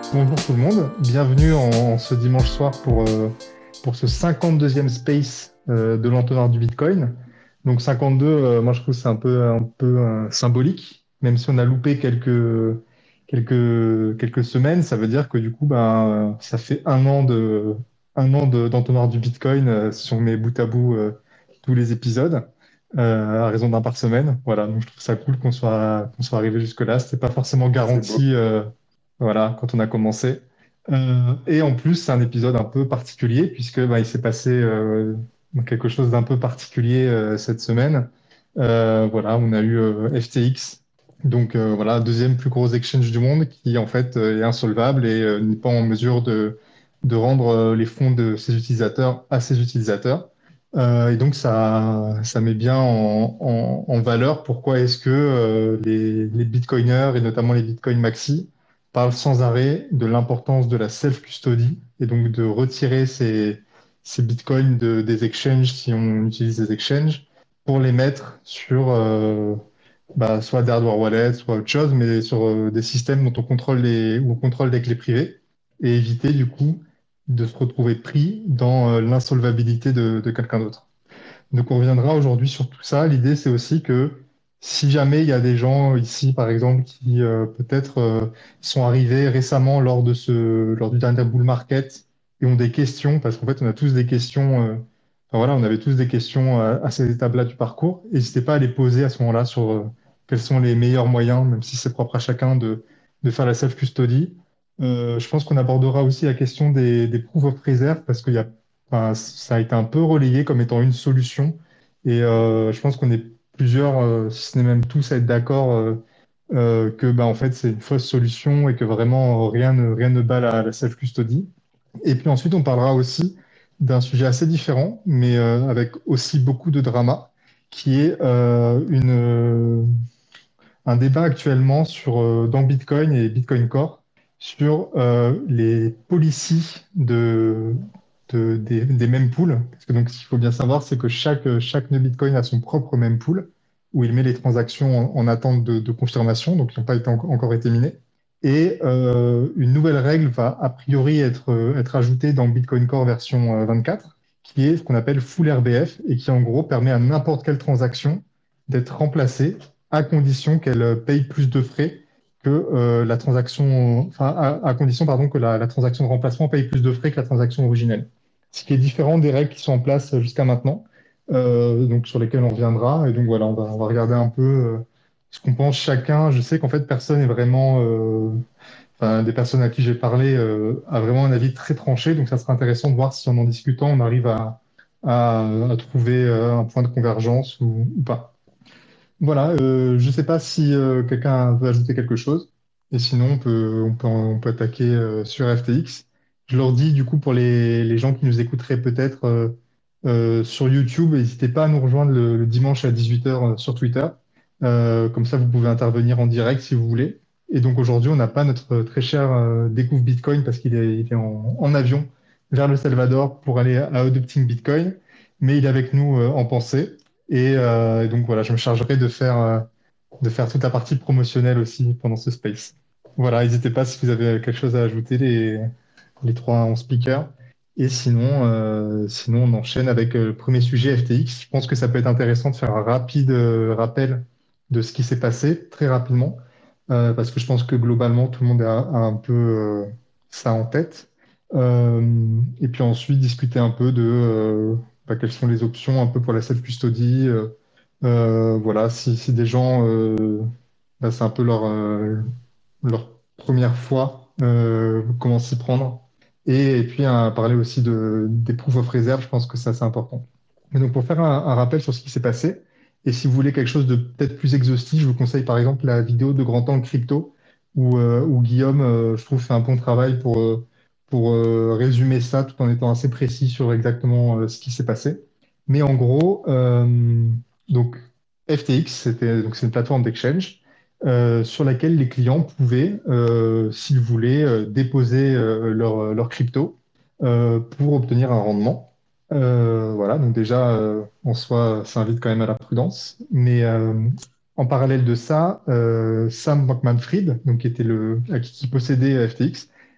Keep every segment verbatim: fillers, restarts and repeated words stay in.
Bonjour tout le monde, bienvenue en, en ce dimanche soir pour, euh, pour ce cinquante-deuxième space euh, de l'entonnoir du Bitcoin. Donc cinquante-deux, euh, moi je trouve que c'est un peu, un peu euh, symbolique, même si on a loupé quelques, quelques, quelques semaines, ça veut dire que du coup ben, euh, ça fait un an de, un an de- d'entonnoir du Bitcoin euh, si on met bout à bout euh, tous les épisodes, euh, à raison d'un par semaine. Voilà, donc je trouve ça cool qu'on soit, qu'on soit arrivé jusque-là. C'était pas forcément C'est beau. garanti. euh, voilà, quand on a commencé. Euh, et en plus, c'est un épisode un peu particulier puisque bah, il s'est passé euh, quelque chose d'un peu particulier euh, cette semaine. Euh, voilà, on a eu euh, F T X, donc euh, voilà, deuxième plus gros exchange du monde qui en fait euh, est insolvable et euh, n'est pas en mesure de, de rendre euh, les fonds de ses utilisateurs à ses utilisateurs. Euh, et donc ça, ça met bien en, en- en valeur pourquoi est-ce que euh, les, les bitcoiners et notamment les bitcoin maxi parle sans arrêt de l'importance de la self-custody et donc de retirer ces, ces bitcoins de- des exchanges si on utilise des exchanges pour les mettre sur euh, bah, soit des hardware wallets, soit autre chose, mais sur euh, des systèmes dont on contrôle les, où on contrôle des clés privées et éviter du coup de se retrouver pris dans euh, l'insolvabilité de, de quelqu'un d'autre. Donc on reviendra aujourd'hui sur tout ça. L'idée, c'est aussi que si jamais il y a des gens ici, par exemple, qui euh, peut-être euh, sont arrivés récemment lors de ce, lors du dernier bull market et ont des questions, parce qu'en fait, on a tous des questions, euh, enfin, voilà, on avait tous des questions euh, à ces étapes-là du parcours. N'hésitez pas à les poser à ce moment-là sur euh, quels sont les meilleurs moyens, même si c'est propre à chacun, de, de faire la self-custody. Euh, je pense qu'on abordera aussi la question des, des proof of reserve, parce qu'il y a Enfin, ça a été un peu relayé comme étant une solution. Et euh, je pense qu'on est plusieurs, euh, si ce n'est même tous, à être d'accord euh, euh, que bah, en fait, c'est une fausse solution et que vraiment euh, rien ne, rien ne bat la, la self-custody. Et puis ensuite, on parlera aussi d'un sujet assez différent, mais euh, avec aussi beaucoup de drama, qui est euh, une, euh, un débat actuellement sur, euh, dans Bitcoin et Bitcoin Core sur euh, les policies de, de- des, des mempools. Parce que donc, ce qu'il faut bien savoir, c'est que chaque, chaque nœud Bitcoin a son propre mempool où il met les transactions en, en attente de, de confirmation, donc qui n'ont pas été en- encore été minées. Et euh, une nouvelle règle va a priori être, euh, être ajoutée dans Bitcoin Core version euh, vingt-quatre, qui est ce qu'on appelle Full R B F et qui en gros permet à n'importe quelle transaction d'être remplacée à condition qu'elle euh, paye plus de frais que euh, la transaction, enfin, à, à condition, pardon, que la, la transaction de remplacement paye plus de frais que la transaction originelle. Ce qui est différent des règles qui sont en place jusqu'à maintenant, euh, donc sur lesquelles on reviendra. Et donc voilà, on va, on va regarder un peu euh, ce qu'on pense chacun. Je sais qu'en fait, personne n'est vraiment, euh, enfin, des personnes à qui j'ai parlé euh, a vraiment un avis très tranché. Donc ça sera intéressant de voir si en en discutant, on arrive à, à, à trouver euh, un point de convergence ou, ou pas. Voilà, euh, je ne sais pas si euh, quelqu'un veut ajouter quelque chose. Et sinon, on peut, on peut, on peut attaquer euh, sur F T X. Je leur dis, du coup, pour les, les gens qui nous écouteraient peut-être euh, euh, sur YouTube, n'hésitez pas à nous rejoindre le, le dimanche à dix-huit heures sur Twitter. Euh, comme ça, vous pouvez intervenir en direct si vous voulez. Et donc aujourd'hui, on n'a pas notre très cher euh, Découvre Bitcoin parce qu'il est, il est en, en avion vers le Salvador pour aller à Adopting Bitcoin. Mais il est avec nous euh, en pensée. Et euh, donc voilà, je me chargerai de faire, euh, de faire toute la partie promotionnelle aussi pendant ce space. Voilà, n'hésitez pas si vous avez quelque chose à ajouter, les, les trois en speakers. Et sinon, euh, sinon, on enchaîne avec euh, le premier sujet F T X. Je pense que ça peut être intéressant de faire un rapide euh, rappel de ce qui s'est passé très rapidement, euh, parce que je pense que globalement, tout le monde a, a un peu euh, ça en tête. Euh, et puis ensuite, discuter un peu de euh, bah, quelles sont les options un peu pour la self-custody. Euh, euh, voilà, si, si des gens, euh, bah, c'est un peu leur, euh, leur première fois, euh, comment s'y prendre. Et, et puis, à parler aussi de, des proof of reserve, je pense que ça, c'est important. Mais donc, pour faire un, un rappel sur ce qui s'est passé, et si vous voulez quelque chose de peut-être plus exhaustif, je vous conseille par exemple la vidéo de Grand Angle Crypto, où, euh, où Guillaume, euh, je trouve, fait un bon travail pour, euh, pour euh, résumer ça tout en étant assez précis sur exactement euh, ce qui s'est passé. Mais en gros, euh, donc F T X, c'était donc c'est une plateforme d'exchange euh, sur laquelle les clients pouvaient, euh, s'ils voulaient, euh, déposer euh, leur, leur crypto euh, pour obtenir un rendement. Euh, voilà, donc déjà, euh, en soi, ça invite quand même à la prudence. Mais euh, en parallèle de ça, euh, Sam Bankman-Fried, donc qui était le, qui, qui possédait F T X,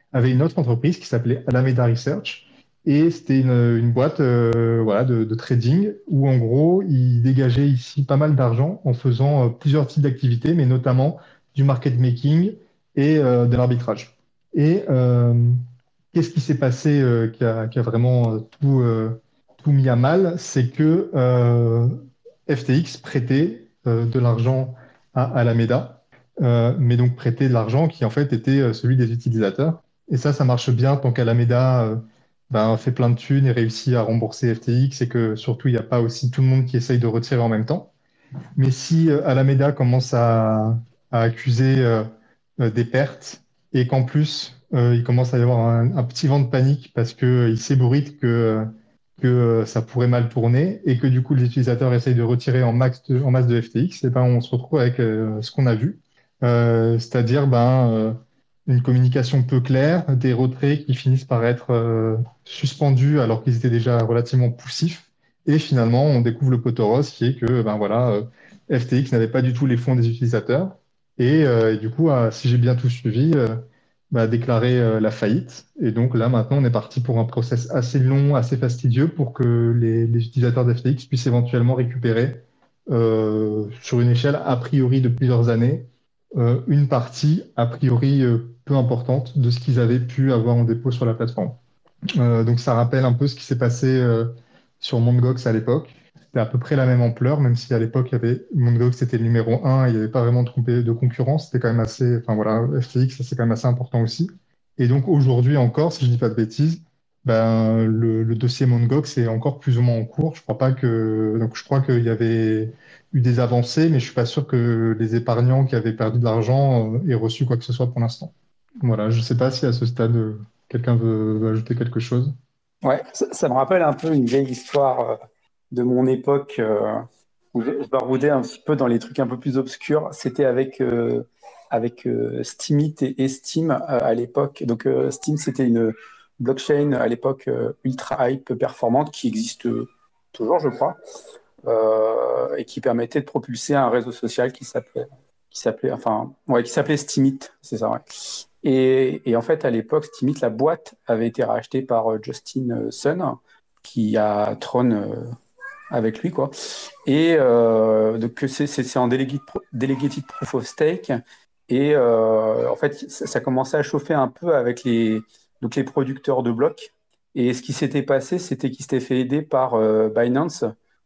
avait une autre entreprise qui s'appelait Alameda Research. Et c'était une, une boîte euh, voilà, de, de trading où, en gros, ils dégageaient ici pas mal d'argent en faisant euh, plusieurs types d'activités, mais notamment du market making et euh, de l'arbitrage. Et euh, qu'est-ce qui s'est passé euh, qui a, qui a vraiment euh, tout, euh, tout mis à mal? C'est que euh, F T X prêtait euh, de l'argent à Alameda, euh, mais donc prêtait de l'argent qui en fait était euh, celui des utilisateurs. Et ça, ça marche bien tant qu'Alameda euh, ben, fait plein de thunes et réussit à rembourser F T X et que surtout il n'y a pas aussi tout le monde qui essaye de retirer en même temps. Mais si euh, Alameda commence à, à accuser euh, euh, des pertes et qu'en plus euh, il commence à y avoir un, un petit vent de panique parce que euh, il s'ébruite que, euh, que euh, ça pourrait mal tourner et que du coup les utilisateurs essayent de retirer en max de, en masse de F T X, et ben on se retrouve avec euh, ce qu'on a vu. Euh, c'est-à-dire ben, euh, une communication peu claire, des retraits qui finissent par être euh, suspendus alors qu'ils étaient déjà relativement poussifs. Et finalement, on découvre le poteau rose qui est que ben voilà, euh, F T X n'avait pas du tout les fonds des utilisateurs. Et, euh, et du coup, euh, si j'ai bien tout suivi, euh, bah, a déclaré euh, la faillite. Et donc là, maintenant, on est parti pour un process assez long, assez fastidieux pour que les, les utilisateurs d'F T X puissent éventuellement récupérer, euh, sur une échelle a priori de plusieurs années, euh, une partie a priori euh, peu importante de ce qu'ils avaient pu avoir en dépôt sur la plateforme. Euh, donc ça rappelle un peu ce qui s'est passé euh, sur Mt. Gox à l'époque. C'était à peu près la même ampleur, même si à l'époque, il y avait Mt. Gox c'était le numéro un, il n'y avait pas vraiment de, compé- de concurrence. C'était quand même assez, enfin voilà, F T X, ça, c'est quand même assez important aussi. Et donc aujourd'hui encore, si je dis pas de bêtises, ben, le, le dossier Mt. Gox est encore plus ou moins en cours. Je crois pas que, donc je crois qu'il y avait eu des avancées, mais je suis pas sûr que les épargnants qui avaient perdu de l'argent euh, aient reçu quoi que ce soit pour l'instant. Voilà, je sais pas si à ce stade, euh, quelqu'un veut, veut ajouter quelque chose. Ouais, ça, ça me rappelle un peu une vieille histoire euh, de mon époque euh, où je, je baroudais un petit peu dans les trucs un peu plus obscurs. C'était avec, euh, avec euh, Steemit et, et Steem euh, à l'époque. Donc euh, Steem, c'était une blockchain à l'époque euh, ultra hype performante qui existe euh, toujours, je crois, euh, et qui permettait de propulser un réseau social qui s'appelait, qui s'appelait, enfin, ouais, qui s'appelait Steemit, c'est ça, ouais. Et, et en fait, à l'époque, Steemit, la boîte avait été rachetée par euh, Justin euh, Sun, qui a Tron euh, avec lui, quoi. Et euh, donc c'est c'est- c'est en delegated, pro- delegated proof of stake. Et euh, en fait, ça, ça commençait à chauffer un peu avec les, donc les producteurs de blocs. Et ce qui s'était passé, c'était qu'ils s'étaient fait aider par euh, Binance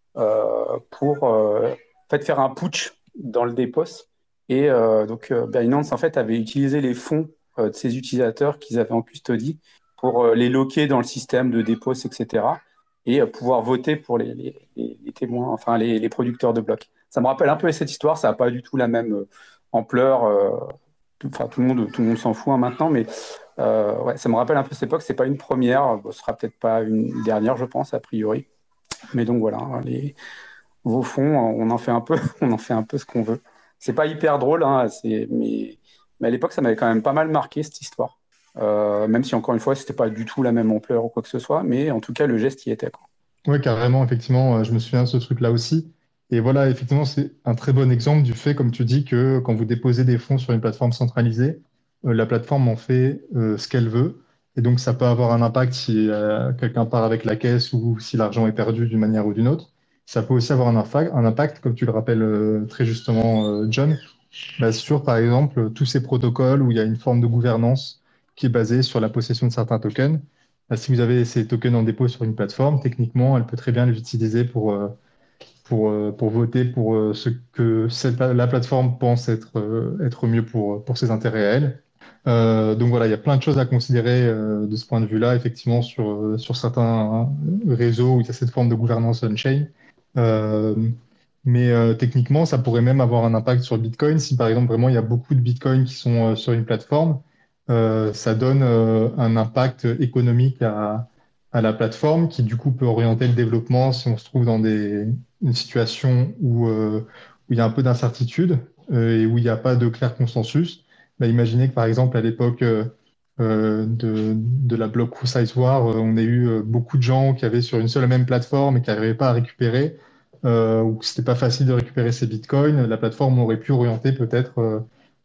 euh, pour euh, en fait, faire un putsch dans le dépôt. Et euh, donc euh, Binance en fait avait utilisé les fonds euh, de ses utilisateurs qu'ils avaient en custodie pour euh, les loquer dans le système de dépôt, et cetera. Et euh, pouvoir voter pour les, les- les- les témoins, enfin les, les producteurs de blocs. Ça me rappelle un peu cette histoire, ça n'a pas du tout la même euh, ampleur. euh, tout, enfin, tout le monde, tout le monde s'en fout hein, maintenant, mais euh, ouais, ça me rappelle un peu cette époque. C'est pas une première, bon, ce sera peut-être pas une dernière, je pense, a priori. Mais donc voilà, hein, les, vos fonds, on en fait un peu, on en fait un peu ce qu'on veut. C'est pas hyper drôle, hein, c'est, mais, mais à l'époque, ça m'avait quand même pas mal marqué cette histoire. Euh, même si encore une fois, c'était pas du tout la même ampleur ou quoi que ce soit, mais en tout cas, le geste y était, quoi. Ouais, carrément, effectivement, euh, je me souviens de ce truc-là aussi. Et voilà, effectivement, c'est un très bon exemple du fait, comme tu dis, que quand vous déposez des fonds sur une plateforme centralisée, euh, la plateforme en fait euh, ce qu'elle veut. Et donc, ça peut avoir un impact si euh, quelqu'un part avec la caisse ou si l'argent est perdu d'une manière ou d'une autre. Ça peut aussi avoir un impact, un impact, comme tu le rappelles euh, très justement, euh, John, bah, sur, par exemple, tous ces protocoles où il y a une forme de gouvernance qui est basée sur la possession de certains tokens. Bah, si vous avez ces tokens en dépôt sur une plateforme, techniquement, elle peut très bien les utiliser pour, euh, pour, euh, pour voter pour euh, ce que cette, la plateforme pense être, euh, être mieux pour, pour ses intérêts à elle. Euh, donc voilà, il y a plein de choses à considérer euh, de ce point de vue-là, effectivement, sur, euh, sur certains réseaux où il y a cette forme de gouvernance on-chain. Euh, mais euh, techniquement, ça pourrait même avoir un impact sur le Bitcoin. Si par exemple, vraiment, il y a beaucoup de Bitcoin qui sont euh, sur une plateforme, euh, ça donne euh, un impact économique à, à la plateforme qui, du coup, peut orienter le développement si on se trouve dans des, une situation où, euh, où il y a un peu d'incertitude euh, et où il n'y a pas de clair consensus. Bah, imaginez que, par exemple, à l'époque euh, euh, de, de la block size war, euh, on a eu euh, beaucoup de gens qui avaient sur une seule et même plateforme et qui n'arrivaient pas à récupérer euh, ou que c'était pas facile de récupérer ces bitcoins, la plateforme aurait pu orienter peut-être euh,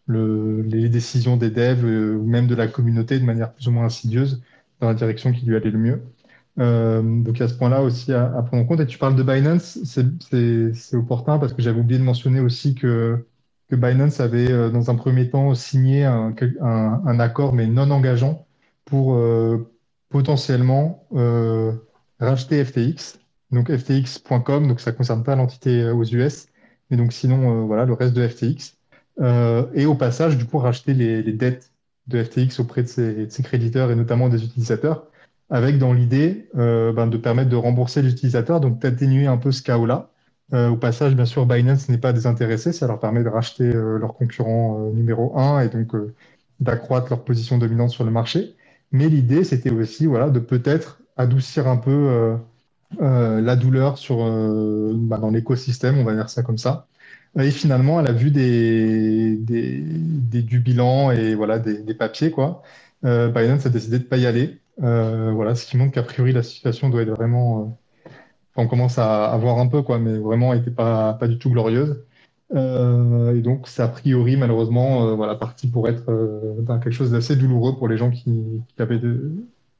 le, les décisions des devs euh, ou même de la communauté de manière plus ou moins insidieuse dans la direction qui lui allait le mieux. Euh, donc, il y a ce point-là aussi à, à prendre en compte. Et tu parles de Binance, c'est c'est- c'est opportun parce que j'avais oublié de mentionner aussi que, que Binance avait, euh, dans un premier temps, signé un, un, un accord, mais non engageant, pour euh, potentiellement euh, racheter F T X. Donc, F T X point com, donc ça ne concerne pas l'entité euh, aux U S, mais donc sinon, euh, voilà, le reste de F T X. Euh, et au passage, du coup, racheter les, les dettes de F T X auprès de ses, de ses créditeurs et notamment des utilisateurs avec dans l'idée euh, ben, de permettre de rembourser l'utilisateur, donc d'atténuer un peu ce chaos-là. Euh, au passage, bien sûr, Binance n'est pas désintéressé, ça leur permet de racheter euh, leur concurrent euh, numéro un et donc euh, d'accroître leur position dominante sur le marché. Mais l'idée, c'était aussi voilà, de peut-être adoucir un peu euh, euh, la douleur sur, euh, bah, dans l'écosystème, on va dire ça comme ça. Et finalement, à la vue des, des, des- du bilan et voilà, des, des papiers, quoi, euh, Binance a décidé de ne pas y aller. Euh, voilà, ce qui montre qu'a priori, la situation doit être vraiment. euh, enfin, on commence à, à voir un peu, quoi, mais vraiment, elle n'était pas, pas du tout glorieuse. Euh, et donc, c'est a priori, malheureusement, euh, voilà, parti pour être euh, dans quelque chose d'assez douloureux pour les gens qui, qui avaient de-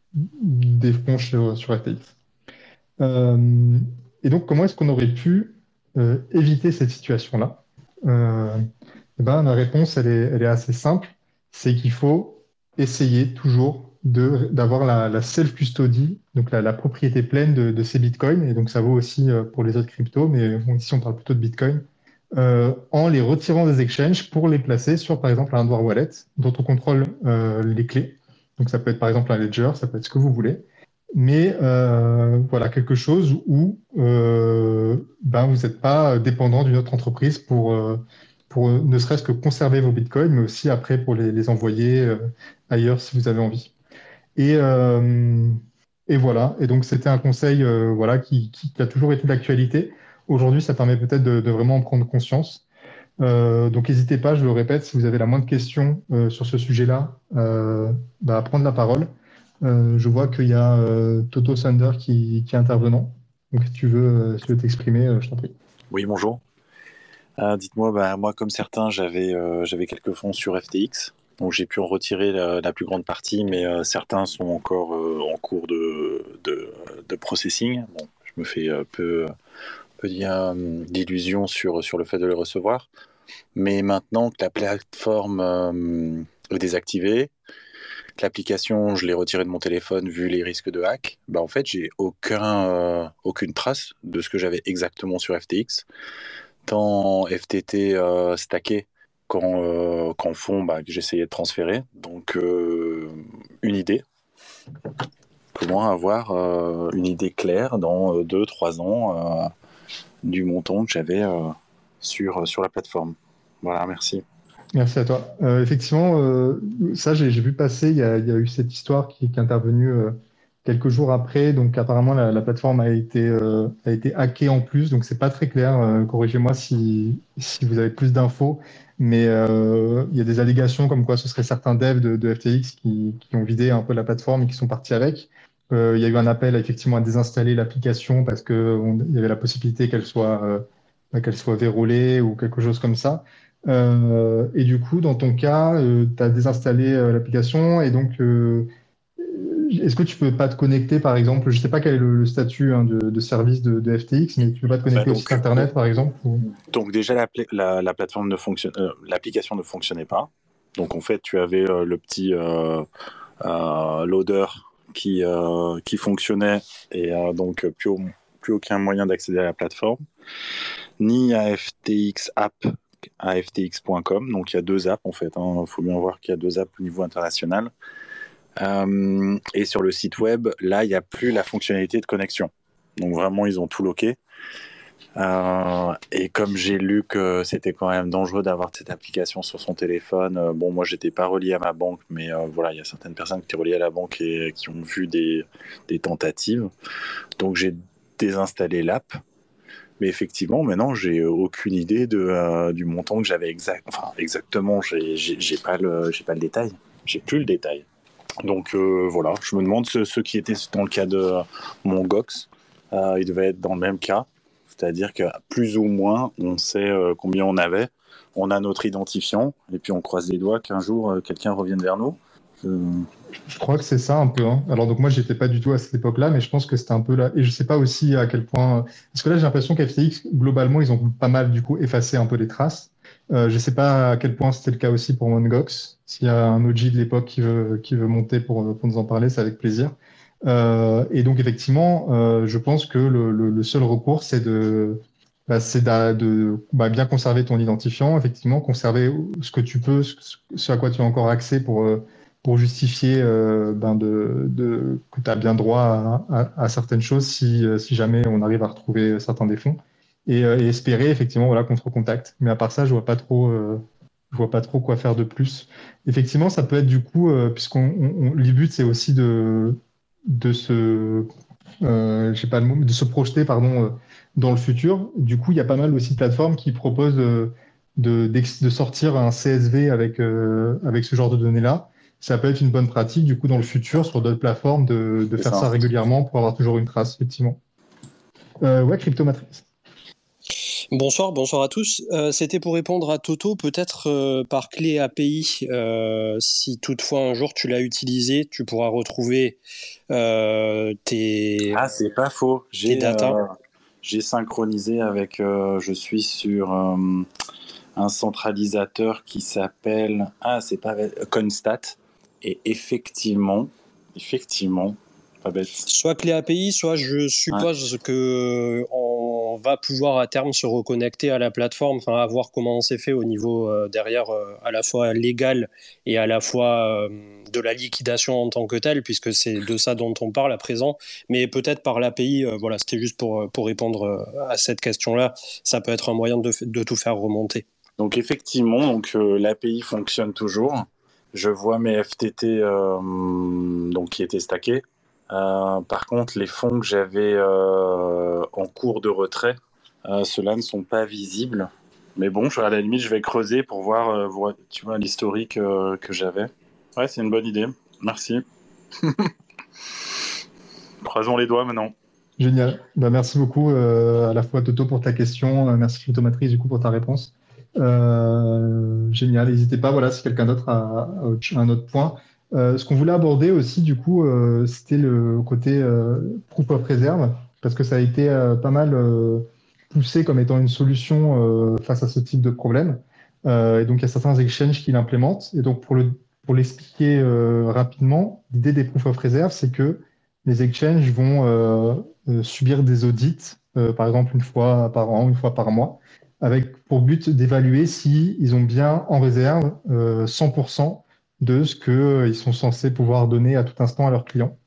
des fonds sur, sur F T X. Euh, et donc, comment est-ce qu'on aurait pu euh, éviter cette situation-là? Euh, eh ben, la réponse, elle est, elle est assez simple. C'est qu'il faut essayer toujours de, d'avoir la, la self-custody, donc la, la propriété pleine de, de ces bitcoins. Et donc, ça vaut aussi euh, pour les autres cryptos, mais bon, ici, on parle plutôt de bitcoin. Euh, en les retirant des exchanges pour les placer sur, par exemple, un hardware wallet dont on contrôle euh, les clés. Donc, ça peut être, par exemple, un ledger, ça peut être ce que vous voulez mais euh, voilà, quelque chose où euh, ben, vous n'êtes pas dépendant d'une autre entreprise pour, euh, pour euh, ne serait-ce que conserver vos bitcoins, mais aussi après pour les, les envoyer euh, ailleurs si vous avez envie. Et, euh, et voilà, et donc c'était un conseil euh, voilà, qui, qui- qui a toujours été d'actualité. Aujourd'hui, ça permet peut-être de, de vraiment en prendre conscience. Euh, donc n'hésitez pas, je le répète, si vous avez la moindre question euh, sur ce sujet-là, euh, bah, à prendre la parole. Euh, je vois qu'il y a euh, Toto Sander qui, qui est intervenant. Donc si tu veux, euh, si tu veux t'exprimer, euh, je t'en prie. Oui, bonjour. Euh, dites-moi, bah, moi, comme certains, j'avais euh, j'avais quelques fonds sur F T X. Donc, j'ai pu en retirer la, la plus grande partie, mais euh, certains sont encore euh, en cours de, de, de processing. Bon, je me fais euh, peu, peu d'il- d'illusions sur, sur le fait de les recevoir. Mais maintenant que la plateforme euh, est désactivée, que l'application, je l'ai retirée de mon téléphone vu les risques de hack, bah, en fait, j'ai aucun, euh, aucune trace de ce que j'avais exactement sur F T X. Tant F T T euh, stacké qu'en euh, qu'en fond bah, que j'essayais de transférer. Donc, euh, une idée. Comment avoir euh, une idée claire dans deux trois ans euh, du montant que j'avais euh, sur, sur la plateforme. Voilà, merci. Merci à toi. Euh, effectivement, euh, ça, j'ai j'ai vu passer, il y a, il y a eu cette histoire qui, qui est intervenue euh, quelques jours après. Donc, apparemment, la, la plateforme a été, euh, a été hackée en plus. Donc, c'est pas très clair. Euh, corrigez-moi si, si vous avez plus d'infos. Mais euh, il y a des allégations comme quoi ce serait certains devs de, de F T X qui, qui ont vidé un peu la plateforme et qui sont partis avec. Euh, il y a eu un appel effectivement à désinstaller l'application parce que on- il y avait la possibilité qu'elle soit, euh, qu'elle soit verrouillée ou quelque chose comme ça. Euh, et du coup, dans ton cas, tu as désinstallé euh, l'application et donc, euh, est-ce que tu peux pas te connecter, par exemple, je sais pas quel est le, le statut hein, de, de service de, de F T X, mais tu peux pas te Bah connecter au site donc, internet, par exemple ou- donc déjà, la, pla- la, la plateforme ne fonctionne, euh, l'application ne fonctionnait pas. Donc en fait, tu avais euh, le petit euh, euh, loader qui, euh, qui fonctionnait et euh, donc plus, au- plus aucun moyen d'accéder à la plateforme, ni à F T X App, à F T X point com. Donc il y a deux apps en fait. Il faut bien voir qu'il y a deux apps au niveau international. Euh, et sur le site web, là, il n'y a plus la fonctionnalité de connexion. Donc vraiment, ils ont tout loqué. Euh, et comme j'ai lu que c'était quand même dangereux d'avoir cette application sur son téléphone, euh, bon, moi, j'étais pas relié à ma banque, mais euh, voilà, il y a certaines personnes qui étaient reliées à la banque et qui ont vu des, des tentatives. Donc j'ai désinstallé l'app. Mais effectivement, maintenant, j'ai aucune idée de, euh, du montant que j'avais exact. Enfin, exactement, j'ai, j'ai, j'ai pas le, j'ai pas le détail. J'ai plus le détail. Donc euh, voilà, je me demande ceux, ceux qui étaient dans le cas de euh, mon Gox, euh, ils devaient être dans le même cas. C'est-à-dire que plus ou moins, on sait euh, combien on avait, on a notre identifiant, et puis on croise les doigts qu'un jour, euh, quelqu'un revienne vers nous. Euh, Je crois que c'est ça un peu. Hein. Alors donc moi, j'étais pas du tout à cette époque-là, mais je pense que c'était un peu là. Et je sais pas aussi à quel point. Parce que là, j'ai l'impression qu'F T X, globalement, ils ont pas mal du coup effacé un peu les traces. Euh, je sais pas à quel point c'était le cas aussi pour Mongox. S'il y a un O G de l'époque qui veut qui veut monter pour pour nous en parler, c'est avec plaisir. Euh, et donc effectivement, euh, je pense que le, le, le seul recours, c'est de bah, c'est d'a- de, bah, bien conserver ton identifiant, effectivement, conserver ce que tu peux, ce, ce à quoi tu as encore accès pour euh, pour justifier euh, ben de, de, que tu as bien droit à, à, à certaines choses si, euh, si jamais on arrive à retrouver certains des fonds et, euh, et espérer effectivement voilà, qu'on se recontacte. Mais à part ça, je vois pas trop, euh, je vois pas trop quoi faire de plus. Effectivement, ça peut être du coup, euh, puisqu'on on, on- le but c'est aussi de, de se, euh, j'ai pas le mot, de se projeter pardon, euh, dans le futur. Du coup, il y a pas mal aussi de plateformes qui proposent euh, de, d'ex- de sortir un C S V avec, euh, avec ce genre de données-là. Ça peut être une bonne pratique, du coup, dans le futur, sur d'autres plateformes, de, de c'est faire ça. ça régulièrement pour avoir toujours une trace, effectivement. Euh, ouais, Cryptomatrix. Bonsoir, bonsoir à tous. Euh, c'était pour répondre à Toto, peut-être euh, par clé A P I. Euh, si toutefois un jour tu l'as utilisé, tu pourras retrouver euh, tes, Ah, c'est pas faux. tes J'ai datas. euh, j'ai synchronisé avec. Euh, je suis sur euh, un centralisateur qui s'appelle. Ah, c'est pas Constat. Et effectivement, effectivement, pas bête. Soit clé A P I, soit je suppose Ouais. que on va pouvoir à terme se reconnecter à la plateforme, enfin à voir comment c'est fait au niveau euh, derrière euh, à la fois légal et à la fois euh, de la liquidation en tant que telle, puisque c'est de ça dont on parle à présent. Mais peut-être par l'A P I, euh, voilà, c'était juste pour pour répondre euh, à cette question-là. Ça peut être un moyen de, de tout faire remonter. Donc effectivement, donc euh, l'A P I fonctionne toujours. Je vois mes F T T euh, donc qui étaient stackés. Euh, par contre, les fonds que j'avais euh, en cours de retrait, euh, ceux-là ne sont pas visibles. Mais bon, je, à la limite, je vais creuser pour voir, euh, voir tu vois, l'historique euh, que j'avais. Ouais, c'est une bonne idée. Merci. Croisons les doigts maintenant. Génial. Bah, merci beaucoup euh, à la fois Toto pour ta question, euh, merci Cryptomatrix du coup pour ta réponse. Euh, génial. N'hésitez pas, voilà, si quelqu'un d'autre a, a autre- un autre point. Euh, ce qu'on voulait aborder aussi, du coup, euh, c'était le côté euh, proof of reserve, parce que ça a été euh, pas mal euh, poussé comme étant une solution euh, face à ce type de problème. Euh, et donc, il y a certains exchanges qui l'implémentent. Et donc, pour le, pour l'expliquer euh, rapidement, l'idée des proof of reserve, c'est que les exchanges vont euh, euh, subir des audits, euh, par exemple une fois par an, une fois par mois, avec pour but d'évaluer si ils ont bien en réserve euh, cent pour cent de ce qu'ils sont censés pouvoir donner à tout instant à leurs clients.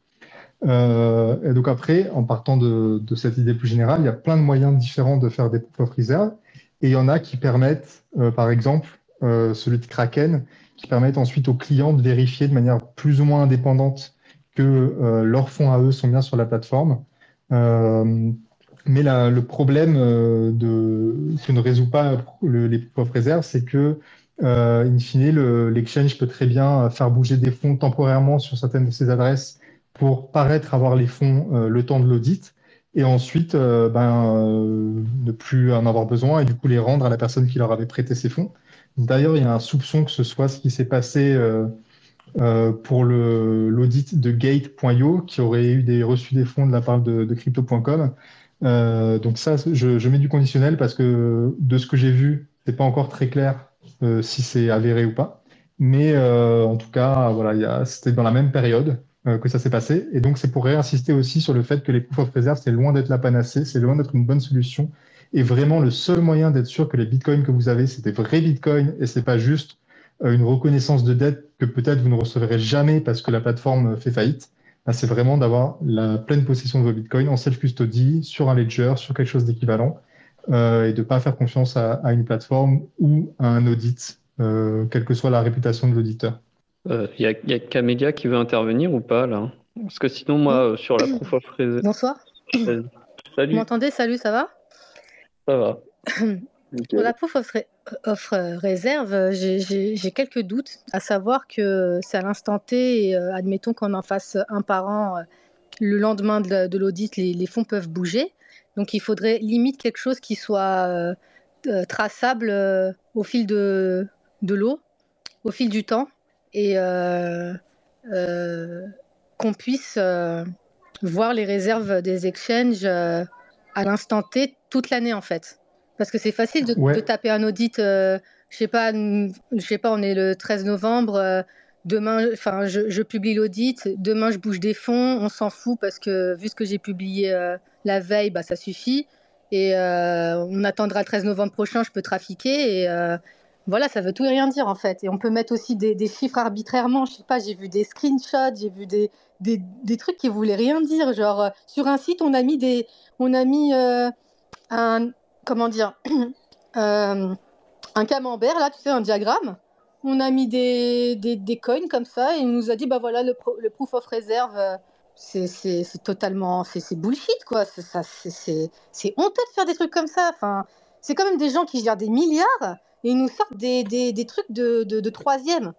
Euh, et donc après, en partant de, de cette idée plus générale, il y a plein de moyens différents de faire des proof of reserve, et il y en a qui permettent, euh, par exemple, euh, celui de Kraken, qui permettent ensuite aux clients de vérifier de manière plus ou moins indépendante que euh, leurs fonds à eux sont bien sur la plateforme. Euh, mais la- le problème euh, de, que ne résout pas le- les proof of reserve, c'est que, euh, in fine, le- l'exchange peut très bien faire bouger des fonds temporairement sur certaines de ses adresses pour paraître avoir les fonds euh, le temps de l'audit et ensuite euh, ben, euh, ne plus en avoir besoin et du coup les rendre à la personne qui leur avait prêté ces fonds. D'ailleurs, il y a un soupçon que ce soit ce qui s'est passé euh, euh, pour le, l'audit de Gate point io qui aurait eu des, reçu des fonds de la part de, de crypto point com. Euh, donc ça, je, je mets du conditionnel parce que de ce que j'ai vu, c'est pas encore très clair euh, si c'est avéré ou pas. Mais euh, en tout cas, voilà, il y a, c'était dans la même période euh, que ça s'est passé. Et donc, c'est pour réinsister aussi sur le fait que les proof of reserve, c'est loin d'être la panacée, c'est loin d'être une bonne solution. Et vraiment, le seul moyen d'être sûr que les bitcoins que vous avez, c'est des vrais bitcoins et c'est pas juste euh, une reconnaissance de dette que peut-être vous ne recevrez jamais parce que la plateforme fait faillite, bah, c'est vraiment d'avoir la pleine possession de vos bitcoins en self-custody, sur un ledger, sur quelque chose d'équivalent, euh, et de ne pas faire confiance à, à une plateforme ou à un audit, euh, quelle que soit la réputation de l'auditeur. Il euh, y, y a Camélia qui veut intervenir ou pas là? Parce que sinon, moi, euh, sur la proof of reserve. Bonsoir. Salut. Vous m'entendez? Salut, ça va? Ça va. Pour la proof of, of reserve, j'ai quelques doutes, à savoir que c'est à l'instant T, et, euh, admettons qu'on en fasse un par an, le lendemain de, de l'audit, les, les fonds peuvent bouger. Donc, il faudrait limite quelque chose qui soit euh, euh, traçable euh, au fil de, de l'eau, au fil du temps, et euh, euh, qu'on puisse euh, voir les réserves des exchanges euh, à l'instant T toute l'année, en fait. Parce que c'est facile de, Ouais. de taper un audit, euh, je sais pas, je sais pas, on est le treize novembre, euh, demain, enfin, je, je publie l'audit, demain je bouge des fonds, on s'en fout parce que vu ce que j'ai publié euh, la veille, bah ça suffit. Et euh, on attendra le treize novembre prochain, je peux trafiquer. Et euh, voilà, ça veut tout et rien dire en fait. Et on peut mettre aussi des, des chiffres arbitrairement. Je sais pas, j'ai vu des screenshots, j'ai vu des, des, des trucs qui voulaient rien dire. Genre, euh, sur un site, on a mis des, on a mis euh, un, comment dire, euh, un camembert, là, tu sais, un diagramme. On a mis des, des, des coins comme ça et on nous a dit, bah voilà, le, pro, le proof of reserve, euh, c'est, c'est, c'est totalement, c'est, c'est bullshit, quoi. C'est, ça, c'est, c'est, c'est honteux de faire des trucs comme ça. Enfin, c'est quand même des gens qui gèrent des milliards et ils nous sortent des, des, des trucs de, de, de troisième.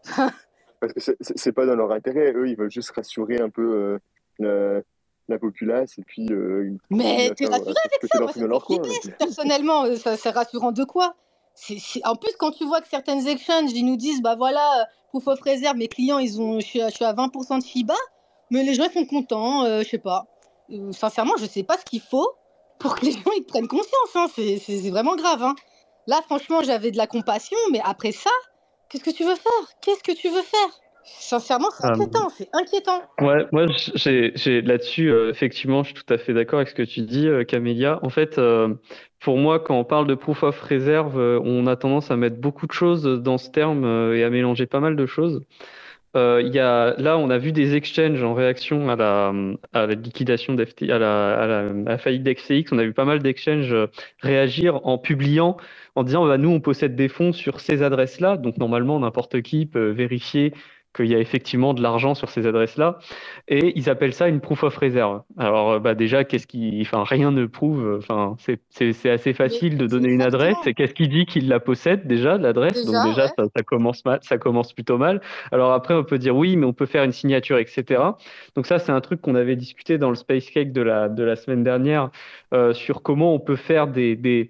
Parce que c'est, c'est c'est pas dans leur intérêt. Eux, ils veulent juste rassurer un peu euh, la, la populace et puis euh, continuer Mais à t'es faire à rassuré avec côté ça? leur Moi, truc ça dans me fait leur coin. flipper. Personnellement, euh, ça, c'est rassurant de quoi? C'est, c'est... En plus, quand tu vois que certaines exchanges, ils nous disent, bah voilà, euh, proof of reserve, mes clients, ils ont, je suis à, je suis à vingt pour cent de Shiba, mais les gens ils sont contents, euh, je sais pas. Euh, sincèrement, je sais pas ce qu'il faut pour que les gens ils prennent conscience. Hein. C'est, c'est, c'est vraiment grave. Hein. Là, franchement, j'avais de la compassion, mais après ça, qu'est-ce que tu veux faire? Qu'est-ce que tu veux faire? Sincèrement, c'est Euh, inquiétant, c'est inquiétant. Ouais, moi, j'ai, j'ai là-dessus, euh, effectivement, je suis tout à fait d'accord avec ce que tu dis, euh, Camélia. En fait, euh, pour moi, quand on parle de proof of reserve, euh, on a tendance à mettre beaucoup de choses dans ce terme euh, et à mélanger pas mal de choses. Euh, il y a, là, on a vu des exchanges en réaction à la, à la liquidation d'F T, à la, à la, à la faillite d'F T X. On a vu pas mal d'exchanges euh, réagir en publiant, en disant, bah, nous, on possède des fonds sur ces adresses-là. Donc, normalement, n'importe qui peut vérifier qu'il y a effectivement de l'argent sur ces adresses-là. Et ils appellent ça une proof of reserve. Alors, euh, bah, déjà, qu'est-ce qui, enfin, rien ne prouve, enfin, c'est, c'est, c'est assez Mais facile de c'est donner une adresse. exactement. Et qu'est-ce qui dit qu'il la possède déjà, l'adresse? Donc, Déjà, déjà, ouais. ça, ça commence mal, ça commence plutôt mal. Alors après, on peut dire oui, mais on peut faire une signature, et cetera. Donc ça, c'est un truc qu'on avait discuté dans le Space Cake de la, de la semaine dernière euh, sur comment on peut faire des, des,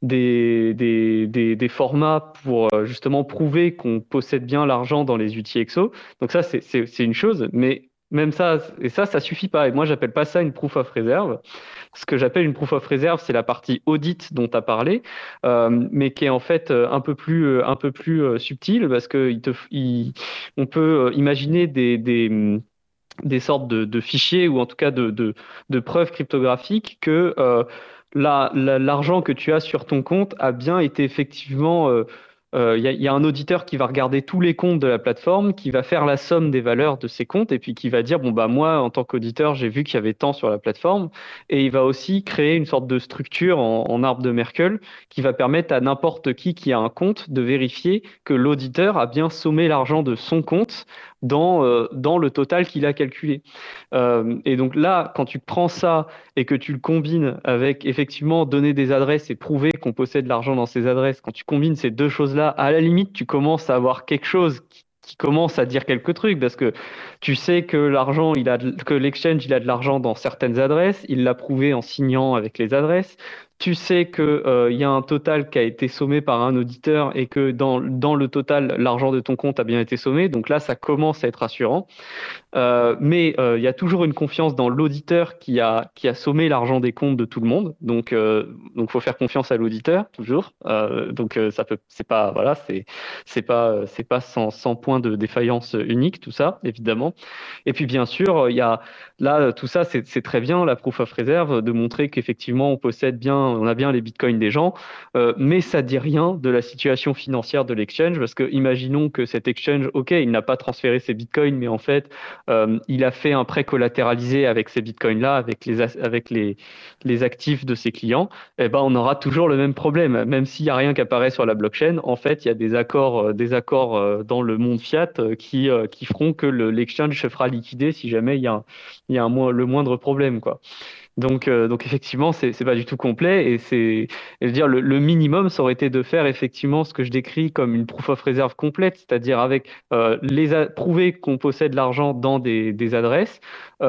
des, des, des, des formats pour euh, justement prouver qu'on possède bien l'argent dans les U T X O. Donc ça, c'est, c'est, c'est une chose, mais même ça, et ça, ça suffit pas. Et moi, j'appelle pas ça une proof of reserve. Ce que j'appelle une proof of reserve, c'est la partie audit dont tu as parlé, euh, mais qui est en fait euh, un peu plus, euh, un peu plus euh, subtile parce que il te, il, on peut euh, imaginer des, des, des sortes de, de fichiers ou en tout cas de, de, de preuves cryptographiques que euh, la, la, l'argent que tu as sur ton compte a bien été effectivement... euh, euh, Il y a, il y a un auditeur qui va regarder tous les comptes de la plateforme, qui va faire la somme des valeurs de ces comptes et puis qui va dire, bon, bah, moi, en tant qu'auditeur, j'ai vu qu'il y avait tant sur la plateforme. Et il va aussi créer une sorte de structure en, en arbre de Merkle qui va permettre à n'importe qui qui a un compte de vérifier que l'auditeur a bien sommé l'argent de son compte dans, euh, dans le total qu'il a calculé. Euh, et donc là, quand tu prends ça et que tu le combines avec effectivement donner des adresses et prouver qu'on possède l'argent dans ces adresses, quand tu combines ces deux choses-là, à la limite, tu commences à avoir quelque chose qui, qui commence à dire quelques trucs parce que tu sais que l'argent, il a de- que l'exchange, il a de l'argent dans certaines adresses, il l'a prouvé en signant avec les adresses. Tu sais qu'il euh, y a un total qui a été sommé par un auditeur et que dans, dans le total, l'argent de ton compte a bien été sommé. Donc là, ça commence à être rassurant. Euh, mais euh, il y a toujours une confiance dans l'auditeur qui a, qui a sommé l'argent des comptes de tout le monde. Donc, euh, donc faut faire confiance à l'auditeur toujours. Euh, donc, euh, ça peut, c'est pas, voilà, c'est, c'est pas, c'est pas sans, sans point de défaillance unique tout ça, évidemment. Et puis, bien sûr, il y a là tout ça, c'est, c'est très bien la proof of reserve de montrer qu'effectivement on possède bien, on a bien les bitcoins des gens, euh, mais ça dit rien de la situation financière de l'exchange parce que imaginons que cet exchange, ok, il n'a pas transféré ses bitcoins, mais en fait euh, il a fait un prêt collatéralisé avec ces bitcoins-là, avec les, avec les, les actifs de ses clients, eh ben, on aura toujours le même problème. Même s'il n'y a rien qui apparaît sur la blockchain, en fait, il y a des accords, euh, des accords euh, dans le monde fiat euh, qui, euh, qui feront que le, l'exchange se fera liquider si jamais il y a, un, il y a un, le moindre problème, quoi. Donc, euh, donc effectivement, c'est c'est pas du tout complet et c'est, et je veux dire, le, le minimum, ça aurait été de faire effectivement ce que je décris comme une proof of reserve complète, c'est-à-dire avec euh, les a- prouver qu'on possède l'argent dans des, des adresses, euh,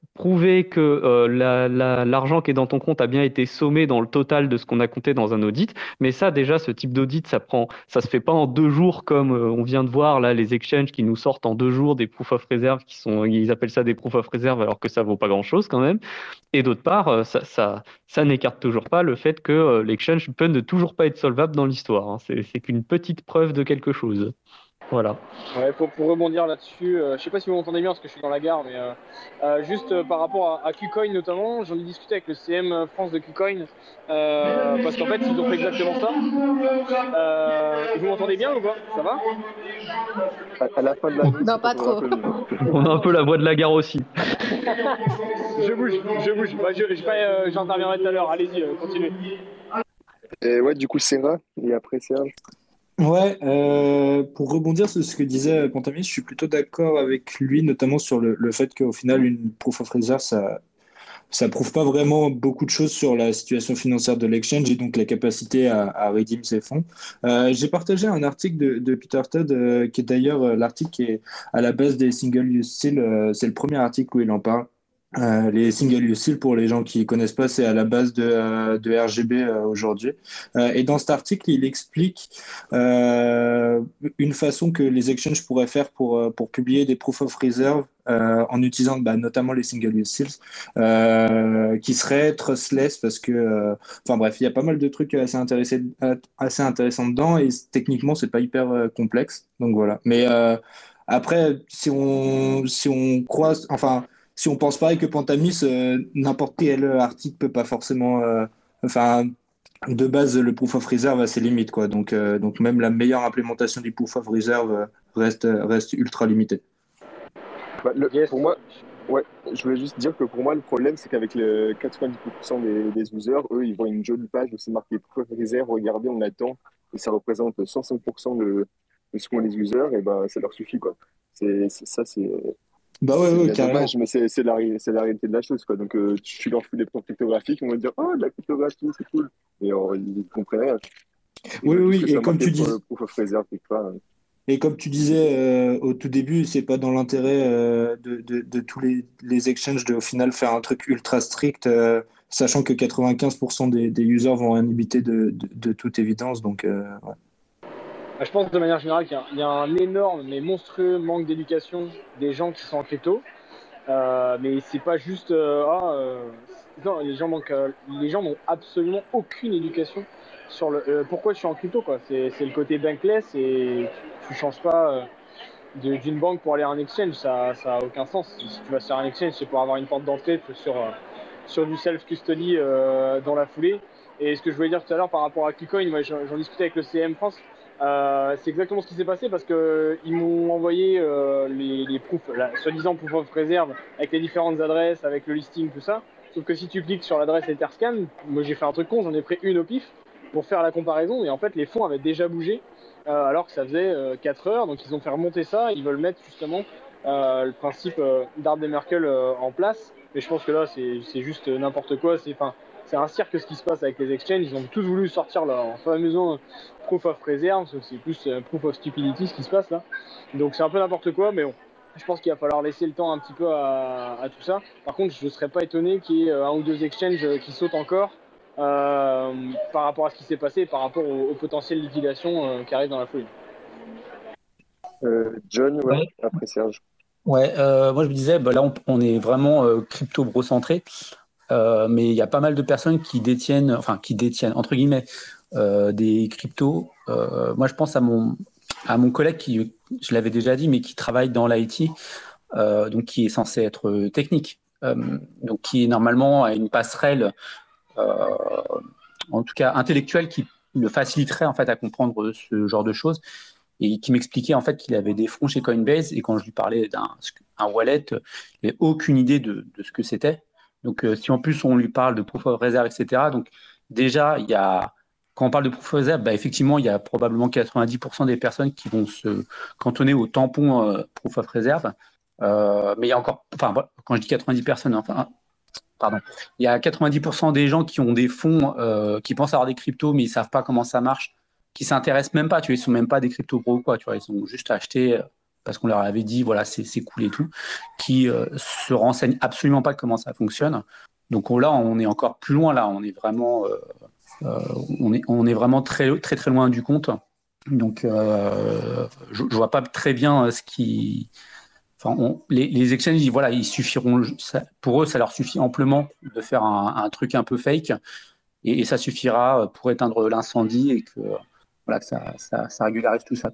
prouver que euh, la- la- l'argent qui est dans ton compte a bien été sommé dans le total de ce qu'on a compté dans un audit. Mais ça, déjà, ce type d'audit, ça prend, ça se fait pas en deux jours comme euh, on vient de voir là, les exchanges qui nous sortent en deux jours des proof of reserve qui sont, ils appellent ça des proof of reserve alors que ça vaut pas grand-chose quand même. Et d'autre part, euh, ça, ça, ça n'écarte toujours pas le fait que euh, l'exchange peut ne toujours pas être solvable dans l'histoire, hein. C'est, c'est qu'une petite preuve de quelque chose. Voilà. Ouais, pour, pour rebondir là-dessus, euh, je sais pas si vous m'entendez bien parce que je suis dans la gare, mais euh, euh, juste euh, par rapport à, à KuCoin notamment, j'en ai discuté avec le C M France de KuCoin euh, parce qu'en fait ils ont fait exactement ça. Euh, vous m'entendez bien ou pas? Ça va? À, à la fin de l'année, Non, c'est pas quand on va un trop. peu mieux. On a un peu la voix de la gare aussi. Je bouge, je bouge. Bah, je, je, pas, euh, j'interviendrai tout à l'heure. Allez-y, euh, continuez. Et ouais, du coup, Serra, et après Serge. Ouais, euh, pour rebondir sur ce que disait Pantamis, je suis plutôt d'accord avec lui, notamment sur le, le fait qu'au final, une proof of reserve, ça, ça prouve pas vraiment beaucoup de choses sur la situation financière de l'exchange et donc la capacité à, à redeem ses fonds. Euh, j'ai partagé un article de, de Peter Todd, euh, qui est d'ailleurs euh, l'article qui est à la base des single-use seal. Euh, c'est le premier article où il en parle. Euh, les single-use seal, pour les gens qui connaissent pas, c'est à la base de, euh, de R G B euh, aujourd'hui. Euh, et dans cet article, il explique euh, une façon que les exchanges pourraient faire pour, euh, pour publier des proof of reserve euh, en utilisant bah, notamment les single-use seals, euh, qui serait trustless parce que, euh, enfin bref, il y a pas mal de trucs assez, intéressés, assez intéressants dedans et techniquement, c'est pas hyper euh, complexe. Donc voilà. Mais euh, après, si on, si on croise, enfin, si on pense pareil que Pantamis, euh, n'importe quel article peut pas forcément, euh, enfin, de base, le proof of reserve a ses limites, quoi. Donc, euh, donc même la meilleure implémentation du proof of reserve euh, reste, reste ultra limitée. Bah, le- Yes. pour moi, ouais, je voulais juste dire que pour moi, le problème, c'est qu'avec le quatre-vingt-dix pour cent des, des users, eux, ils voient une jolie page où c'est marqué proof of reserve, regardez, on attend, et ça représente cent cinq pour cent de, de ce qu'ont les users, et ben ça leur suffit, quoi. C'est, c'est- ça, c'est Bah ouais, c'est ouais, bien carrément. dommage, mais c'est c'est la, ré- c'est la réalité de la chose, quoi. Donc, euh, tu leur fais des preuves cryptographiques, on va dire, oh, de la cryptographie, c'est cool. Et euh, ils comprennent rien. Ils Oui, veulent oui, juste que et ça comme marque tu pro- dis, proof of reserve quelque part. et comme tu disais euh, au tout début, c'est pas dans l'intérêt euh, de, de, de tous les, les exchanges de au final faire un truc ultra strict, euh, sachant que quatre-vingt-quinze pour cent des, des users vont en éviter de, de, de toute évidence. Donc, euh, ouais. Bah, je pense de manière générale qu'il y a, il y a un énorme mais monstrueux manque d'éducation des gens qui sont en crypto. Euh, mais c'est pas juste euh, ah, euh, non, les gens manquent euh, les gens n'ont absolument aucune éducation sur le euh, pourquoi je suis en crypto, quoi. C'est c'est le côté bankless et tu, tu changes pas euh, de- d'une banque pour aller à un exchange, ça ça a aucun sens. Si tu vas sur un exchange, c'est pour avoir une porte d'entrée sur euh, sur du self custody euh, dans la foulée. Et ce que je voulais dire tout à l'heure par rapport à KuCoin, moi j'en j'en discutais avec le C M France. Euh, c'est exactement ce qui s'est passé parce que ils m'ont envoyé euh, les, les proofs, la soi-disant proof of reserve avec les différentes adresses, avec le listing, tout ça. Sauf que si tu cliques sur l'adresse Etherscan, moi j'ai fait un truc con, j'en ai pris une au pif pour faire la comparaison et en fait les fonds avaient déjà bougé euh, alors que ça faisait euh, quatre heures. Donc ils ont fait remonter ça, ils veulent mettre justement euh, le principe euh, d'Art des Merkel euh, en place. Mais je pense que là c'est c'est juste n'importe quoi. C'est enfin c'est un cirque ce qui se passe avec les exchanges. Ils ont tous voulu sortir leur fameux proof of reserve, sauf que c'est plus euh, proof of stupidity ce qui se passe là. Donc c'est un peu n'importe quoi, mais bon. Je pense qu'il va falloir laisser le temps un petit peu à, à tout ça. Par contre, je ne serais pas étonné qu'il y ait euh, un ou deux exchanges euh, qui sautent encore euh, par rapport à ce qui s'est passé et par rapport au, au potentiel liquidation euh, qui arrive dans la foulée. Euh, John, ouais, Ouais, après Serge. ouais euh, moi je me disais, bah là on, on est vraiment euh, crypto-bro-centré, euh, mais il y a pas mal de personnes qui détiennent, enfin qui détiennent, entre guillemets, euh, des cryptos. Euh, moi je pense à mon, à mon collègue qui, je l'avais déjà dit, mais qui travaille dans l'I T, euh, donc qui est censé être euh, technique, euh, donc qui normalement a une passerelle, euh, en tout cas intellectuelle, qui le faciliterait en fait à comprendre ce genre de choses. Et qui m'expliquait en fait qu'il avait des fonds chez Coinbase et quand je lui parlais d'un un wallet, il n'avait aucune idée de, de ce que c'était. Donc euh, si en plus on lui parle de proof of reserve, et cetera. Donc déjà, il y a, quand on parle de proof of reserve, bah, effectivement, il y a probablement quatre-vingt-dix pour cent des personnes qui vont se cantonner au tampon euh, proof of reserve. Euh, mais il y a encore, enfin quand je dis quatre-vingt-dix personnes, enfin pardon, il y a quatre-vingt-dix pour cent des gens qui ont des fonds, euh, qui pensent avoir des cryptos, mais ils ne savent pas comment ça marche, qui ne s'intéressent même pas, tu vois, ils ne sont même pas des crypto bros, quoi, tu vois, ils ont juste acheté parce qu'on leur avait dit, voilà, c'est, c'est cool et tout, qui euh, se renseignent absolument pas comment ça fonctionne. Donc on, là, on est encore plus loin, là, on est vraiment, euh, euh, on est, on est vraiment très, très, très loin du compte. Donc euh, je, je vois pas très bien ce qui... Enfin, on, les, les exchanges, voilà, ils suffiront, ça, pour eux, ça leur suffit amplement de faire un, un truc un peu fake, et, et ça suffira pour éteindre l'incendie et que, voilà, que ça, ça, ça régularise tout ça.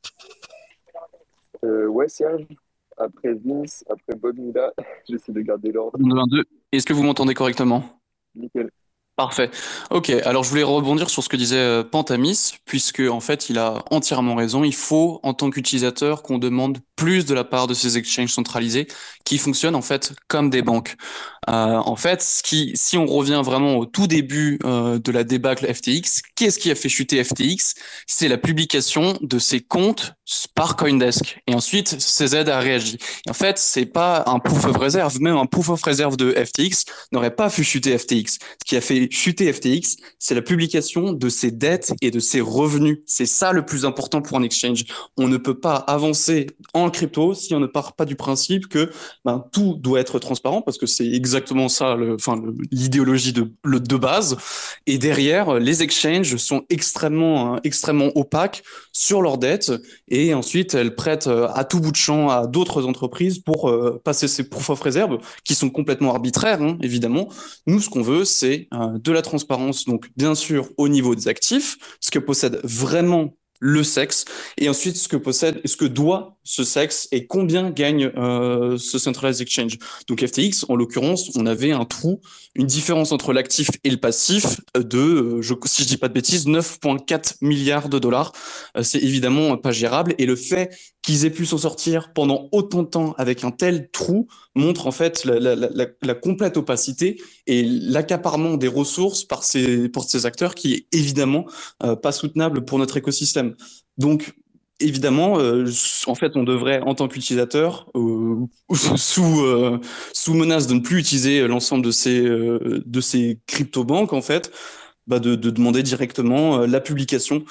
Euh, ouais, Serge, après Vince, après Bob Mila, j'essaie de garder l'ordre. vingt-deux. Est-ce que vous m'entendez correctement? Nickel. Parfait. Ok, alors je voulais rebondir sur ce que disait euh, Pantamis, puisque en fait il a entièrement raison. Il faut, en tant qu'utilisateur, qu'on demande plus de la part de ces exchanges centralisés qui fonctionnent en fait comme des banques. Euh, en fait, ce qui, si on revient vraiment au tout début euh, de la débâcle F T X, qu'est-ce qui a fait chuter F T X? C'est la publication de ses comptes par CoinDesk, et ensuite C Z a réagi. Et en fait, c'est pas un proof of reserve, même un proof of reserve de F T X n'aurait pas fait chuter F T X. Ce qui a fait chuter F T X, c'est la publication de ses dettes et de ses revenus. C'est ça le plus important pour un exchange. On ne peut pas avancer en crypto si on ne part pas du principe que ben, tout doit être transparent, parce que c'est exactement ça, le, enfin, le, l'idéologie de, le, de base. Et derrière, les exchanges sont extrêmement, hein, extrêmement opaques sur leurs dettes, et ensuite elles prêtent à tout bout de champ à d'autres entreprises pour euh, passer ces proof of reserve qui sont complètement arbitraires, hein, évidemment. Nous, ce qu'on veut, c'est euh, de la transparence, donc bien sûr au niveau des actifs, ce que possède vraiment le sexe, et ensuite ce que possède, ce que doit ce sexe et combien gagne euh, ce centralized exchange. Donc F T X, en l'occurrence, on avait un trou, une différence entre l'actif et le passif de, euh, je, si je dis pas de bêtises, neuf virgule quatre milliards de dollars. Euh, c'est évidemment pas gérable, et le fait qu'ils aient pu s'en sortir pendant autant de temps avec un tel trou montre en fait la, la, la, la complète opacité et l'accaparement des ressources par ces, par ces acteurs qui est évidemment euh, pas soutenable pour notre écosystème. Donc, évidemment, euh, en fait, on devrait, en tant qu'utilisateur, euh, sous, euh, sous menace de ne plus utiliser l'ensemble de ces, euh, de ces crypto-banques, en fait, bah de, de demander directement euh, la publication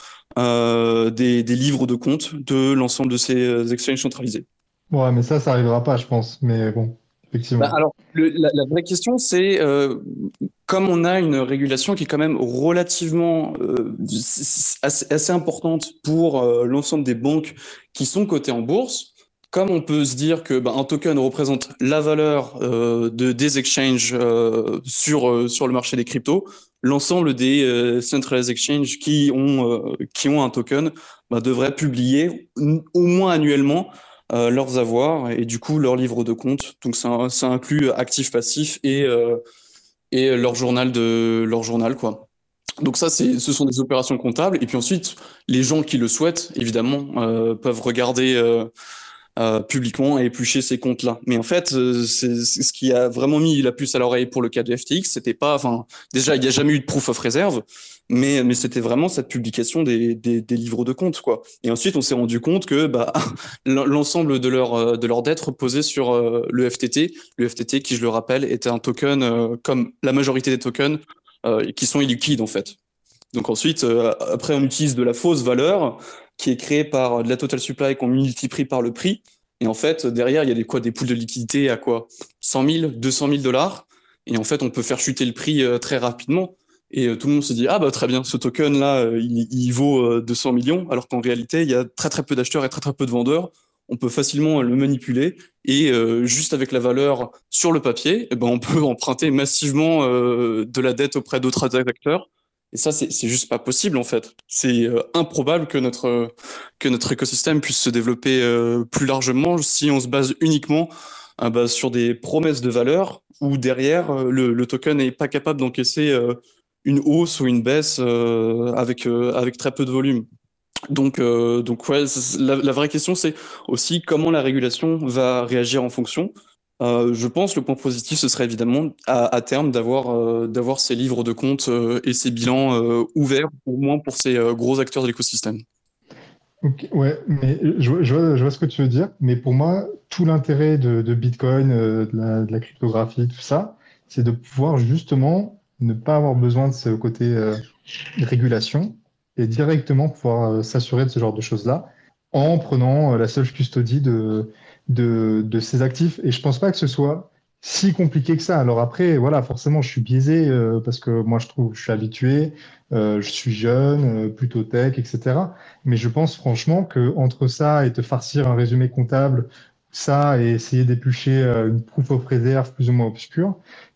euh, des, des livres de compte de l'ensemble de ces exchanges centralisés. Ouais, mais ça, ça arrivera pas, je pense. Mais bon, effectivement. Bah alors, le, la, la vraie question, c'est euh, comme on a une régulation qui est quand même relativement euh, assez, assez importante pour euh, l'ensemble des banques qui sont cotées en bourse, comme on peut se dire que bah, un token représente la valeur euh, de, des exchanges euh, sur, euh, sur le marché des cryptos, l'ensemble des euh, centralized exchanges qui ont, euh, qui ont un token bah, devraient publier au moins annuellement Euh, leurs avoirs et du coup leur livre de compte. Donc ça, ça inclut actif, passif et euh, et leur journal de leur journal quoi. Donc ça c'est ce sont des opérations comptables, et puis ensuite les gens qui le souhaitent évidemment euh, peuvent regarder euh, euh, publiquement et éplucher ces comptes-là. Mais en fait, euh, c'est, c'est ce qui a vraiment mis la puce à l'oreille pour le cas de F T X, c'était pas, enfin, déjà il n'y a jamais eu de proof of reserve, mais mais c'était vraiment cette publication des, des, des livres de compte, quoi. Et ensuite, on s'est rendu compte que bah l'ensemble de leur de leurs dettes reposait sur euh, le F T T, le F T T qui, je le rappelle, était un token euh, comme la majorité des tokens euh, qui sont illiquides en fait. Donc ensuite, euh, après, on utilise de la fausse valeur qui est créée par de la total supply qu'on multiplie par le prix. Et en fait, derrière, il y a des quoi, des poules de liquidité à quoi, cent mille, deux cent mille dollars. Et en fait, on peut faire chuter le prix euh, très rapidement. Et euh, tout le monde se dit, ah bah très bien, ce token-là, euh, il, il vaut euh, deux cents millions, alors qu'en réalité, il y a très très peu d'acheteurs et très très peu de vendeurs. On peut facilement le manipuler, et euh, juste avec la valeur sur le papier, eh ben, on peut emprunter massivement euh, de la dette auprès d'autres acteurs. Et ça, c'est, c'est juste pas possible, en fait. C'est euh, improbable que notre, euh, que notre écosystème puisse se développer euh, plus largement si on se base uniquement euh, bah, sur des promesses de valeur où derrière, euh, le, le token n'est pas capable d'encaisser euh, une hausse ou une baisse euh, avec, euh, avec très peu de volume. Donc, euh, donc ouais, la, la vraie question, c'est aussi comment la régulation va réagir en fonction. Euh, je pense que le point positif, ce serait évidemment à, à terme d'avoir euh, d'avoir ces livres de compte euh, et ces bilans euh, ouverts, au moins pour ces euh, gros acteurs de l'écosystème. Ok, ouais, mais je, vois- je vois, je vois ce que tu veux dire, mais pour moi, tout l'intérêt de, de Bitcoin, euh, de la, de la cryptographie, tout ça, c'est de pouvoir justement ne pas avoir besoin de ce côté euh, régulation et directement pouvoir euh, s'assurer de ce genre de choses-là. en prenant la self-custody de, de, de ses actifs. Et je pense pas que ce soit si compliqué que ça. Alors après, voilà, forcément, je suis biaisé euh, parce que moi, je trouve, je suis habitué, euh, je suis jeune, euh, plutôt tech, et cetera. Mais je pense franchement que entre ça et te farcir un résumé comptable, ça et essayer d'éplucher euh, une proof of reserve plus ou moins obscure,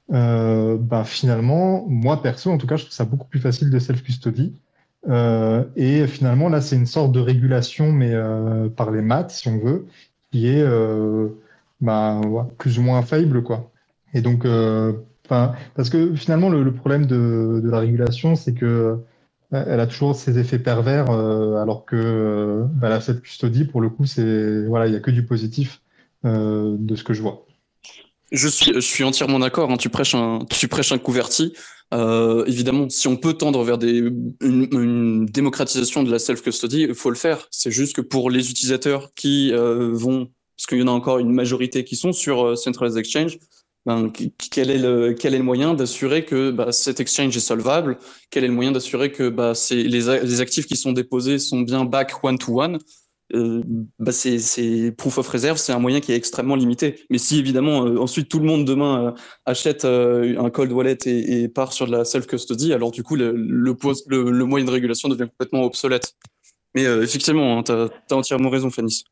euh, bah, finalement, moi perso, en tout cas, je trouve ça beaucoup plus facile de self-custody. Euh, et finalement, là, c'est une sorte de régulation, mais euh, par les maths, si on veut, qui est euh, bah, ouais, plus ou moins faible, quoi. Et donc, euh, 'fin, parce que finalement, le, le problème de, de la régulation, c'est que euh, elle a toujours ses effets pervers, euh, alors que euh, bah, la self-custody, pour le coup, c'est voilà, il y a que du positif euh, de ce que je vois. Je suis, je suis entièrement d'accord, hein, tu prêches un, tu prêches un converti. Euh, évidemment, si on peut tendre vers des, une, une démocratisation de la self-custody, il faut le faire. C'est juste que pour les utilisateurs qui euh, vont, parce qu'il y en a encore une majorité qui sont sur euh, Centralized Exchange, ben, qui- quel est le, quel est le moyen d'assurer que bah, cet exchange est solvable? Quel est le moyen d'assurer que bah, c'est, les, a- les actifs qui sont déposés sont bien back one-to-one? Euh, bah c'est, c'est proof of reserve, c'est un moyen qui est extrêmement limité. Mais si évidemment euh, ensuite tout le monde demain euh, achète euh, un cold wallet et, et part sur de la self custody, alors du coup le, le, pos- le, le moyen de régulation devient complètement obsolète. Mais euh, effectivement, hein, t'as, t'as entièrement raison, Fanny.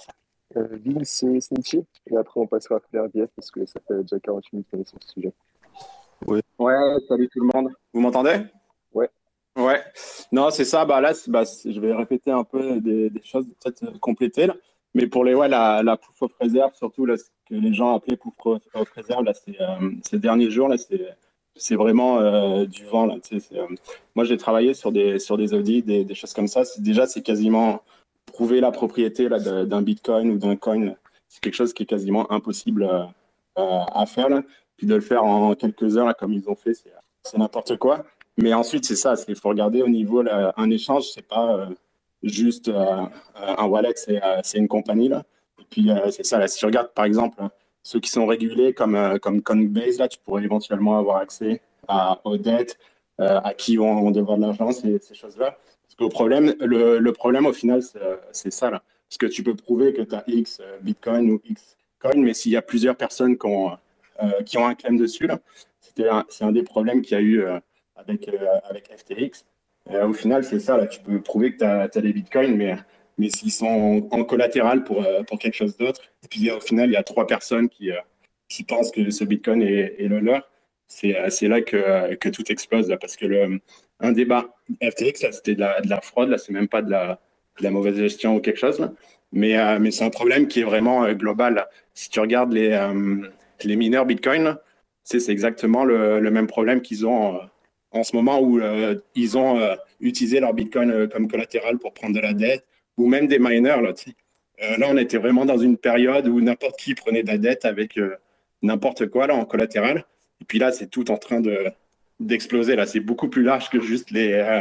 Euh, Vince et Snitchy, et après on passera à R B F parce que ça fait déjà quarante minutes qu'on est sur ce sujet. Ouais, salut tout le monde. Vous m'entendez? Ouais. Ouais. Non, c'est ça. Bah là, c'est- bah, c'est- je vais répéter un peu des, des choses, peut-être euh, compléter là. Mais pour les, ouais, la, la proof of reserve, surtout là, ce que les gens appelaient proof of reserve, là, c'est, euh, ces derniers jours, là, c'est, c'est vraiment euh, du vent, là. Tu sais, c'est, euh, moi, j'ai travaillé sur des, sur des audits, des, des choses comme ça. C'est, déjà, c'est quasiment prouver la propriété là, de- d'un bitcoin ou d'un coin. C'est quelque chose qui est quasiment impossible euh, euh, à faire, là. Puis de le faire en quelques heures, là, comme ils ont fait, c'est, c'est n'importe quoi. Mais ensuite, c'est ça, il faut regarder au niveau, là, un échange, c'est pas euh, juste euh, un wallet, c'est euh, c'est une compagnie. Là. Et puis, euh, c'est ça, là, si tu regardes, par exemple, ceux qui sont régulés comme, euh, comme Coinbase, là, tu pourrais éventuellement avoir accès à, aux dettes, euh, à qui vont, vont devoir de l'argent, ces, ces choses-là. Parce que le problème, le, le problème, au final, c'est c'est ça. Là. Parce que tu peux prouver que tu as X euh, Bitcoin ou X coin, mais s'il y a plusieurs personnes qui ont, euh, qui ont un claim dessus, là, c'était un- c'est un des problèmes qu'il y a eu euh, avec, euh, avec F T X. Euh, au final, c'est ça, là, tu peux prouver que tu as, des bitcoins, mais, mais s'ils sont en, en collatéral pour, euh, pour quelque chose d'autre, et puis au final, il y a trois personnes qui, euh, qui pensent que ce bitcoin est, est le leur, c'est euh, c'est là que, euh, que tout explose, là, parce que le, un débat F T X, là, c'était de la, de la fraude, là, c'est même pas de la, de la mauvaise gestion ou quelque chose, là. Mais, euh, mais c'est un problème qui est vraiment euh, global, là. Si tu regardes les, euh, les mineurs bitcoin, là, c'est c'est exactement le, le même problème qu'ils ont euh, en ce moment où euh, ils ont euh, utilisé leur Bitcoin euh, comme collatéral pour prendre de la dette, ou même des miners. Là, euh, là, on était vraiment dans une période où n'importe qui prenait de la dette avec euh, n'importe quoi là, en collatéral. Et puis là, c'est tout en train de, d'exploser. Là, c'est beaucoup plus large que juste les, euh,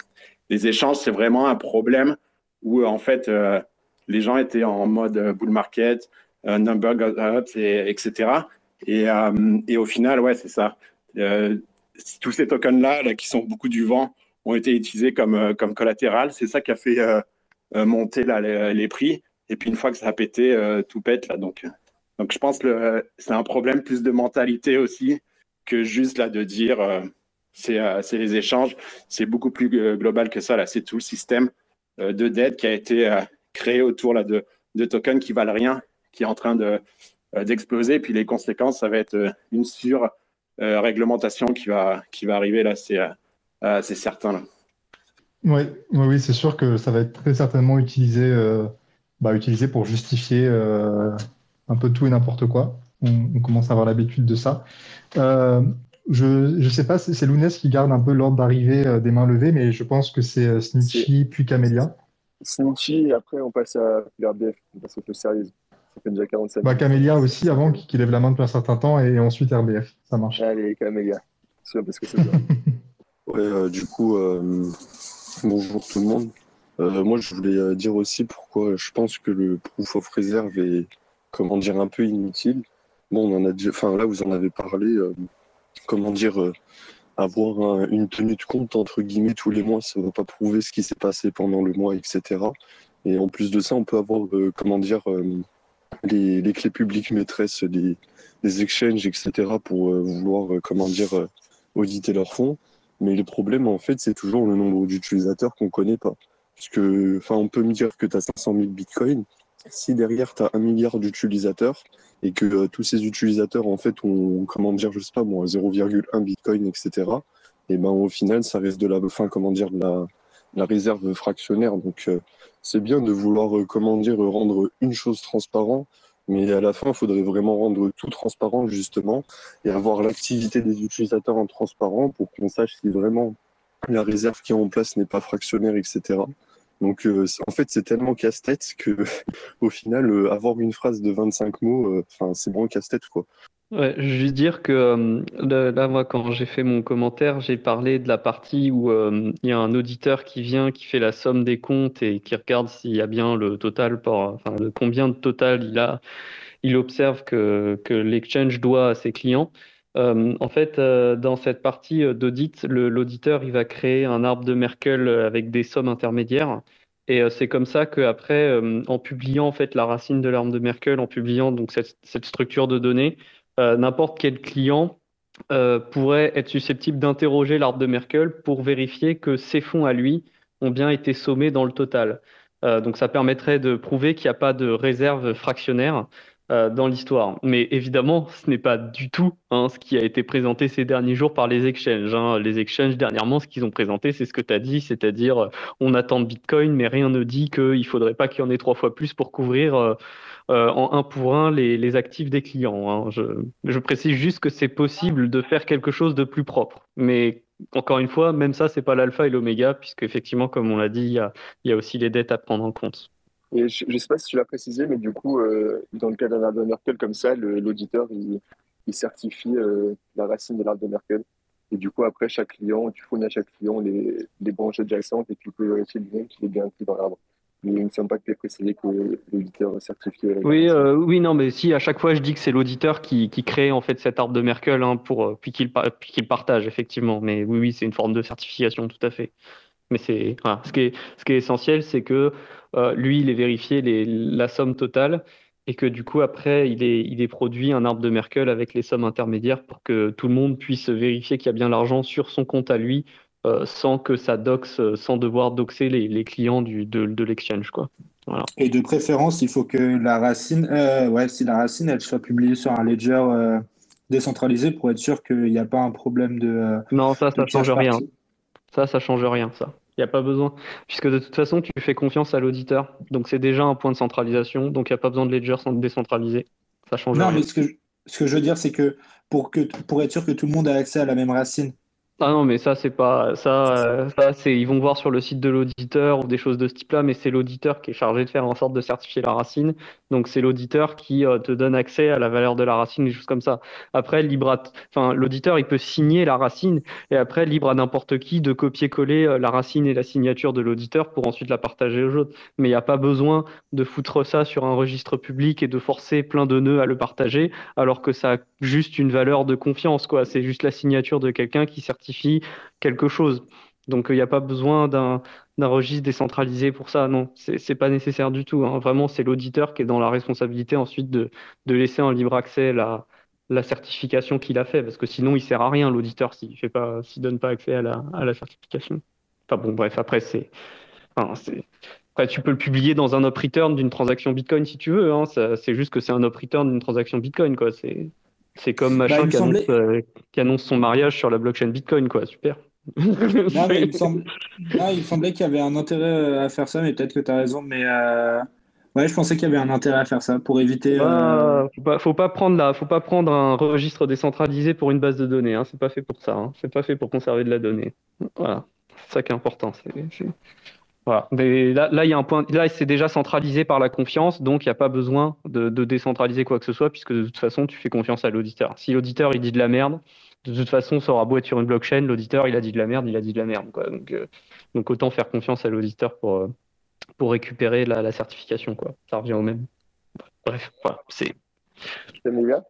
les échanges. C'est vraiment un problème où, en fait, euh, les gens étaient en mode bull market, euh, number goes up, et, etc. Et, euh, et au final, ouais, c'est ça. Euh, tous ces tokens-là, là, qui sont beaucoup du vent, ont été utilisés comme, euh, comme collatéral. C'est ça qui a fait euh, euh, monter là, les, les prix. Et puis une fois que ça a pété, euh, tout pète. Là, donc, donc je pense que le- c'est un problème plus de mentalité aussi que juste là, de dire euh, c'est euh, c'est les échanges. C'est beaucoup plus euh, global que ça. Là. C'est tout le système euh, de dette qui a été euh, créé autour là, de, de tokens qui valent rien, qui est en train de, euh, d'exploser. Puis les conséquences, ça va être euh, une sur euh, réglementation qui va, qui va arriver là, c'est euh, c'est certain. Là. Oui, oui, oui, c'est sûr que ça va être très certainement utilisé, euh, bah, utilisé pour justifier euh, un peu tout et n'importe quoi. On, on commence à avoir l'habitude de ça. Euh, je ne sais pas, c'est c'est Lounès qui garde un peu l'ordre d'arrivée euh, des mains levées, mais je pense que c'est euh, Snitchy puis Camélia. Snitchy, et après on passe à R B F, on passe au plus sérieux. Ça fait déjà quarante-cinq Bah, minutes. Camélia aussi, avant, qui, qui lève la main depuis un certain temps, et ensuite R B F. Ça marche. Allez, Camélia. C'est parce que c'est ça. Ouais, euh, du coup, euh, bonjour tout le monde. Euh, moi, je voulais euh, dire aussi pourquoi je pense que le proof of reserve est, comment dire, un peu inutile. Bon, on en a déjà, enfin là, vous en avez parlé. Euh, comment dire, euh, avoir un- une tenue de compte entre guillemets tous les mois, ça ne va pas prouver ce qui s'est passé pendant le mois, et cetera. Et en plus de ça, on peut avoir, euh, comment dire, euh, les, les clés publiques maîtresses des, des exchanges, et cetera, pour euh, vouloir, euh, comment dire, euh, auditer leurs fonds. Mais le problème, en fait, c'est toujours le nombre d'utilisateurs qu'on ne connaît pas. Parce que, enfin, on peut me dire que tu as cinq cent mille bitcoins. Si derrière, tu as un milliard d'utilisateurs et que euh, tous ces utilisateurs, en fait, ont, comment dire, je sais pas, moi, zéro virgule un bitcoin, et cetera, et ben, au final, ça reste de la, enfin, comment dire, de la, la réserve fractionnaire. Donc, euh, c'est bien de vouloir, euh, comment dire, rendre une chose transparente, mais à la fin, il faudrait vraiment rendre tout transparent, justement, et avoir l'activité des utilisateurs en transparent pour qu'on sache si vraiment la réserve qui est en place n'est pas fractionnaire, et cetera. Donc, euh, c'est- en fait, c'est tellement casse-tête que, au final, euh, avoir une phrase de vingt-cinq mots, euh, enfin, c'est vraiment casse-tête, quoi. Ouais, je veux juste dire que euh, là, là, moi, quand j'ai fait mon commentaire, j'ai parlé de la partie où euh, il y a un auditeur qui vient, qui fait la somme des comptes et qui regarde s'il y a bien le total, par, enfin, le combien de total il a. Il observe que, que l'exchange doit à ses clients. Euh, en fait, euh, dans cette partie euh, d'audit, le- l'auditeur, il va créer un arbre de Merkle avec des sommes intermédiaires. Et euh, c'est comme ça qu'après, euh, en publiant en fait la racine de l'arbre de Merkle, en publiant donc cette, cette structure de données, euh, n'importe quel client euh, pourrait être susceptible d'interroger l'arbre de Merkle pour vérifier que ses fonds à lui ont bien été sommés dans le total. Euh, donc ça permettrait de prouver qu'il n'y a pas de réserve fractionnaire euh, dans l'histoire. Mais évidemment, ce n'est pas du tout hein, ce qui a été présenté ces derniers jours par les exchanges. hein. Les exchanges, dernièrement, ce qu'ils ont présenté, c'est ce que tu as dit, c'est-à-dire euh, on attend de Bitcoin, mais rien ne dit qu'il ne faudrait pas qu'il y en ait trois fois plus pour couvrir euh, euh, en un pour un les, les actifs des clients. hein. Je, je précise juste que c'est possible de faire quelque chose de plus propre. Mais encore une fois, même ça, c'est pas l'alpha et l'oméga, puisque effectivement, comme on l'a dit, il y a, il y a aussi les dettes à prendre en compte. Et je ne sais pas si tu l'as précisé, mais du coup, euh, dans le cas d'un arbre de Merkel comme ça, le- l'auditeur, il, il certifie euh, la racine de l'arbre de Merkel. Et du coup, après, chaque client, tu fournis à chaque client les, les branches adjacentes et tu peux vérifier lui-même qu'il est bien inclus dans l'arbre. Mais il ne me semble pas que tu aies précisé que l'auditeur certifie euh, la Oui, racine. euh, oui, non, mais si à chaque fois je dis que c'est l'auditeur qui, qui crée en fait cet arbre de Merkle hein, pour euh, puis qu'il pa- puis qu'il partage effectivement. Mais oui, oui, c'est une forme de certification tout à fait. Mais c'est voilà. Ce qui est, ce qui est essentiel, c'est que euh, lui, il est vérifié les, la somme totale et que du coup, après, il est, il est produit un arbre de Merkle avec les sommes intermédiaires pour que tout le monde puisse vérifier qu'il y a bien l'argent sur son compte à lui euh, sans que ça doxe, euh, sans devoir doxer les, les clients du, de, de l'exchange, quoi. Voilà. Et de préférence, il faut que la racine, euh, ouais, si la racine, elle soit publiée sur un ledger euh, décentralisé pour être sûr qu'il n'y a pas un problème de, euh, Non, ça, de ça change tierce rien. partie. Ça, ça change rien, ça. Il n'y a pas besoin. Puisque de toute façon, tu fais confiance à l'auditeur. Donc, c'est déjà un point de centralisation. Donc, il n'y a pas besoin de ledger sans décentraliser. Ça change Non, rien. mais ce que je, ce que je veux dire, c'est que pour que, pour être sûr que tout le monde a accès à la même racine. Ah non, mais ça, c'est pas ça. euh, ça, c'est ils vont voir sur le site de l'auditeur ou des choses de ce type-là, mais c'est l'auditeur qui est chargé de faire en sorte de certifier la racine. Donc c'est l'auditeur qui euh, te donne accès à la valeur de la racine, des choses comme ça. Après, libre à t- enfin, l'auditeur, il peut signer la racine et après, libre à n'importe qui de copier-coller euh, la racine et la signature de l'auditeur pour ensuite la partager aux autres. Mais il n'y a pas besoin de foutre ça sur un registre public et de forcer plein de nœuds à le partager, alors que ça a juste une valeur de confiance, quoi. C'est juste la signature de quelqu'un qui certifie quelque chose. Donc, il n'y a pas besoin d'un d'un registre décentralisé pour ça. Non, c'est c'est pas nécessaire du tout. hein. Vraiment, c'est l'auditeur qui est dans la responsabilité ensuite de, de laisser en libre accès la, la certification qu'il a fait, parce que sinon, il sert à rien, l'auditeur, s'il fait pas, s'il donne pas accès à la, à la certification. Enfin bon, bref, après, c'est, enfin, c'est, après, tu peux le publier dans un up return d'une transaction Bitcoin si tu veux. hein. Ça- C'est juste que c'est un up return d'une transaction Bitcoin, quoi. C'est, c'est comme Bah, il machin me qui annonce, semblait, euh, qui annonce son mariage sur la blockchain Bitcoin, quoi. Super. non, mais il me C'est- semble, non, il me semblait qu'il y avait un intérêt euh, à faire ça, mais peut-être que tu as raison. Mais euh, ouais, je pensais qu'il y avait un intérêt à faire ça pour éviter. euh, Bah, faut pas, faut pas prendre la, faut pas prendre un registre décentralisé pour une base de données. Hein. C'est pas fait pour ça. Hein. C'est pas fait pour conserver de la donnée. Voilà. C'est ça qui est important. C'est, c'est- Voilà. Mais là, là, il y a un point. Là, c'est déjà centralisé par la confiance, donc il n'y a pas besoin de, de décentraliser quoi que ce soit, puisque de toute façon, tu fais confiance à l'auditeur. Si l'auditeur il dit de la merde, de toute façon, ça aura beau être sur une blockchain, l'auditeur il a dit de la merde, il a dit de la merde, quoi. Donc, euh, donc autant faire confiance à l'auditeur pour, euh, pour récupérer la, la certification, quoi. Ça revient au même. Bref, voilà. C'est. Camélia?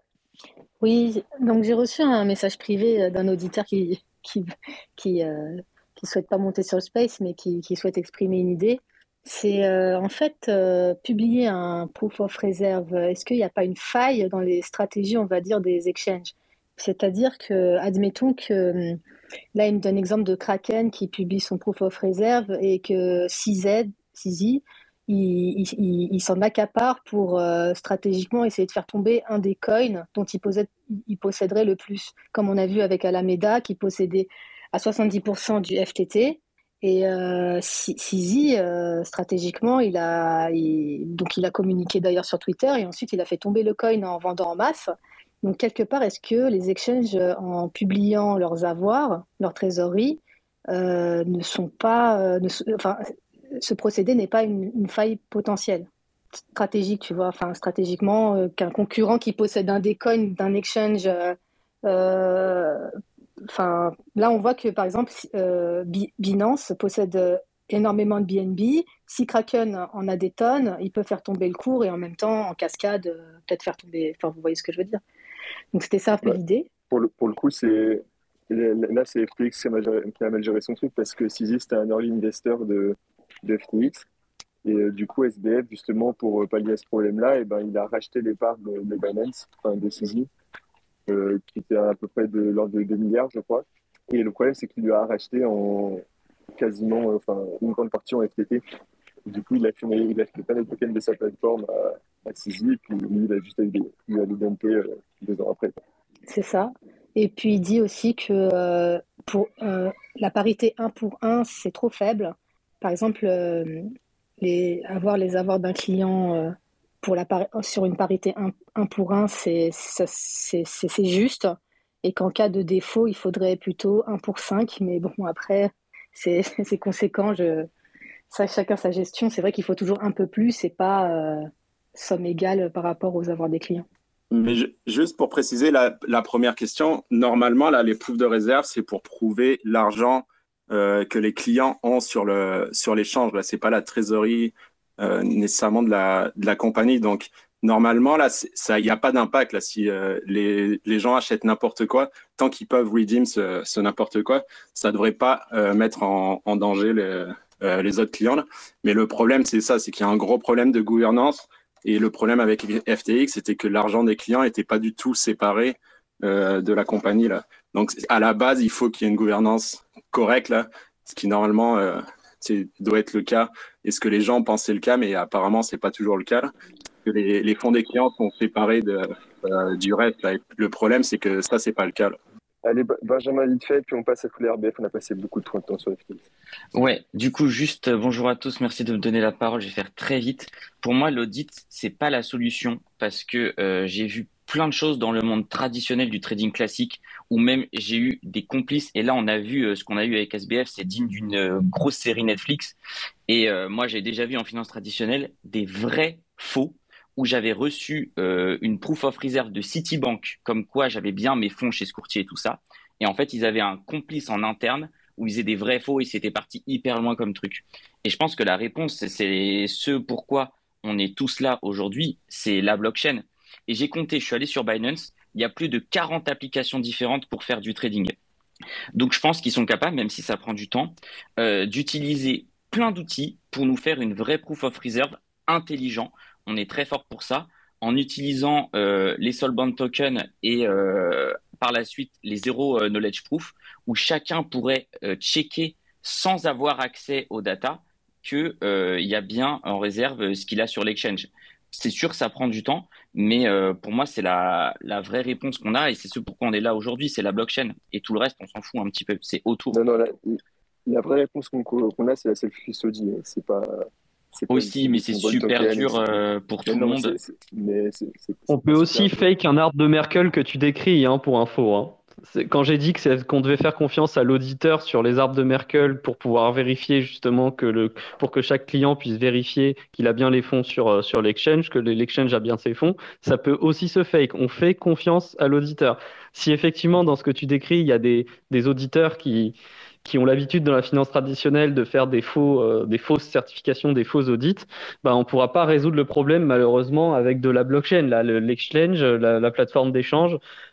Oui, donc j'ai reçu un message privé euh, d'un auditeur qui qui qui, euh, qui souhaite pas monter sur le space, mais qui, qui souhaite exprimer une idée. C'est euh, en fait euh, publier un proof of reserve. Est-ce qu'il n'y a pas une faille dans les stratégies, on va dire, des exchanges? C'est-à-dire que, admettons que hum, là, il me donne l'exemple de Kraken qui publie son proof of reserve et que C Z, C Z, il, il, il- il s'en accapare pour euh, stratégiquement essayer de faire tomber un des coins dont il, possède, il posséderait le plus. Comme on a vu avec Alameda qui possédait à soixante-dix pour cent du F T T. Et euh, Si- Sizi, euh, stratégiquement, il a, il- donc il a communiqué d'ailleurs sur Twitter et ensuite il a fait tomber le coin en vendant en masse. Donc quelque part, est-ce que les exchanges, euh, en publiant leurs avoirs, leurs trésoreries, euh, ne sont pas, euh, ne s- enfin, ce procédé n'est pas une, une faille potentielle stratégique, tu vois, enfin stratégiquement, euh, qu'un concurrent qui possède un des coins d'un exchange euh, euh, enfin, là, on voit que, par exemple, si- euh, Bi- Binance possède euh, énormément de B N B. Si Kraken en a des tonnes, il peut faire tomber le cours et en même temps, en cascade, euh, peut-être faire tomber. Enfin, vous voyez ce que je veux dire. Donc, c'était ça un peu Ouais. l'idée. Pour le, pour le coup, c'est là, c'est F T X qui a, mal géré, qui a mal géré son truc parce que Sisi, c'était un early investor de, de F T X. Et euh, du coup, S B F, justement, pour euh, pallier à ce problème-là, et ben, il a racheté les parts de, de Binance, enfin de Sisi, euh, qui était à peu près de l'ordre de deux milliards, je crois. Et le problème, c'est qu'il lui a racheté en quasiment, euh, enfin, une grande partie en F T T. Du coup, il a fait, il a fait pas les tokens de sa plateforme à, à Sisi, et puis lui, il a juste eu des- eu à les dumper euh, deux ans après. C'est ça. Et puis, il dit aussi que euh, pour euh, la parité un pour un, c'est trop faible. Par exemple, euh, les, avoir les avoirs d'un client euh, pour la pari- sur une parité un, un pour un, c'est ça- c'est c'est- c'est juste. Et qu'en cas de défaut, il faudrait plutôt un pour cinq. Mais bon, après, c'est c'est conséquent. Je, ça, chacun sa gestion. C'est vrai qu'il faut toujours un peu plus et pas euh, somme égale par rapport aux avoirs des clients. Mais ju- juste pour préciser la, la première question, normalement, là, les proof de réserve, c'est pour prouver l'argent euh, que les clients ont sur le, sur l'échange. Là, c'est pas la trésorerie euh, nécessairement de la, de la compagnie. Donc, normalement, là, c'est- ça, il n'y a pas d'impact. Là, si euh, les, les gens achètent n'importe quoi, tant qu'ils peuvent redeem ce, ce n'importe quoi, ça ne devrait pas euh, mettre en, en danger les, euh, les autres clients. Là. Mais le problème, c'est ça, c'est qu'il y a un gros problème de gouvernance. Et le problème avec F T X, c'était que l'argent des clients n'était pas du tout séparé euh, de la compagnie. Là. Donc, à la base, il faut qu'il y ait une gouvernance correcte, là, ce qui normalement euh, c'est- doit être le cas. Et ce que les gens pensaient le cas, mais apparemment, c'est pas toujours le cas. Là. Que les, les fonds des clients sont séparés de, euh, du reste. Là. Et le problème, c'est que ça, c'est pas le cas. Là. Allez, Ba- Benjamin, vite fait, puis on passe à tous les R B F. On a passé beaucoup de temps sur F T X. Ouais, du coup, juste euh, bonjour à tous, merci de me donner la parole, je vais faire très vite. Pour moi, l'audit, c'est pas la solution parce que euh, j'ai vu plein de choses dans le monde traditionnel du trading classique où même j'ai eu des complices et là on a vu euh, ce qu'on a eu avec S B F, c'est digne d'une euh, grosse série Netflix et euh, moi j'ai déjà vu en finance traditionnelle des vrais faux où j'avais reçu euh, une proof of reserve de Citibank comme quoi j'avais bien mes fonds chez ce courtier et tout ça et en fait ils avaient un complice en interne où ils faisaient des vrais faux et c'était parti hyper loin comme truc. Et je pense que la réponse, c'est- c'est ce pourquoi on est tous là aujourd'hui, c'est la blockchain. Et j'ai compté, je suis allé sur Binance, il y a plus de quarante applications différentes pour faire du trading. Donc je pense qu'ils sont capables, même si ça prend du temps, euh, d'utiliser plein d'outils pour nous faire une vraie proof of reserve intelligent. On est très fort pour ça en utilisant euh, les Soulbound tokens et euh, par la suite les zéro euh, knowledge proof où chacun pourrait euh, checker sans avoir accès aux data que euh, il y a bien en réserve euh, ce qu'il a sur l'exchange. C'est sûr, ça prend du temps, mais euh, pour moi, c'est la, la vraie réponse qu'on a et c'est ce pourquoi on est là aujourd'hui, c'est la blockchain. Et tout le reste, on s'en fout un petit peu, c'est autour. Non, non, la, la vraie réponse qu'on qu'on a, c'est la self-custody. hein. C'est pas, c'est pas Aussi, mais c'est une bonne super token, dur et cetera. euh, pour Mais tout le non, mais monde. c'est, c'est- mais c'est, c'est- On c'est peut pas aussi super dur. fake un arbre de Merkel que tu décris, hein, pour info. Hein. C'est- Quand j'ai dit que c'est- qu'on devait faire confiance à l'auditeur sur les arbres de Merkel pour pouvoir vérifier justement que le, pour que chaque client puisse vérifier qu'il a bien les fonds sur, euh, sur l'exchange, que le- l'exchange a bien ses fonds, ça peut aussi se fake. On fait confiance à l'auditeur. Si effectivement dans ce que tu décris, il y a des, des auditeurs qui, qui ont l'habitude dans la finance traditionnelle de faire des faux, euh, des fausses certifications, des faux audits, bah, on ne pourra pas résoudre le problème malheureusement avec de la blockchain. Là, le- l'exchange, la, la plateforme d'échange,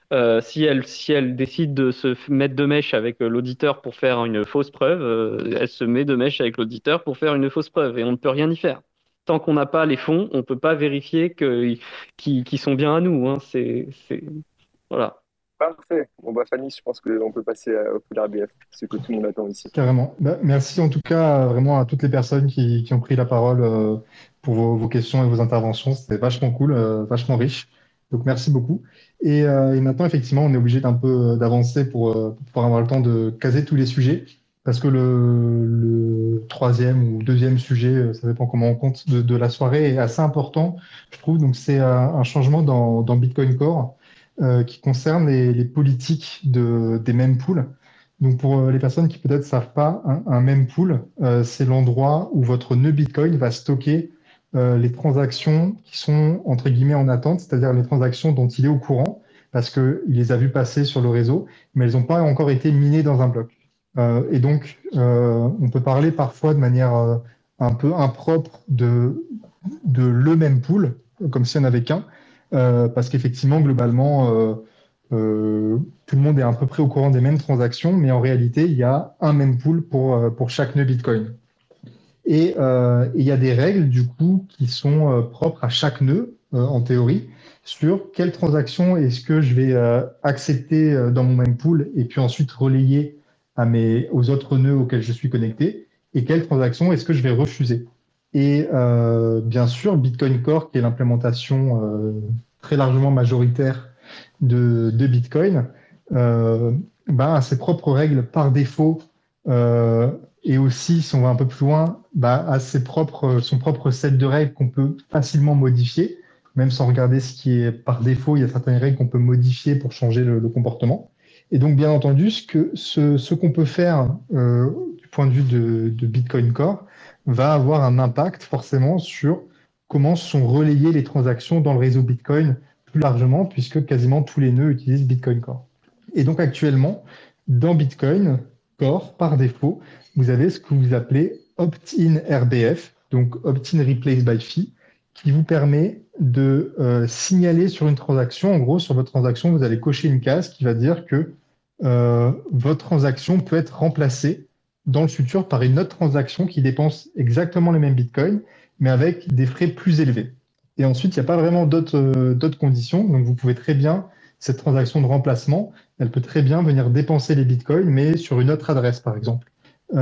Euh, si elle, si elle décide de se f- mettre de mèche avec euh, l'auditeur pour faire une fausse preuve, euh, elle se met de mèche avec l'auditeur pour faire une fausse preuve et on ne peut rien y faire. Tant qu'on n'a pas les fonds, on ne peut pas vérifier que, qu'ils, qu'ils sont bien à nous, hein. C'est, c'est... Voilà. Parfait. Bon, bah, Fanny, je pense qu'on peut passer à- au Polar B F, ce que tout le monde attend ici. Carrément. Bah, merci en tout cas euh, vraiment à toutes les personnes qui, qui ont pris la parole euh, pour vos, vos questions et vos interventions. C'était vachement cool, euh, vachement riche. Donc merci beaucoup. Et, euh, et maintenant, effectivement, on est obligé d'un peu euh, d'avancer pour, euh, pour pouvoir avoir le temps de caser tous les sujets. Parce que le, le troisième ou deuxième sujet, euh, ça dépend comment on compte, de, de la soirée est assez important, je trouve. Donc c'est euh, un changement dans, dans Bitcoin Core euh, qui concerne les, les politiques de, des mempools. Donc pour euh, les personnes qui peut-être savent pas, un, un mempool, euh, c'est l'endroit où votre nœud Bitcoin va stocker euh, les transactions qui sont entre guillemets en attente, c'est-à-dire les transactions dont il est au courant, parce qu'il les a vues passer sur le réseau, mais elles n'ont pas encore été minées dans un bloc. Euh, et donc, euh, on peut parler parfois de manière euh, un peu impropre de, de le mempool, comme si on n'avait qu'un, euh, parce qu'effectivement, globalement, euh, euh, tout le monde est à peu près au courant des mêmes transactions, mais en réalité, il y a un mempool pour, euh, pour chaque nœud Bitcoin. Et euh, et il y a des règles, du coup, qui sont euh, propres à chaque nœud, euh, en théorie, sur quelle transaction est-ce que je vais euh, accepter euh, dans mon mempool et puis ensuite relayer à mes, aux autres nœuds auxquels je suis connecté, et quelle transaction est-ce que je vais refuser. Et euh, bien sûr, Bitcoin Core, qui est l'implémentation euh, très largement majoritaire de, de Bitcoin, euh, bah, a ses propres règles par défaut, euh, et aussi, si on va un peu plus loin, bah, a ses propres, son propre set de règles qu'on peut facilement modifier, même sans regarder ce qui est par défaut. Il y a certaines règles qu'on peut modifier pour changer le, le comportement. Et donc, bien entendu, ce que ce, ce qu'on peut faire euh, du point de vue de, de Bitcoin Core va avoir un impact forcément sur comment sont relayées les transactions dans le réseau Bitcoin plus largement, puisque quasiment tous les nœuds utilisent Bitcoin Core. Et donc actuellement, dans Bitcoin Core, par défaut, vous avez ce que vous appelez Opt-in R B F, donc Opt-in Replace by Fee, qui vous permet de euh, signaler sur une transaction. En gros, sur votre transaction, vous allez cocher une case qui va dire que euh, votre transaction peut être remplacée dans le futur par une autre transaction qui dépense exactement les mêmes bitcoins, mais avec des frais plus élevés. Et ensuite, il n'y a pas vraiment d'autres euh, d'autres conditions. Donc, vous pouvez très bien, cette transaction de remplacement, elle peut très bien venir dépenser les bitcoins, mais sur une autre adresse, par exemple.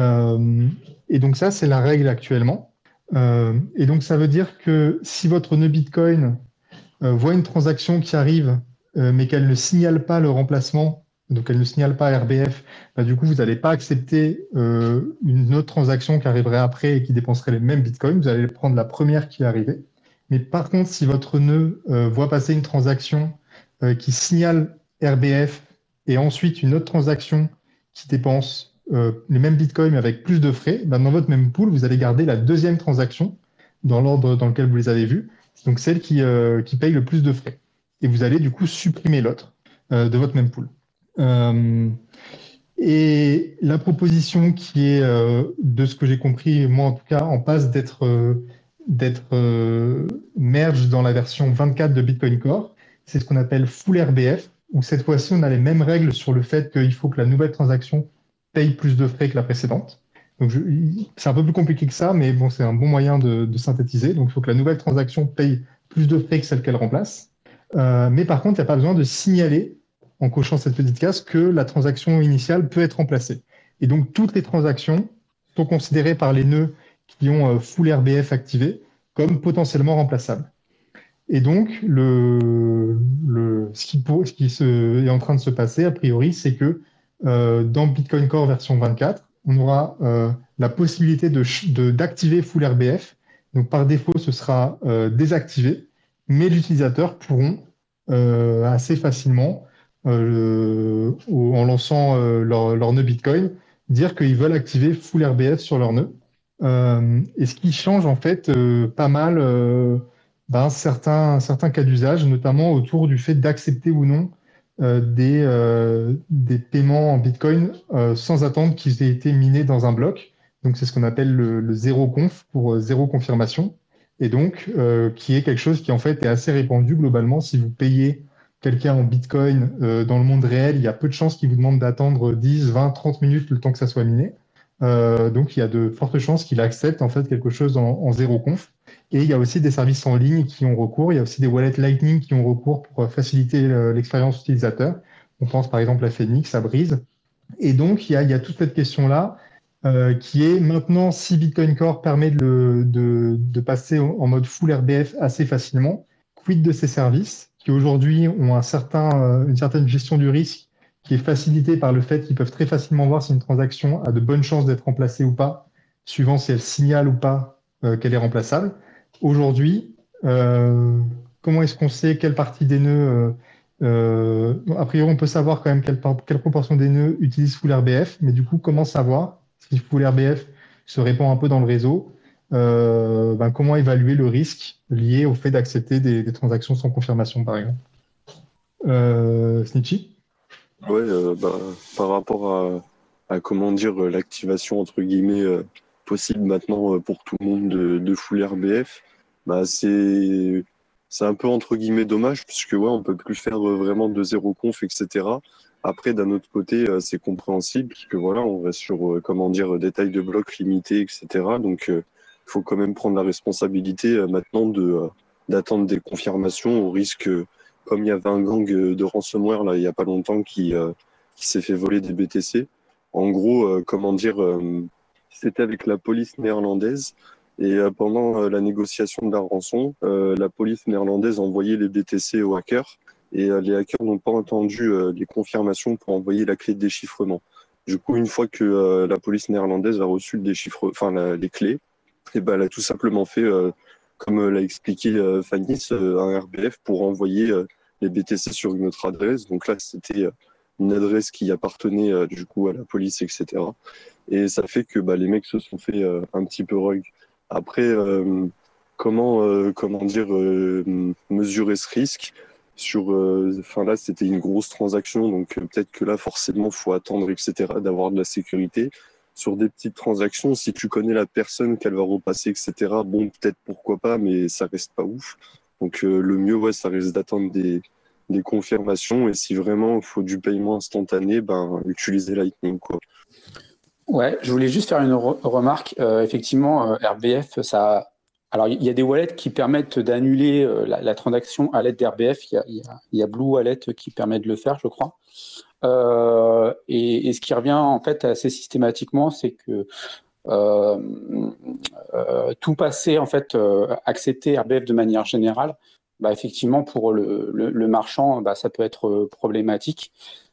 Euh, et donc, ça, c'est la règle actuellement. Euh, et donc, ça veut dire que si votre nœud Bitcoin euh, voit une transaction qui arrive, euh, mais qu'elle ne signale pas le remplacement, donc elle ne signale pas R B F, bah, du coup, vous n'allez pas accepter euh, une autre transaction qui arriverait après et qui dépenserait les mêmes bitcoins. Vous allez prendre la première qui est arrivée. Mais par contre, si votre nœud euh, voit passer une transaction euh, qui signale R B F et ensuite une autre transaction qui dépense euh, les mêmes bitcoins mais avec plus de frais, bah, dans votre même pool, vous allez garder la deuxième transaction dans l'ordre dans lequel vous les avez vues, donc celle qui, euh, qui paye le plus de frais. Et vous allez du coup supprimer l'autre euh, de votre même pool. Euh, et la proposition qui est, euh, de ce que j'ai compris, moi en tout cas, en passe d'être euh, d'être euh, merge dans la version vingt-quatre de Bitcoin Core, c'est ce qu'on appelle Full R B F, où cette fois-ci on a les mêmes règles sur le fait qu'il faut que la nouvelle transaction paye plus de frais que la précédente. Donc je- c'est un peu plus compliqué que ça, mais bon, c'est un bon moyen de, de synthétiser. Donc il faut que la nouvelle transaction paye plus de frais que celle qu'elle remplace. Euh, mais par contre, il n'y a pas besoin de signaler en cochant cette petite case que la transaction initiale peut être remplacée. Et donc, toutes les transactions sont considérées par les nœuds qui ont euh, full R B F activé comme potentiellement remplaçables. Et donc, le, le, ce, qui, ce qui se, est en train de se passer, a priori, c'est que euh, dans Bitcoin Core version vingt-quatre, on aura euh, la possibilité de, de, d'activer full R B F. Donc, par défaut, ce sera euh, désactivé, mais les utilisateurs pourront euh, assez facilement euh, en lançant euh, leur, leur nœud Bitcoin, dire qu'ils veulent activer full R B F sur leur nœud. Euh, et ce qui change en fait euh, pas mal euh, ben, certains, certains cas d'usage, notamment autour du fait d'accepter ou non euh, des, euh, des paiements en Bitcoin euh, sans attendre qu'ils aient été minés dans un bloc. Donc c'est ce qu'on appelle le, le zéro conf pour euh, zéro confirmation. Et donc, euh, qui est quelque chose qui en fait est assez répandu globalement si vous payez quelqu'un en Bitcoin euh, dans le monde réel, il y a peu de chances qu'il vous demande d'attendre dix, vingt, trente minutes le temps que ça soit miné. Euh, donc, il y a de fortes chances qu'il accepte en fait quelque chose en, en zéro conf. Et il y a aussi des services en ligne qui ont recours. Il y a aussi des wallets Lightning qui ont recours pour faciliter euh, l'expérience utilisateur. On pense par exemple à Phoenix, à Breeze. Et donc, il y a, il y a toute cette question-là euh, qui est maintenant, si Bitcoin Core permet de, le- de, de passer en en mode full R B F assez facilement, quid de ces services qui aujourd'hui ont un certain, euh, une certaine gestion du risque qui est facilitée par le fait qu'ils peuvent très facilement voir si une transaction a de bonnes chances d'être remplacée ou pas, suivant si elle signale ou pas euh, qu'elle est remplaçable. Aujourd'hui, euh, comment est-ce qu'on sait quelle partie des nœuds euh, euh, a priori, on peut savoir quand même quelle, par- quelle proportion des nœuds utilisent full R B F, mais du coup, comment savoir si full R B F se répand un peu dans le réseau? Euh, ben, comment évaluer le risque lié au fait d'accepter des, des transactions sans confirmation, par exemple? Euh, Snitchy? Ouais, euh, bah, par rapport à, à comment dire euh, l'activation entre guillemets euh, possible maintenant euh, pour tout le monde de, de full R B F, bah c'est c'est un peu entre guillemets dommage puisque ouais on peut plus faire euh, vraiment de zéro conf et cetera. Après d'un autre côté euh, c'est compréhensible puisque voilà on reste sur euh, comment dire euh, des tailles de blocs limitées et cetera. Donc il faut quand même prendre la responsabilité euh, maintenant de euh, d'attendre des confirmations au risque euh, comme il y avait un gang euh, de ransomware là il y a pas longtemps qui, euh, qui s'est fait voler des B T C. En gros, euh, comment dire, euh, c'était avec la police néerlandaise et euh, pendant euh, la négociation de la rançon, euh, la police néerlandaise a envoyé les B T C aux hackers et euh, les hackers n'ont pas entendu euh, les confirmations pour envoyer la clé de déchiffrement. Du coup, une fois que euh, la police néerlandaise a reçu le déchiffre, enfin la- les clés, et ben, elle a tout simplement fait, euh, comme euh, l'a expliqué euh, Fanny, euh, un R B F pour envoyer euh, les B T C sur une autre adresse. Donc là, c'était euh, une adresse qui appartenait euh, du coup à la police, et cetera. Et ça fait que bah, les mecs se sont fait euh, un petit peu rogue. Après, euh, comment, euh, comment dire, euh, mesurer ce risque sur, euh, enfin là, c'était une grosse transaction, donc euh, peut-être que là, forcément, faut attendre, et cetera, d'avoir de la sécurité. Sur des petites transactions, si tu connais la personne qu'elle va repasser, et cetera, bon, peut-être pourquoi pas, mais ça reste pas ouf. Donc euh, le mieux, ouais, ça reste d'attendre des, des confirmations. Et si vraiment il faut du paiement instantané, ben, utiliser Lightning, quoi. Ouais, je voulais juste faire une re- remarque. Euh, effectivement, euh, R B F, ça. Alors, il y a des wallets qui permettent d'annuler euh, la, la transaction à l'aide d'R B F. Il y a, il y a- il y a Blue Wallet qui permet de le faire, je crois. Euh, et, et ce qui revient en fait assez systématiquement, c'est que euh, euh, tout passer en fait, euh, accepter R B F de manière générale, bah, effectivement pour le, le- le marchand, bah, ça peut être euh, problématique.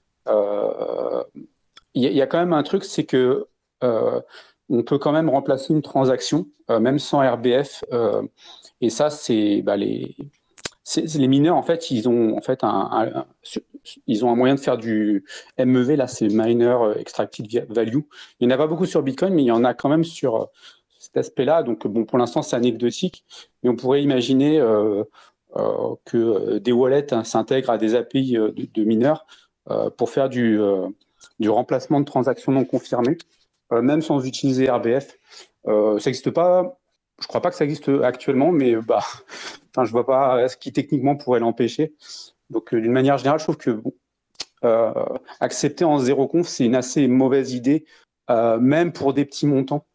Euh, Il y, a- il y a quand même un truc, c'est que euh, on peut quand même remplacer une transaction, euh, même sans R B F. euh, et ça, c'est bah, les, c'est- c'est les mineurs en fait, ils ont en fait un, un- un- ils ont un moyen de faire du M E V là, c'est Miner Extracted Value. Il n'y en a pas beaucoup sur Bitcoin, mais il y en a quand même sur euh, cet aspect-là. Donc bon, pour l'instant, c'est anecdotique, mais on pourrait imaginer euh, euh, que euh, des wallets hein, s'intègrent à des A P I euh, de, de mineurs euh, pour faire du euh, du remplacement de transactions non confirmées, euh, même sans utiliser R B F. Euh, ça n'existe pas. Je crois pas que ça existe actuellement, mais bah, enfin, je vois pas ce qui techniquement pourrait l'empêcher. Donc, euh, d'une manière générale, je trouve que bon, euh, accepter en zéro conf, c'est une assez mauvaise idée, euh, même pour des petits montants.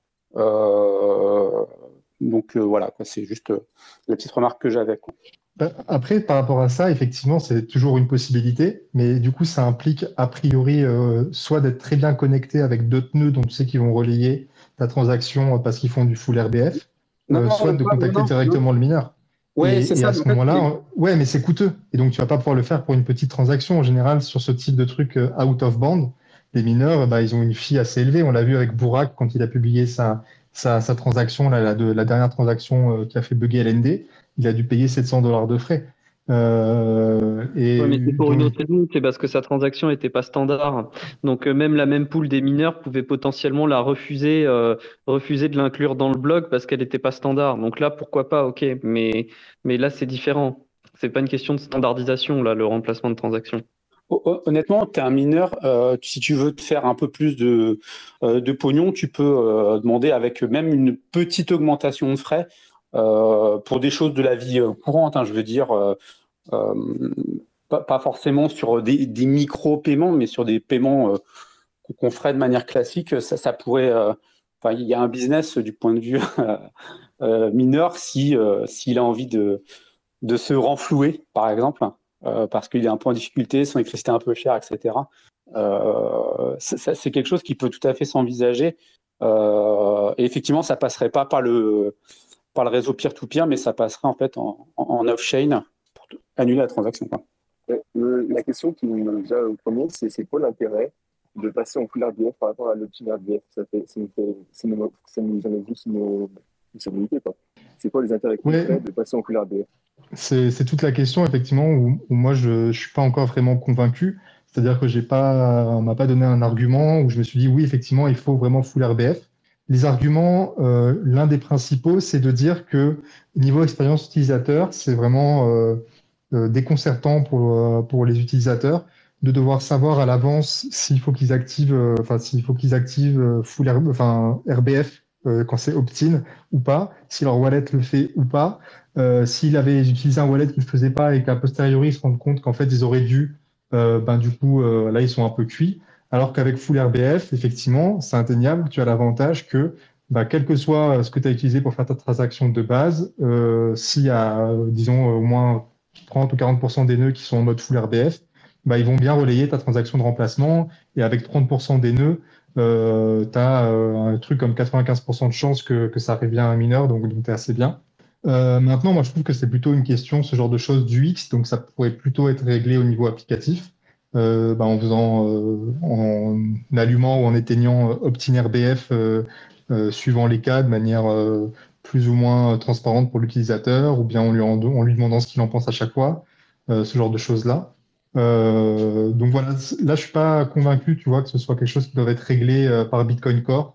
Euh, donc euh, voilà, quoi, c'est juste euh, la petite remarque que j'avais. quoi. Euh, Après, par rapport à ça, effectivement, c'est toujours une possibilité, mais du coup, ça implique a priori euh, soit d'être très bien connecté avec d'autres nœuds dont tu sais qu'ils vont relayer ta transaction euh, parce qu'ils font du full R B F, Non, euh, non, soit de pas- non, contacter non, non. directement le mineur. Ouais, c'est Et, et ça. à Mais ce en fait, moment-là, c'est- euh, ouais, mais c'est coûteux. Et donc, tu vas pas pouvoir le faire pour une petite transaction. En général, sur ce type de truc euh, out of band, les mineurs, bah, ils ont une fee assez élevée. On l'a vu avec Bourak quand il a publié sa, sa, sa transaction, là, la, de, la dernière transaction euh, qui a fait bugger L N D. Il a dû payer sept cents dollars de frais. Euh, et Ouais, mais c'est pour une donc, autre raison, c'est parce que sa transaction n'était pas standard. Donc euh, même la même pool des mineurs pouvait potentiellement la refuser, euh, refuser de l'inclure dans le bloc parce qu'elle n'était pas standard. Donc là, pourquoi pas, ok, mais, mais là c'est différent. C'est pas une question de standardisation, là, le remplacement de transaction. Hon- hon- Honnêtement, tu es un mineur, euh, si tu veux te faire un peu plus de, euh, de pognon, tu peux euh, demander avec même une petite augmentation de frais euh, pour des choses de la vie euh, courante, hein, je veux dire. euh, euh, pas, pas forcément sur des, des micro-paiements, mais sur des paiements euh, qu'on ferait de manière classique, ça, ça pourrait. euh, Enfin, il y a un business du point de vue euh, mineur si euh, s'il a envie de de se renflouer, par exemple, euh, parce qu'il est un peu en difficulté, son électricité est un peu chère, et cetera. Euh, ça- ça- c'est quelque chose qui peut tout à fait s'envisager. Euh, et effectivement, ça passerait pas par le par le réseau peer-to-peer, mais ça passerait en fait en, en, en off-chain pour t- annuler la transaction, quoi. Ouais, euh, la question qui me vient au premier, c'est c'est quoi l'intérêt de passer en full R D F par rapport à l'option R D F? Ça fait, ça nous fait, ça nous, ça nous enlève juste nos responsabilités, quoi. C'est quoi les intérêts Ouais, concrets de passer en full R D F? c'est c'est toute la question, effectivement, où, où moi, je ne suis pas encore vraiment convaincu. C'est-à-dire que j'ai pas, on m'a pas donné un argument où je me suis dit, oui, effectivement, il faut vraiment full R B F. Les arguments, euh, l'un des principaux, c'est de dire que niveau expérience utilisateur, c'est vraiment euh, euh, déconcertant pour, euh, pour les utilisateurs de devoir savoir à l'avance s'il faut qu'ils activent, euh, enfin, s'il faut qu'ils activent euh, full R, enfin, R B F euh, quand c'est opt-in ou pas, si leur wallet le fait ou pas. Euh, s'il avait utilisé un wallet qu'il ne faisait pas et qu'à posteriori ils se rendent compte qu'en fait ils auraient dû, euh, ben du coup euh, là ils sont un peu cuits. Alors qu'avec Full R B F, effectivement, c'est indéniable, tu as l'avantage que bah, quel que soit ce que tu as utilisé pour faire ta transaction de base, euh, s'il y a, euh, disons, au moins trente ou quarante pour cent des nœuds qui sont en mode Full R B F, bah, ils vont bien relayer ta transaction de remplacement. Et avec trente pour cent des nœuds, euh, tu as euh, un truc comme quatre-vingt-quinze pour cent de chance que, que ça arrive bien à un mineur, donc, donc tu es assez bien. Euh, maintenant, moi, je trouve que c'est plutôt une question, ce genre de choses, du X, donc ça pourrait plutôt être réglé au niveau applicatif, euh, bah, en faisant, euh, en allumant ou en éteignant euh, opt-in R B F euh, euh, suivant les cas de manière euh, plus ou moins transparente pour l'utilisateur, ou bien en lui, en, en lui demandant ce qu'il en pense à chaque fois, euh, ce genre de choses-là. Euh, donc voilà, là, je suis pas convaincu, tu vois, que ce soit quelque chose qui doit être réglé euh, par Bitcoin Core,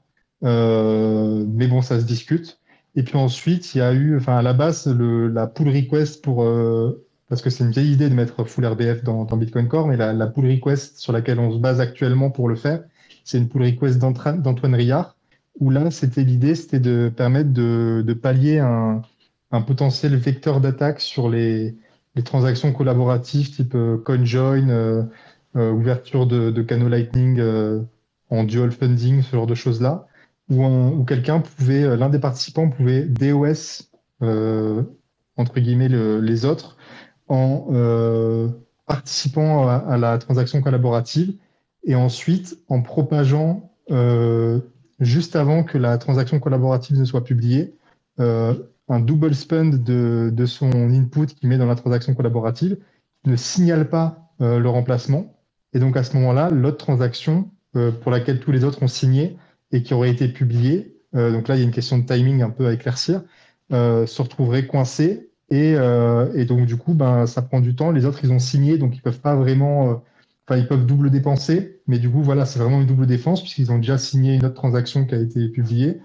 euh, mais bon, ça se discute. Et puis ensuite, il y a eu, enfin à la base, le, la pull request pour, euh, parce que c'est une vieille idée de mettre full R B F dans, dans Bitcoin Core, mais la, la pull request sur laquelle on se base actuellement pour le faire, c'est une pull request d'Antra- d'Antoine Riard, où là, c'était l'idée, c'était de permettre de, de pallier un, un potentiel vecteur d'attaque sur les, les transactions collaboratives type euh, CoinJoin, euh, euh, ouverture de, de canaux Lightning euh, en dual funding, ce genre de choses-là où, un- où quelqu'un pouvait, euh, l'un des participants pouvait DOS, euh, entre guillemets, le- les autres, en euh, participant à, à la transaction collaborative et ensuite en propageant, euh, juste avant que la transaction collaborative ne soit publiée, euh, un double spend de, de son input qu'il met dans la transaction collaborative, qui ne signale pas euh, le remplacement. Et donc à ce moment-là, l'autre transaction euh, pour laquelle tous les autres ont signé et qui aurait été publié, euh, donc là il y a une question de timing un peu à éclaircir, euh, se retrouverait coincé et, euh, et donc du coup ben, ça prend du temps. Les autres ils ont signé donc ils peuvent pas vraiment, euh, enfin ils peuvent double dépenser, mais du coup voilà c'est vraiment une double défense puisqu'ils ont déjà signé une autre transaction qui a été publiée.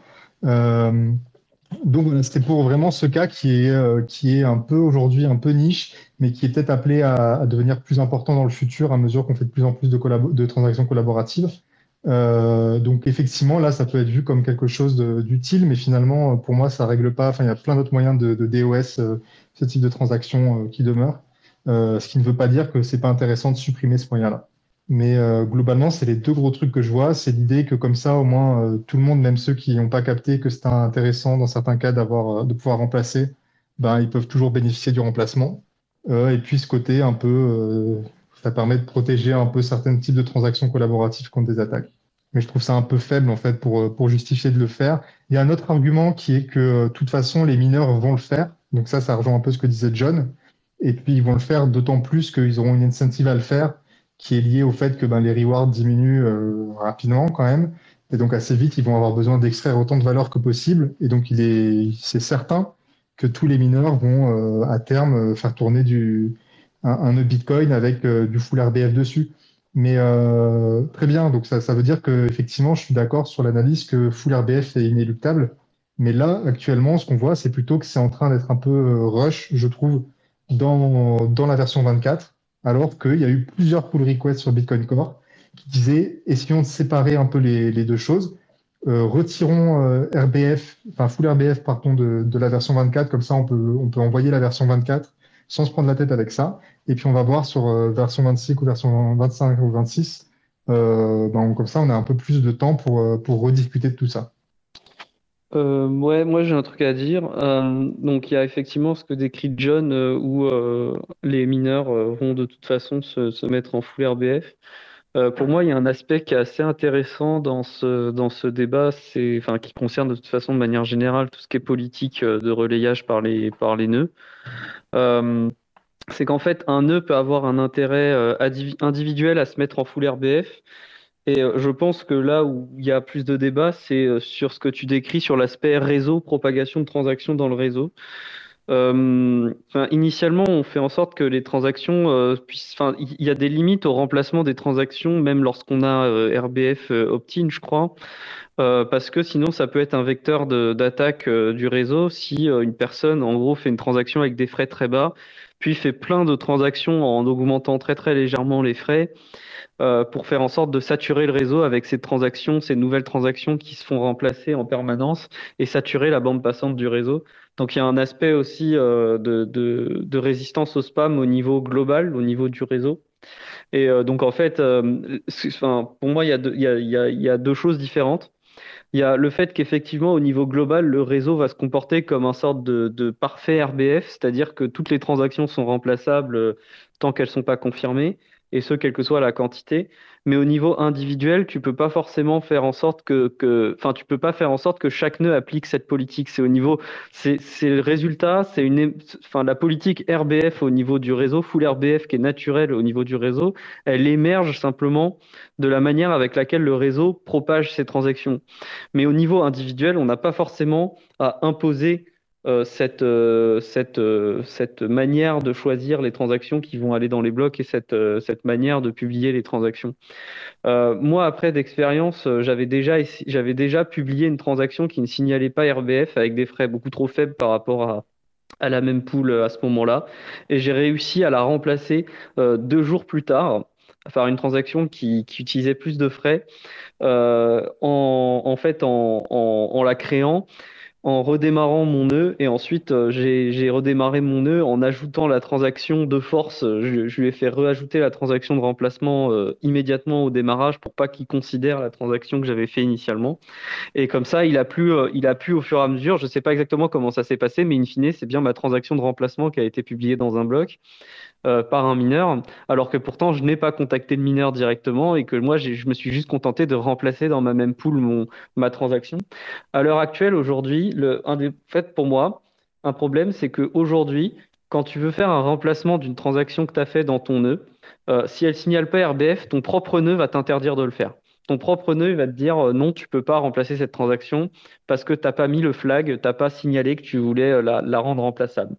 Euh, donc voilà, c'était pour vraiment ce cas qui est, euh, qui est un peu aujourd'hui un peu niche, mais qui est peut-être appelé à, à devenir plus important dans le futur à mesure qu'on fait de plus en plus de, collabo- de transactions collaboratives. Euh, donc effectivement, là, ça peut être vu comme quelque chose de- d'utile, mais finalement, pour moi, ça règle pas. Enfin, il y a plein d'autres moyens de, de DOS, euh, ce type de transaction euh, qui demeure. Euh, ce qui ne veut pas dire que c'est pas intéressant de supprimer ce moyen-là. Mais euh, globalement, c'est les deux gros trucs que je vois. C'est l'idée que comme ça, au moins, euh, tout le monde, même ceux qui n'ont pas capté que c'était intéressant dans certains cas d'avoir, euh, de pouvoir remplacer, ben, ils peuvent toujours bénéficier du remplacement. Euh, et puis ce côté un peu, euh, ça permet de protéger un peu certains types de transactions collaboratives contre des attaques. Mais je trouve ça un peu faible en fait pour, euh, pour justifier de le faire. Il y a un autre argument qui est que euh, de toute façon, les mineurs vont le faire. Donc ça, ça rejoint un peu ce que disait John. Et puis ils vont le faire d'autant plus qu'ils auront une incentive à le faire qui est lié au fait que ben, les rewards diminuent euh, rapidement quand même. Et donc assez vite, ils vont avoir besoin d'extraire autant de valeur que possible. Et donc il est, c'est certain que tous les mineurs vont euh, à terme euh, faire tourner du, un, un nœud Bitcoin avec euh, du full R B F dessus. Mais euh, très bien, donc ça, ça veut dire que effectivement, je suis d'accord sur l'analyse que full R B F est inéluctable. Mais là, actuellement, ce qu'on voit, c'est plutôt que c'est en train d'être un peu euh, rush, je trouve, dans, dans la version vingt-quatre alors qu'il y a eu plusieurs pull requests sur Bitcoin Core qui disaient essayons de séparer un peu les, les deux choses, euh, retirons euh, R B F, enfin full R B F pardon, de, de la version vingt-quatre, comme ça on peut, on peut envoyer la version vingt-quatre sans se prendre la tête avec ça. Et puis on va voir sur euh, version vingt-six ou version vingt-cinq ou vingt-six. Euh, ben, comme ça, on a un peu plus de temps pour, euh, pour rediscuter de tout ça. Euh, ouais, moi j'ai un truc à dire. Euh, donc il y a effectivement ce que décrit John euh, où euh, les mineurs euh, vont de toute façon se, se mettre en full R B F. Euh, pour moi, il y a un aspect qui est assez intéressant dans ce, dans ce débat, c'est, enfin, qui concerne de toute façon de manière générale tout ce qui est politique euh, de relayage par les, par les nœuds. Euh, c'est qu'en fait, un nœud peut avoir un intérêt euh, adivi- individuel à se mettre en full R B F. Et euh, je pense que là où il y a plus de débat, c'est euh, sur ce que tu décris sur l'aspect réseau, propagation de transactions dans le réseau. Euh, enfin, initialement, on fait en sorte que les transactions euh, puissent. Enfin, il y, y a des limites au remplacement des transactions, même lorsqu'on a euh, R B F euh, opt-in, je crois, euh, parce que sinon, ça peut être un vecteur de- d'attaque euh, du réseau si euh, une personne, en gros, fait une transaction avec des frais très bas, puis fait plein de transactions en augmentant très très légèrement les frais euh, pour faire en sorte de saturer le réseau avec ces transactions, ces nouvelles transactions qui se font remplacer en permanence et saturer la bande passante du réseau. Donc il y a un aspect aussi euh, de, de, de résistance au spam au niveau global, au niveau du réseau. Et euh, donc en fait, euh, c'est- enfin, pour moi, il y a deux, il y a, il y a, il y a deux choses différentes. Il y a le fait qu'effectivement, au niveau global, le réseau va se comporter comme un sorte de, de parfait R B F, c'est-à-dire que toutes les transactions sont remplaçables euh, tant qu'elles ne sont pas confirmées, et ce, quelle que soit la quantité. Mais au niveau individuel, tu peux pas forcément faire en sorte que, que, enfin, tu peux pas faire en sorte que chaque nœud applique cette politique. C'est au niveau, c'est, c'est le résultat, c'est une, é- enfin, la politique R B F au niveau du réseau, full R B F qui est naturelle au niveau du réseau, elle émerge simplement de la manière avec laquelle le réseau propage ses transactions. Mais au niveau individuel, on n'a pas forcément à imposer euh, cette, euh, cette, euh, cette manière de choisir les transactions qui vont aller dans les blocs et cette, euh, cette manière de publier les transactions. Euh, moi, après d'expérience, euh, j'avais déjà, essa- j'avais déjà publié une transaction qui ne signalait pas R B F avec des frais beaucoup trop faibles par rapport à, à la même pool euh, à ce moment-là. Et j'ai réussi à la remplacer euh, deux jours plus tard, à faire une transaction qui, qui utilisait plus de frais euh, en, en fait en, en, en la créant, en redémarrant mon nœud et ensuite euh, j'ai, j'ai redémarré mon nœud en ajoutant la transaction de force. Je, je lui ai fait réajouter la transaction de remplacement euh, immédiatement au démarrage pour pas qu'il considère la transaction que j'avais fait initialement. Et comme ça, il a pu, euh, il a pu au fur et à mesure, je sais pas exactement comment ça s'est passé, mais in fine, c'est bien ma transaction de remplacement qui a été publiée dans un bloc euh, par un mineur, alors que pourtant je n'ai pas contacté le mineur directement et que moi j'ai- je me suis juste contenté de remplacer dans ma même pool mon, ma transaction. À l'heure actuelle, aujourd'hui, le, un des, en fait, pour moi, un problème, c'est qu'aujourd'hui, quand tu veux faire un remplacement d'une transaction que tu as fait dans ton nœud, euh, si elle signale pas R B F, ton propre nœud va t'interdire de le faire. Ton propre nœud il va te dire euh, non, tu peux pas remplacer cette transaction parce que tu n'as pas mis le flag, tu n'as pas signalé que tu voulais euh, la, la rendre remplaçable.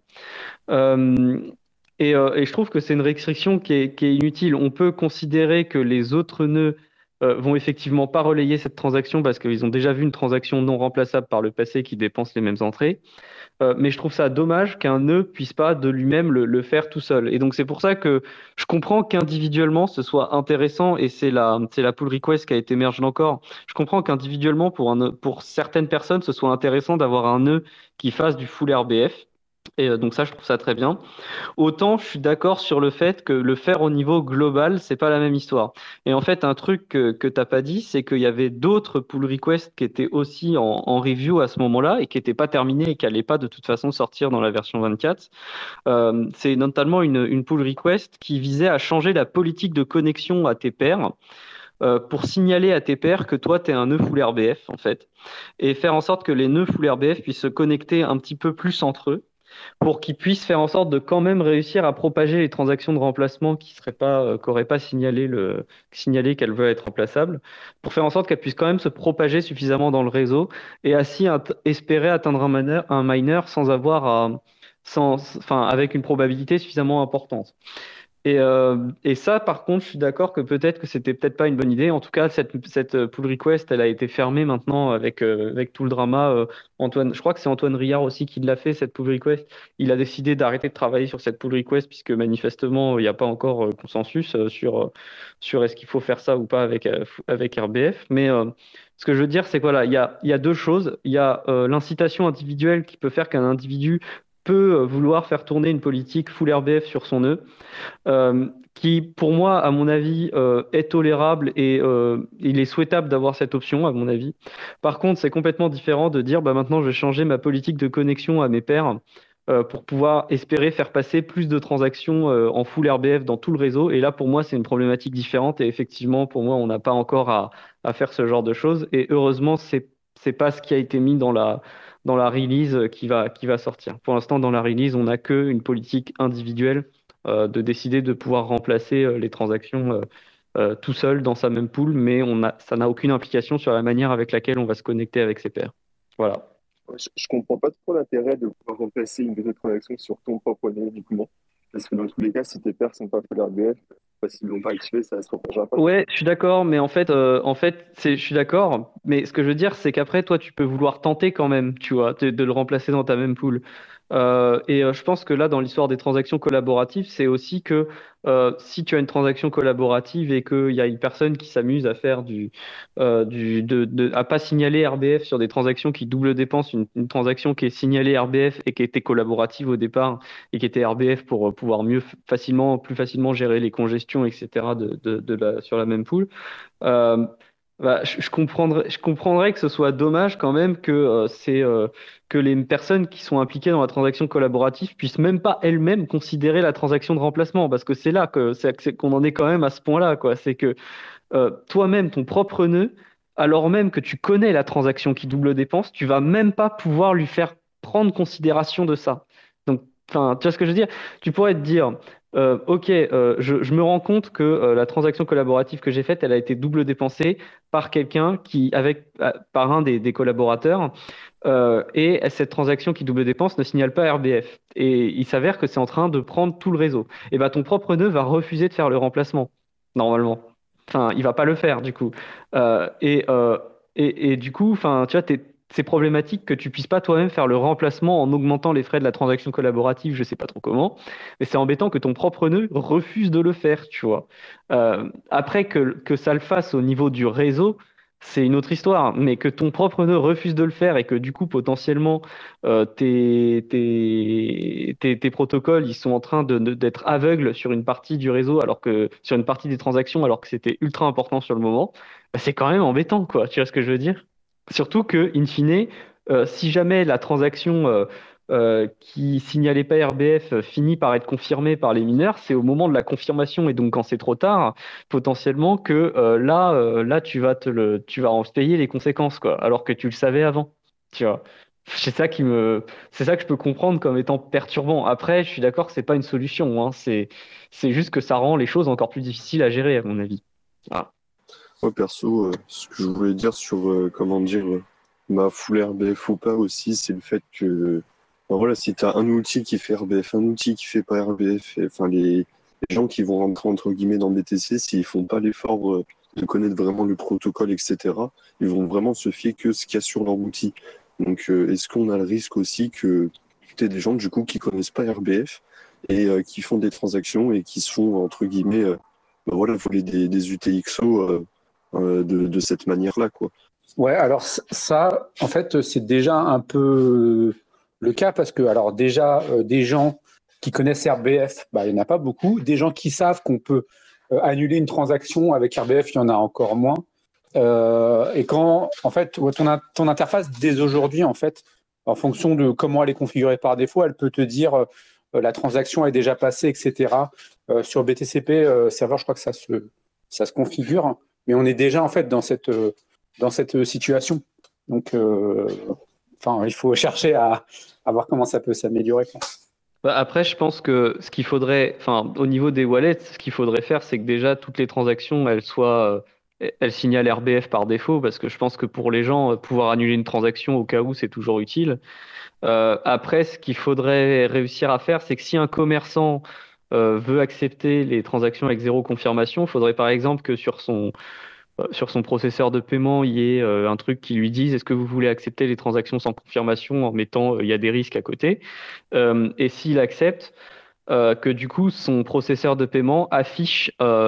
Euh, et, euh, et je trouve que c'est une restriction qui est, qui est inutile. On peut considérer que les autres nœuds euh, vont effectivement pas relayer cette transaction parce qu'ils ont déjà vu une transaction non remplaçable par le passé qui dépense les mêmes entrées. Euh, mais je trouve ça dommage qu'un nœud puisse pas de lui-même le, le faire tout seul. Et donc c'est pour ça que je comprends qu'individuellement ce soit intéressant et c'est la, c'est la pull request qui a été merged encore. Je comprends qu'individuellement pour un, nœud- pour certaines personnes ce soit intéressant d'avoir un nœud qui fasse du full R B F. Et euh, donc ça, je trouve ça très bien. Autant je suis d'accord sur le fait que le faire au niveau global, c'est pas la même histoire. Et en fait, un truc que, que t'as pas dit, c'est qu'il y avait d'autres pull requests qui étaient aussi en, en review à ce moment-là et qui n'étaient pas terminés et qui n'allaient pas de toute façon sortir dans la version vingt-quatre. Euh, c'est notamment une, une pull request qui visait à changer la politique de connexion à tes pairs. euh, pour signaler à tes pairs que toi, tu es un nœud full R B F, en fait, et faire en sorte que les nœuds full R B F puissent se connecter un petit peu plus entre eux pour qu'ils puissent faire en sorte de quand même réussir à propager les transactions de remplacement qui seraient pas, euh, qu'auraient pas signalé le, signalé qu'elles veulent être remplaçables, pour faire en sorte qu'elles puissent quand même se propager suffisamment dans le réseau et ainsi at- espérer atteindre un miner, un miner sans avoir à, sans, enfin, avec une probabilité suffisamment importante. Et, euh, et ça, par contre, je suis d'accord que peut-être que c'était peut-être pas une bonne idée. En tout cas, cette, cette euh, pull request, elle a été fermée maintenant avec, euh, avec tout le drama. Euh, Antoine, je crois que c'est Antoine Riard aussi qui l'a fait, cette pull request. Il a décidé d'arrêter de travailler sur cette pull request puisque manifestement, il n'y a pas encore euh, consensus euh, sur, euh, sur est-ce qu'il faut faire ça ou pas avec, euh, avec R B F. Mais euh, ce que je veux dire, c'est que voilà, il y a, il y a deux choses. Il y a euh, l'incitation individuelle qui peut faire qu'un individu peut vouloir faire tourner une politique full R B F sur son nœud, euh, qui, pour moi, à mon avis, euh, est tolérable et euh, il est souhaitable d'avoir cette option, à mon avis. Par contre, c'est complètement différent de dire, bah, maintenant, je vais changer ma politique de connexion à mes pairs euh, pour pouvoir espérer faire passer plus de transactions euh, en full R B F dans tout le réseau. Et là, pour moi, c'est une problématique différente. Et effectivement, pour moi, on n'a pas encore à, à faire ce genre de choses. Et heureusement, c'est c'est pas ce qui a été mis dans la dans la release qui va, qui va sortir. Pour l'instant, dans la release, on n'a qu'une politique individuelle euh, de décider de pouvoir remplacer euh, les transactions euh, euh, tout seul dans sa même pool, mais on a, ça n'a aucune implication sur la manière avec laquelle on va se connecter avec ses pairs. Voilà. Je, je comprends pas trop l'intérêt de pouvoir remplacer une vraie transaction sur ton propre nœud uniquement. Parce que dans tous les cas, si tes pairs sont pas full R B F, bah, s'ils l'ont pas activé, ça ne se propagera pas. Ouais, je suis d'accord, mais en fait, euh, en fait, c'est, je suis d'accord, mais ce que je veux dire, c'est qu'après, toi, tu peux vouloir tenter quand même, tu vois, de, de le remplacer dans ta même pool. Euh, et euh, je pense que là, dans l'histoire des transactions collaboratives, c'est aussi que euh, si tu as une transaction collaborative et qu'il y a une personne qui s'amuse à faire du, euh, du, de, de, à pas signaler R B F sur des transactions qui double dépensent, une, une transaction qui est signalée R B F et qui était collaborative au départ et qui était R B F pour euh, pouvoir mieux facilement, plus facilement gérer les congestions, et cetera de, de, de la, sur la même pool. Euh, bah, je, je comprendrais, je comprendrais que ce soit dommage quand même que euh, c'est euh, que les personnes qui sont impliquées dans la transaction collaborative puissent même pas elles-mêmes considérer la transaction de remplacement, parce que c'est là que c'est c'est qu'on en est quand même à ce point-là, quoi. C'est que euh, toi-même, ton propre nœud, alors même que tu connais la transaction qui double dépense, tu vas même pas pouvoir lui faire prendre considération de ça. Donc, enfin, tu vois ce que je veux dire? Tu pourrais te dire, euh, ok, euh, je, je me rends compte que euh, la transaction collaborative que j'ai faite, elle a été double dépensée par quelqu'un qui, avec, euh, par un des, des collaborateurs, euh, et cette transaction qui double dépense ne signale pas R B F. Et il s'avère que c'est en train de prendre tout le réseau. Et ben, ton propre nœud va refuser de faire le remplacement, normalement. Enfin, il va pas le faire, du coup. Euh, et, euh, et, et du coup, enfin, tu vois, t'es- c'est problématique que tu puisses pas toi-même faire le remplacement en augmentant les frais de la transaction collaborative, je sais pas trop comment, mais c'est embêtant que ton propre nœud refuse de le faire, tu vois. Euh, après que, que ça le fasse au niveau du réseau, c'est une autre histoire, mais que ton propre nœud refuse de le faire et que du coup, potentiellement, euh, tes, tes, tes, tes protocoles, ils sont en train de, de- d'être aveugles sur une partie du réseau, alors que sur une partie des transactions, alors que c'était ultra important sur le moment, bah, c'est quand même embêtant, quoi. Tu vois ce que je veux dire? Surtout que, in fine, euh, si jamais la transaction euh, euh, qui signalait pas R B F euh, finit par être confirmée par les mineurs, c'est au moment de la confirmation et donc quand c'est trop tard, potentiellement que euh, là, euh, là tu vas te le, tu vas en payer les conséquences, quoi, alors que tu le savais avant. Tu vois. C'est ça qui me, c'est ça que je peux comprendre comme étant perturbant. Après, je suis d'accord que c'est pas une solution, hein. C'est, c'est juste que ça rend les choses encore plus difficiles à gérer, à mon avis. Voilà. Moi, perso, euh, ce que je voulais dire sur, euh, comment dire, euh, ma full R B F ou pas aussi, c'est le fait que, ben voilà, si tu as un outil qui fait R B F, un outil qui fait pas R B F, et, enfin, les, les gens qui vont rentrer, entre guillemets, dans B T C, s'ils font pas l'effort euh, de connaître vraiment le protocole, et cetera, ils vont vraiment se fier que ce qu'il y a sur leur outil. Donc, euh, est-ce qu'on a le risque aussi que tu aies des gens, du coup, qui connaissent pas R B F et euh, qui font des transactions et qui se font, entre guillemets, euh, ben voilà, voler des, des U T X O euh, euh, de, de cette manière-là, quoi. Ouais, alors c- ça, en fait, c'est déjà un peu le cas parce que, alors déjà, euh, des gens qui connaissent R B F, bah, il n'y en a pas beaucoup. Des gens qui savent qu'on peut euh, annuler une transaction avec R B F, il y en a encore moins. Euh, et quand, en fait, ouais, ton, in- ton interface, dès aujourd'hui, en fait, en fonction de comment elle est configurée par défaut, elle peut te dire euh, la transaction est déjà passée, et cetera. Euh, sur B T C P euh, serveur, je crois que ça se, ça se configure, mais on est déjà en fait dans cette, euh, dans cette situation. Donc, euh, enfin, il faut chercher à, à voir comment ça peut s'améliorer, quoi. Bah, après, je pense que ce qu'il faudrait, enfin, au niveau des wallets, ce qu'il faudrait faire, c'est que déjà toutes les transactions, elles soient, euh, elles signalent R B F par défaut, parce que je pense que pour les gens, euh, pouvoir annuler une transaction au cas où, c'est toujours utile. Euh, après, ce qu'il faudrait réussir à faire, c'est que si un commerçant euh, veut accepter les transactions avec zéro confirmation, il faudrait par exemple que sur son euh, sur son processeur de paiement, il y ait euh, un truc qui lui dise est-ce que vous voulez accepter les transactions sans confirmation en mettant euh, il y a des risques à côté. Euh, et s'il accepte, euh, que du coup son processeur de paiement affiche euh,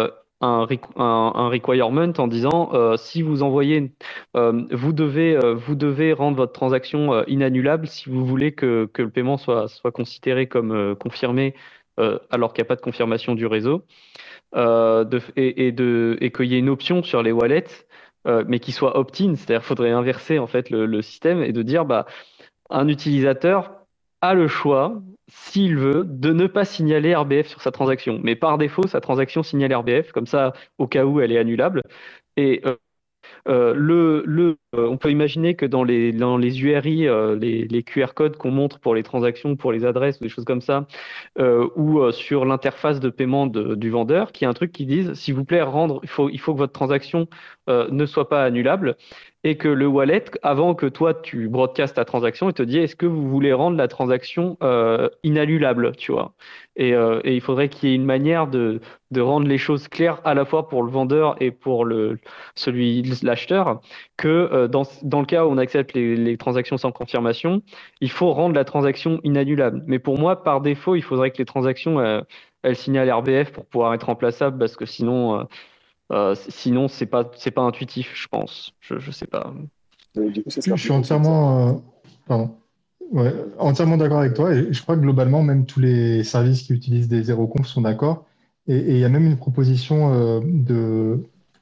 un, un, un requirement en disant euh, si vous envoyez, euh, vous, devez, euh, vous devez rendre votre transaction euh, inannulable si vous voulez que, que le paiement soit, soit considéré comme euh, confirmé euh, alors qu'il n'y a pas de confirmation du réseau euh, de, et, et, de, et qu'il y ait une option sur les wallets euh, mais qui soit opt-in, c'est-à-dire qu'il faudrait inverser en fait, le, le système et de dire bah, un utilisateur a le choix, s'il veut, de ne pas signaler R B F sur sa transaction. Mais par défaut, sa transaction signale R B F, comme ça, au cas où elle est annulable. Et euh, euh, le, le, euh, on peut imaginer que dans les, dans les U R I, euh, les, les Q R codes qu'on montre pour les transactions, pour les adresses ou des choses comme ça, euh, ou euh, sur l'interface de paiement de, du vendeur, qu'il y a un truc qui dise, s'il vous plaît, rendre, il faut, il faut que votre transaction euh, ne soit pas annulable et que le wallet, avant que toi tu broadcastes ta transaction, il te dit, est-ce que vous voulez rendre la transaction euh, inannulable, tu vois? Et, euh, et il faudrait qu'il y ait une manière de, de rendre les choses claires à la fois pour le vendeur et pour le, celui, l'acheteur, que euh, dans, dans le cas où on accepte les, les transactions sans confirmation, il faut rendre la transaction inannulable. Mais pour moi, par défaut, il faudrait que les transactions, euh, elles signalent R B F pour pouvoir être remplaçables, parce que sinon, euh, euh, sinon c'est pas, c'est pas intuitif, je pense. Je, je sais pas. Euh, du coup, ça Je sera suis plus compliqué que ça. entièrement, euh, pardon. Ouais, entièrement d'accord avec toi. Et je crois que globalement, même tous les services qui utilisent des zéro conf sont d'accord. Et et il y a même une proposition euh, de,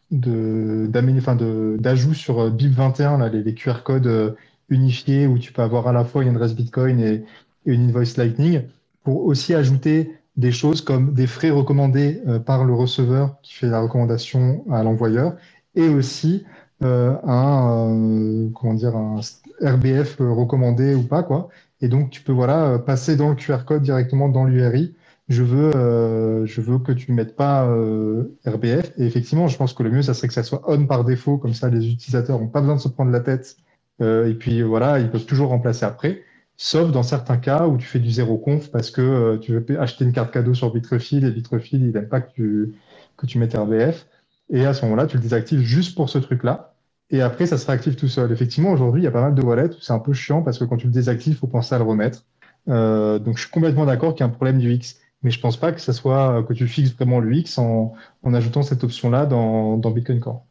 de, d'amé- enfin, de- d'ajout sur euh, B I P vingt et un, là, les, les Q R codes euh, unifiés où tu peux avoir à la fois une adresse Bitcoin et, et une invoice Lightning pour aussi ajouter des choses comme des frais recommandés euh, par le receveur qui fait la recommandation à l'envoyeur et aussi euh, un, euh, comment dire, un R B F recommandé ou pas, quoi. Et donc, tu peux voilà, euh, passer dans le Q R code directement dans l'U R I. Je veux, euh, je veux que tu ne mettes pas euh, R B F. Et effectivement, je pense que le mieux, ça serait que ça soit on par défaut. Comme ça, les utilisateurs n'ont pas besoin de se prendre la tête. Euh, et puis, voilà, ils peuvent toujours remplacer après. Sauf dans certains cas où tu fais du zéro conf parce que euh, tu veux pa- acheter une carte cadeau sur Bitrefill et Bitrefill, il n'aime pas que tu, que tu mettes R B F. Et à ce moment-là, tu le désactives juste pour ce truc-là. Et après, ça se réactive tout seul. Effectivement, aujourd'hui, il y a pas mal de wallets où c'est un peu chiant parce que quand tu le désactives, il faut penser à le remettre. Euh, donc, je suis complètement d'accord qu'il y a un problème du X. Mais je pense pas que ça soit que tu fixes vraiment le X en, en ajoutant cette option-là dans, dans Bitcoin Core.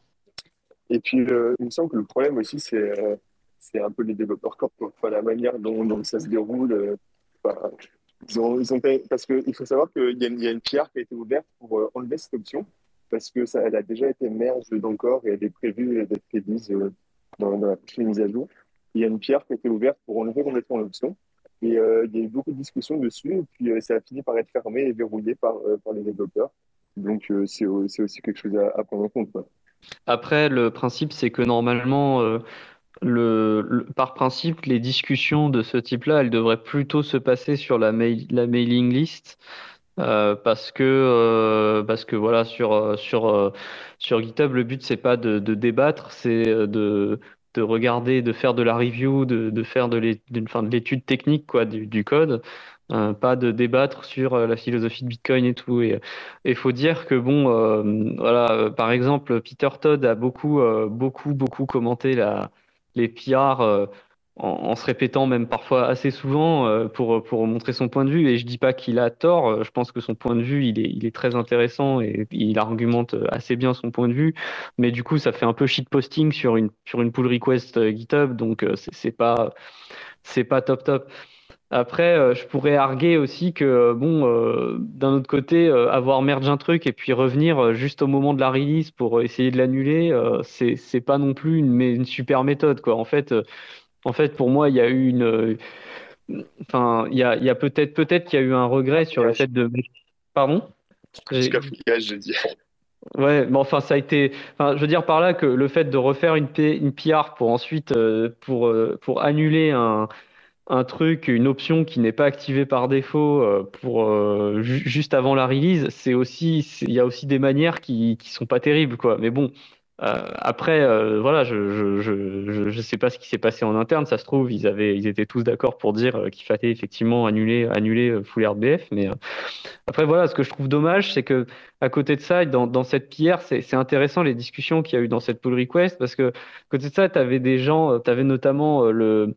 Et puis, euh, il me semble que le problème aussi, c'est euh, c'est un peu les développeurs corp, quoi. Enfin, la manière dont, dont ça se déroule. euh, enfin, ils ont, ils ont fait- parce qu'il faut savoir qu'il y a, une- il y a une P R qui a été ouverte pour euh, enlever cette option, parce que ça, elle a déjà été merge d'encore et elle est prévue d'être remise euh, dans, dans la prochaine mise à jour. Il y a une P R qui a été ouverte pour enlever complètement l'option. Et euh, il y a eu beaucoup de discussions dessus, et puis euh, ça a fini par être fermé et verrouillé par, euh, par les développeurs. Donc, euh, c'est au- c'est aussi quelque chose à, à prendre en compte, quoi. Après, le principe, c'est que normalement, euh, le, le- par principe, les discussions de ce type-là, elles devraient plutôt se passer sur la, mail, la mailing list. Euh, parce que euh, parce que voilà sur euh, sur euh, sur GitHub le but c'est pas de, de débattre, c'est euh, de de regarder, de faire de la review, de, de faire de l'é- d'une- enfin, de l'étude technique quoi du, du code, euh, pas de débattre sur euh, la philosophie de Bitcoin et tout. Et il faut dire que bon euh, voilà euh, par exemple Peter Todd a beaucoup euh, beaucoup beaucoup commenté la les P R euh, en, en se répétant même parfois assez souvent euh, pour, pour montrer son point de vue. Et je dis pas qu'il a tort, euh, je pense que son point de vue, il est, il est très intéressant et il argumente assez bien son point de vue. Mais du coup, ça fait un peu shitposting sur une, sur une pull request euh, GitHub, donc euh, c'est c'est pas, c'est pas top top. Après, euh, je pourrais arguer aussi que, euh, bon, euh, d'un autre côté, euh, avoir merge un truc et puis revenir euh, juste au moment de la release pour essayer de l'annuler, euh, c'est, c'est pas non plus une, mé- une super méthode, quoi. En fait, euh, en fait, pour moi, il y a eu une, euh, enfin, il y a, il y a peut-être, peut-être qu'il y a eu un regret sur le Cafouillage. fait de, pardon? Du J'ai- cafouillage, je dis. Ouais, mais enfin, ça a été. Enfin, je veux dire par là que le fait de refaire une, P- une P R pour ensuite euh, pour euh, pour annuler un un truc, une option qui n'est pas activée par défaut euh, pour euh, ju- juste avant la release, c'est aussi, c'est- il y a aussi des manières qui qui sont pas terribles quoi. Mais bon, euh, après euh, voilà, je je je je je sais pas ce qui s'est passé en interne. Ça se trouve ils avaient ils étaient tous d'accord pour dire euh, qu'il fallait effectivement annuler annuler euh, full R B F. Mais euh, après voilà, ce que je trouve dommage, c'est que à côté de ça, dans dans cette P R, c'est c'est intéressant les discussions qu'il y a eu dans cette pull request parce que à côté de ça, tu avais des gens, tu avais notamment euh, le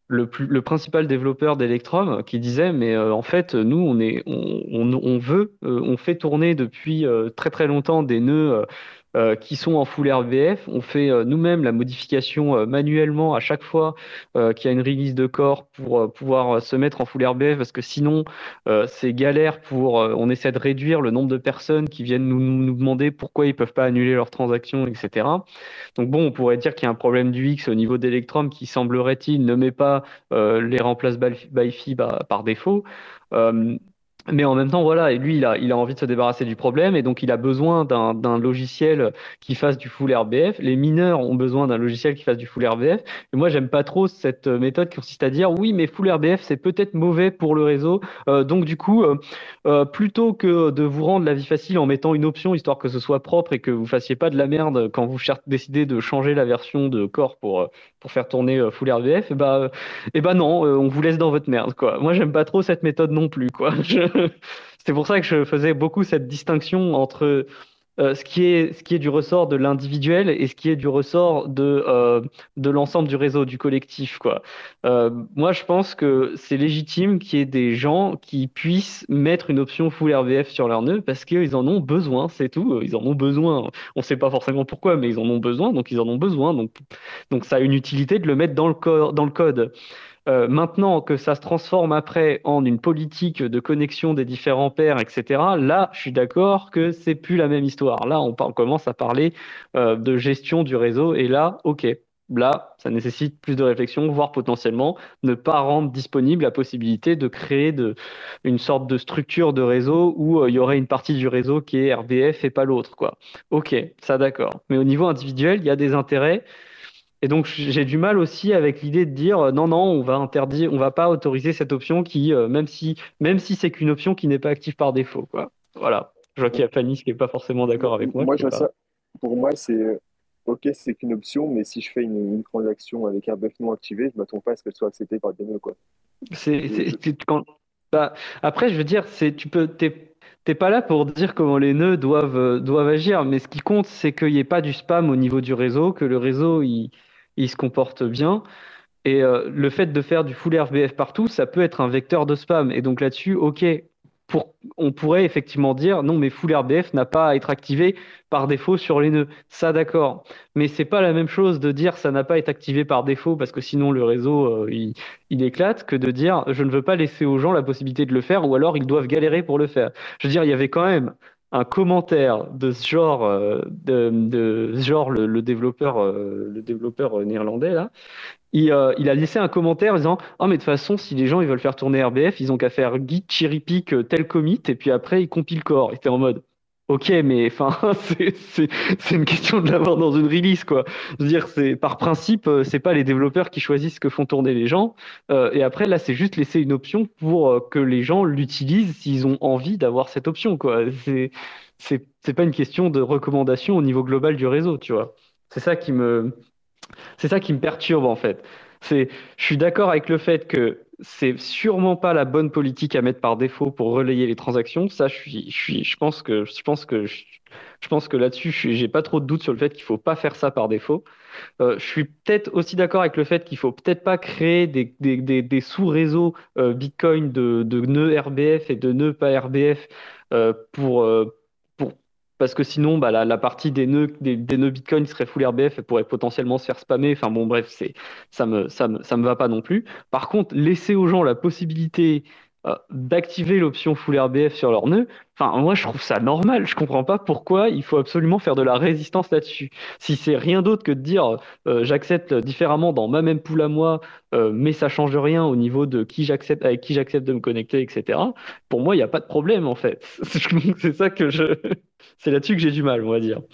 le, plus, le principal développeur d'Electrum qui disait mais euh, en fait nous on est on, on, on veut euh, on fait tourner depuis euh, très très longtemps des nœuds euh, euh, qui sont en full R B F. On fait euh, nous-mêmes la modification euh, manuellement à chaque fois euh, qu'il y a une release de core pour euh, pouvoir euh, se mettre en full R B F parce que sinon euh, c'est galère pour euh, on essaie de réduire le nombre de personnes qui viennent nous, nous, nous demander pourquoi ils peuvent pas annuler leurs transactions, et cetera. Donc bon, on pourrait dire qu'il y a un problème du X au niveau d'Electrum qui semblerait-il ne met pas euh, les remplace by by fee bah, par défaut. Euh, mais en même temps, voilà, et lui, il a, il a envie de se débarrasser du problème, et donc il a besoin d'un, d'un logiciel qui fasse du full R B F. Les mineurs ont besoin d'un logiciel qui fasse du full R B F. Et moi, j'aime pas trop cette méthode qui consiste à dire, oui, mais full R B F, c'est peut-être mauvais pour le réseau. Euh, donc du coup, euh, euh, plutôt que de vous rendre la vie facile en mettant une option, histoire que ce soit propre et que vous fassiez pas de la merde quand vous cher- décidez de changer la version de Core pour, euh, pour faire tourner euh, full R B F, et bah, euh, et bah non, euh, on vous laisse dans votre merde, quoi. Moi, j'aime pas trop cette méthode non plus, quoi. Je- C'est pour ça que je faisais beaucoup cette distinction entre euh, ce qui est, ce qui est du ressort de l'individuel et ce qui est du ressort de, euh, de l'ensemble du réseau, du collectif, quoi. Euh, moi, je pense que c'est légitime qu'il y ait des gens qui puissent mettre une option full R B F sur leur nœud parce qu'ils en ont besoin, c'est tout. Ils en ont besoin. On ne sait pas forcément pourquoi, mais ils en ont besoin, donc ils en ont besoin. Donc, donc ça a une utilité de le mettre dans le, co- dans le code. Euh, maintenant que ça se transforme après en une politique de connexion des différents pairs, et cetera, là, je suis d'accord que c'est plus la même histoire. Là, on, par- on commence à parler euh, de gestion du réseau, et là, ok, là, ça nécessite plus de réflexion, voire potentiellement ne pas rendre disponible la possibilité de créer de, une sorte de structure de réseau où euh, il y aurait une partie du réseau qui est R B F et pas l'autre, quoi. Ok, ça d'accord. Mais au niveau individuel, il y a des intérêts. Et donc, j'ai du mal aussi avec l'idée de dire euh, non, non, on va interdire, on va pas autoriser cette option qui, euh, même si, même si c'est qu'une option qui n'est pas active par défaut, quoi. Voilà. Je vois qu'il y a Fanny qui est pas forcément d'accord avec moi. Moi, Je je sais vois pas. ça. Pour moi, c'est euh, OK, c'est qu'une option, mais si je fais une, une transaction avec R B F non activé, je m'attends pas à ce qu'elle soit acceptée par des nœuds, quoi. C'est, Je- c'est- je- c'est- quand, bah, après, je veux dire, c'est, tu peux, t'es, t'es pas là pour dire comment les nœuds doivent, euh, doivent agir, mais ce qui compte, c'est qu'il n'y ait pas du spam au niveau du réseau, que le réseau, il, il se comporte bien. Et euh, le fait de faire du full R B F partout, ça peut être un vecteur de spam. Et donc là-dessus, ok, pour, on pourrait effectivement dire non, mais full R B F n'a pas à être activé par défaut sur les nœuds. Ça, d'accord. Mais c'est pas la même chose de dire ça n'a pas à être activé par défaut parce que sinon le réseau euh, il, il éclate que de dire je ne veux pas laisser aux gens la possibilité de le faire ou alors ils doivent galérer pour le faire. Je veux dire, il y avait quand même un commentaire de ce genre, euh, de, de ce genre le, le développeur, euh, le développeur euh, néerlandais là. Il, euh, il a laissé un commentaire disant oh, mais de toute façon, si les gens ils veulent faire tourner R B F, ils ont qu'à faire git cherry pick euh, tel commit et puis après ils compilent core. Il était en mode ok, mais enfin, c'est c'est- c'est une question de l'avoir dans une release, quoi. Je veux dire, c'est par principe, euh, c'est pas les développeurs qui choisissent ce que font tourner les gens. Euh, et après, là, c'est juste laisser une option pour euh, que les gens l'utilisent s'ils ont envie d'avoir cette option, quoi. C'est c'est c'est pas une question de recommandation au niveau global du réseau, tu vois. C'est ça qui me c'est ça qui me perturbe en fait. C'est, je suis d'accord avec le fait que c'est sûrement pas la bonne politique à mettre par défaut pour relayer les transactions. Ça, je suis, je suis, je pense que, je pense que, je, je pense que là-dessus, je suis- j'ai pas trop de doute sur le fait qu'il faut pas faire ça par défaut. Euh, je suis peut-être aussi d'accord avec le fait qu'il faut peut-être pas créer des, des, des, des sous-réseaux euh, Bitcoin de, de nœuds R B F et de nœuds pas R B F euh, pour, euh, pour parce que sinon bah, la, la partie des nœuds des, des nœuds Bitcoin qui serait full R B F elle pourrait potentiellement se faire spammer. Enfin bon bref c'est ça me ça me ça me va pas non plus. Par contre laisser aux gens la possibilité euh, d'activer l'option full R B F sur leur nœud. Enfin, moi, je trouve ça normal. Je comprends pas pourquoi il faut absolument faire de la résistance là-dessus. Si c'est rien d'autre que de dire euh, j'accepte différemment dans ma même pool à moi, euh, mais ça change rien au niveau de qui j'accepte, avec qui j'accepte de me connecter, et cetera. Pour moi, il n'y a pas de problème en fait. C'est ça que je, c'est là-dessus que j'ai du mal, on va dire.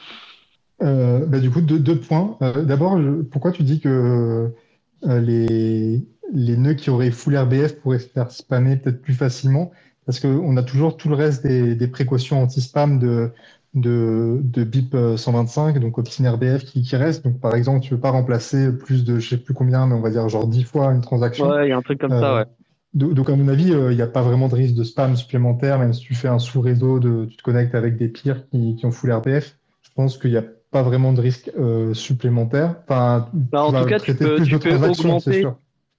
Euh, bah, du coup, deux, deux points. Euh, d'abord, je- pourquoi tu dis que euh, les, les nœuds qui auraient full R B F pourraient se faire spammer peut-être plus facilement? Parce qu'on a toujours tout le reste des, des précautions anti-spam de, de, de B I P cent vingt-cinq, donc Optin R B F qui, qui reste. Donc, par exemple, tu ne veux pas remplacer plus de, je sais plus combien, mais on va dire genre dix fois une transaction. Ouais, il y a un truc comme ça, Euh, ouais. do- donc, à mon avis, euh, il n'y a pas vraiment de risque de spam supplémentaire, même si tu fais un sous-réseau, de, tu te connectes avec des peers qui, qui ont full R B F. Je pense qu'il n'y a pas vraiment de risque euh, supplémentaire. Enfin, Bah, tu en tout vas cas, tu traiter peux, plus tu de peux transactions, c'est augmenter. sûr.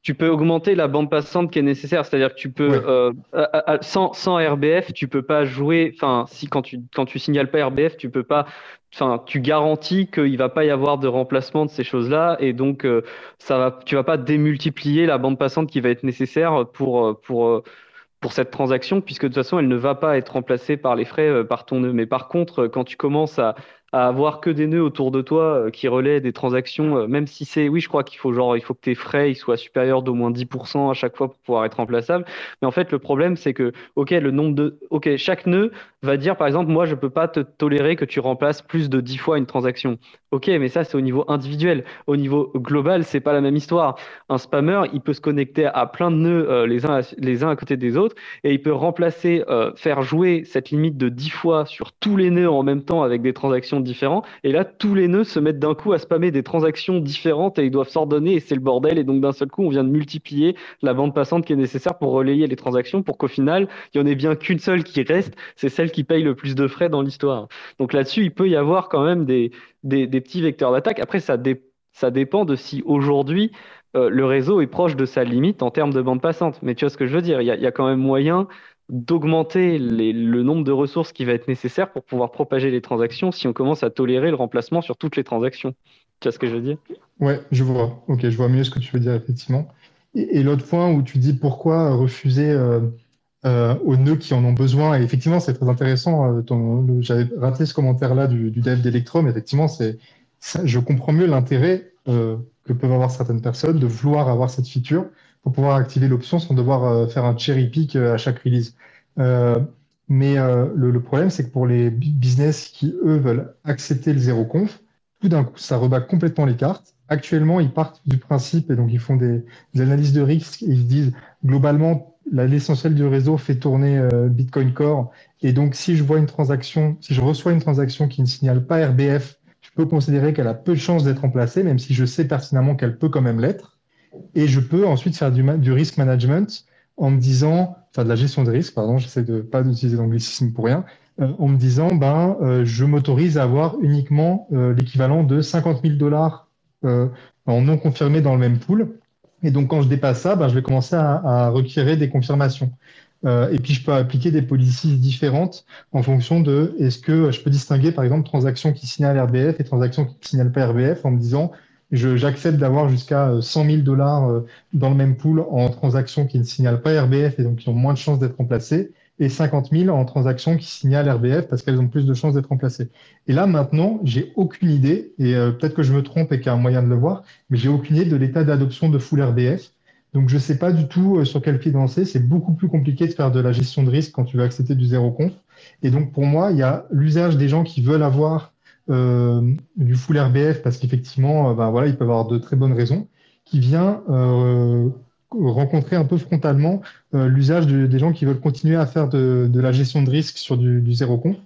tu peux augmenter la bande passante qui est nécessaire. C'est-à-dire que tu peux, Ouais. euh, à- à- sans, sans R B F, tu peux pas jouer. Enfin, si quand tu quand tu signales pas R B F, tu peux pas. Enfin, tu garantis qu'il va pas y avoir de remplacement de ces choses-là, et donc euh, ça va, tu vas pas démultiplier la bande passante qui va être nécessaire pour euh, pour euh, pour cette transaction, puisque de toute façon, elle ne va pas être remplacée par les frais euh, par ton nœud. Mais par contre, euh, quand tu commences à, à avoir que des nœuds autour de toi euh, qui relaient des transactions, euh, même si c'est, oui, je crois qu'il faut genre, il faut que tes frais ils soient supérieurs d'au moins dix pour cent à chaque fois pour pouvoir être remplaçable. Mais en fait, le problème, c'est que, ok, le nombre de, ok, chaque nœud va dire, par exemple, moi, je peux pas te tolérer que tu remplaces plus de dix fois une transaction. Ok, mais ça, c'est au niveau individuel. Au niveau global, c'est pas la même histoire. Un spammer, il peut se connecter à plein de nœuds euh, les uns à, les uns à côté des autres, et il peut remplacer, euh, faire jouer cette limite de dix fois sur tous les nœuds en même temps avec des transactions différentes. Et là, tous les nœuds se mettent d'un coup à spammer des transactions différentes et ils doivent s'ordonner et c'est le bordel. Et donc, d'un seul coup, on vient de multiplier la bande passante qui est nécessaire pour relayer les transactions pour qu'au final, il y en ait bien qu'une seule qui reste. C'est celle qui paye le plus de frais dans l'histoire. Donc là-dessus, il peut y avoir quand même des, des, des petits vecteurs d'attaque. Après, ça, dé- ça dépend de si aujourd'hui, euh, le réseau est proche de sa limite en termes de bande passante. Mais tu vois ce que je veux dire? Il y a, il y a quand même moyen d'augmenter les- le nombre de ressources qui va être nécessaire pour pouvoir propager les transactions si on commence à tolérer le remplacement sur toutes les transactions. Tu vois ce que je veux dire? Ouais, je vois. Ok, je vois mieux ce que tu veux dire, effectivement. Et, et l'autre point où tu dis pourquoi refuser euh, euh, aux nœuds qui en ont besoin, et effectivement, c'est très intéressant. euh, ton- le- j'avais raté ce commentaire-là du, du dev d'Electrum. Effectivement, c'est, ça- je comprends mieux l'intérêt euh, que peuvent avoir certaines personnes de vouloir avoir cette feature pour pouvoir activer l'option sans devoir euh, faire un cherry pick euh, à chaque release. Euh, mais euh, le, le problème, c'est que pour les bu- business qui, eux, veulent accepter le zéro conf, tout d'un coup, ça rebat complètement les cartes. Actuellement, ils partent du principe et donc ils font des, des analyses de risque et ils se disent globalement, la- l'essentiel du réseau fait tourner euh, Bitcoin Core. Et donc, si je vois une transaction, si je reçois une transaction qui ne signale pas R B F, je peux considérer qu'elle a peu de chances d'être remplacée, même si je sais pertinemment qu'elle peut quand même l'être. Et je peux ensuite faire du, ma- du risk management en me disant, enfin de la gestion de risque, pardon, j'essaie de pas d'utiliser l'anglicisme pour rien, euh, en me disant, ben, euh, je m'autorise à avoir uniquement euh, l'équivalent de cinquante mille dollars euh, en non confirmé dans le même pool. Et donc, quand je dépasse ça, ben, je vais commencer à, à requérir des confirmations. Euh, et puis, je peux appliquer des policies différentes en fonction de est-ce que je peux distinguer, par exemple, transactions qui signalent R B F et transactions qui ne signalent pas R B F en me disant, je- j'accepte d'avoir jusqu'à euh, cent mille dollars euh, dans le même pool en transactions qui ne signalent pas R B F et donc qui ont moins de chances d'être remplacées, et cinquante mille en transactions qui signalent R B F parce qu'elles ont plus de chances d'être remplacées. Et là, maintenant, j'ai aucune idée, et euh, peut-être que je me trompe et qu'il y a un moyen de le voir, mais j'ai aucune idée de l'état d'adoption de full R B F. Donc, je ne sais pas du tout euh, sur quel pied danser. C'est beaucoup plus compliqué de faire de la gestion de risque quand tu veux accepter du zéro conf. Et donc, pour moi, il y a l'usage des gens qui veulent avoir euh, du full R B F parce qu'effectivement, euh, ben voilà, ils peuvent avoir de très bonnes raisons, qui vient euh, rencontrer un peu frontalement euh, l'usage de- des gens qui veulent continuer à faire de, de la gestion de risque sur du, du zéro conf.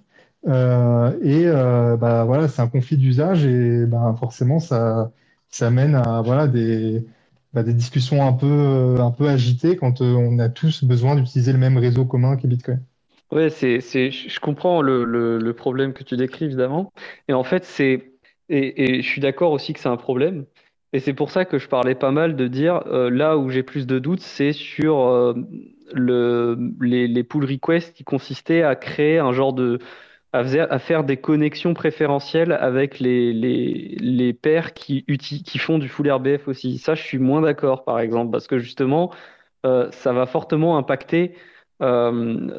Euh, et euh, bah, voilà, c'est un conflit d'usage et bah, forcément, ça, ça mène à voilà, des, bah, des discussions un peu, euh, un peu agitées quand euh, on a tous besoin d'utiliser le même réseau commun qu'est Bitcoin. Ouais, c'est, c'est, je je comprends le, le, le problème que tu décris, évidemment. Et en fait, c'est, et, et je suis d'accord aussi que c'est un problème. Et c'est pour ça que je parlais pas mal de dire, euh, là où j'ai plus de doutes, c'est sur euh, le, les, les pull requests qui consistaient à créer un genre de, à, faiser- à faire des connexions préférentielles avec les, les, les pairs qui, uti- qui font du full R B F aussi. Ça, je suis moins d'accord, par exemple, parce que justement, euh, ça va fortement impacter euh,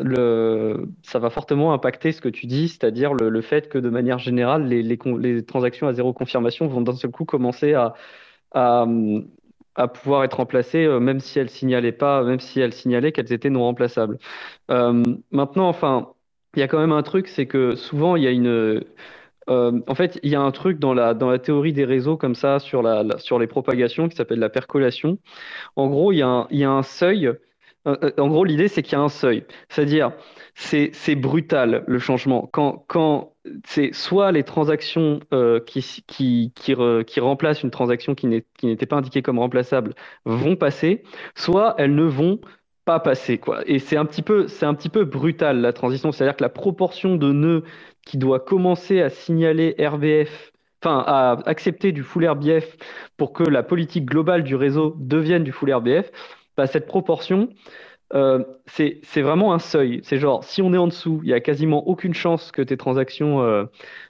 le, ça va fortement impacter ce que tu dis, c'est-à-dire le, le fait que de manière générale, les, les, con- les transactions à zéro confirmation vont d'un seul coup commencer à, à, à pouvoir être remplacées, euh, même si elles signalaient pas, même si elles signalaient qu'elles étaient non remplaçables. Euh, maintenant, enfin, il y a quand même un truc, c'est que souvent il y a une euh, en fait, il y a un truc dans la, dans la théorie des réseaux comme ça sur la, la- sur les propagations qui s'appelle la percolation. En gros, il y a un, il y a un seuil. Euh, euh, en gros, l'idée, c'est qu'il y a un seuil. C'est-à-dire, c'est, c'est brutal le changement. Quand, quand c'est soit les transactions euh, qui, qui, qui, re- qui remplacent une transaction qui n'est- qui n'était pas indiquée comme remplaçable vont passer, soit elles ne vont pas passer, quoi. Et c'est un petit peu, c'est un petit peu brutal la transition. C'est-à-dire que la proportion de nœuds qui doit commencer à signaler R B F enfin, à accepter du full R B F pour que la politique globale du réseau devienne du full R B F, bah, cette proportion, euh, c'est, c'est vraiment un seuil. C'est genre, si on est en dessous, il n'y a quasiment aucune chance que tes transactions euh,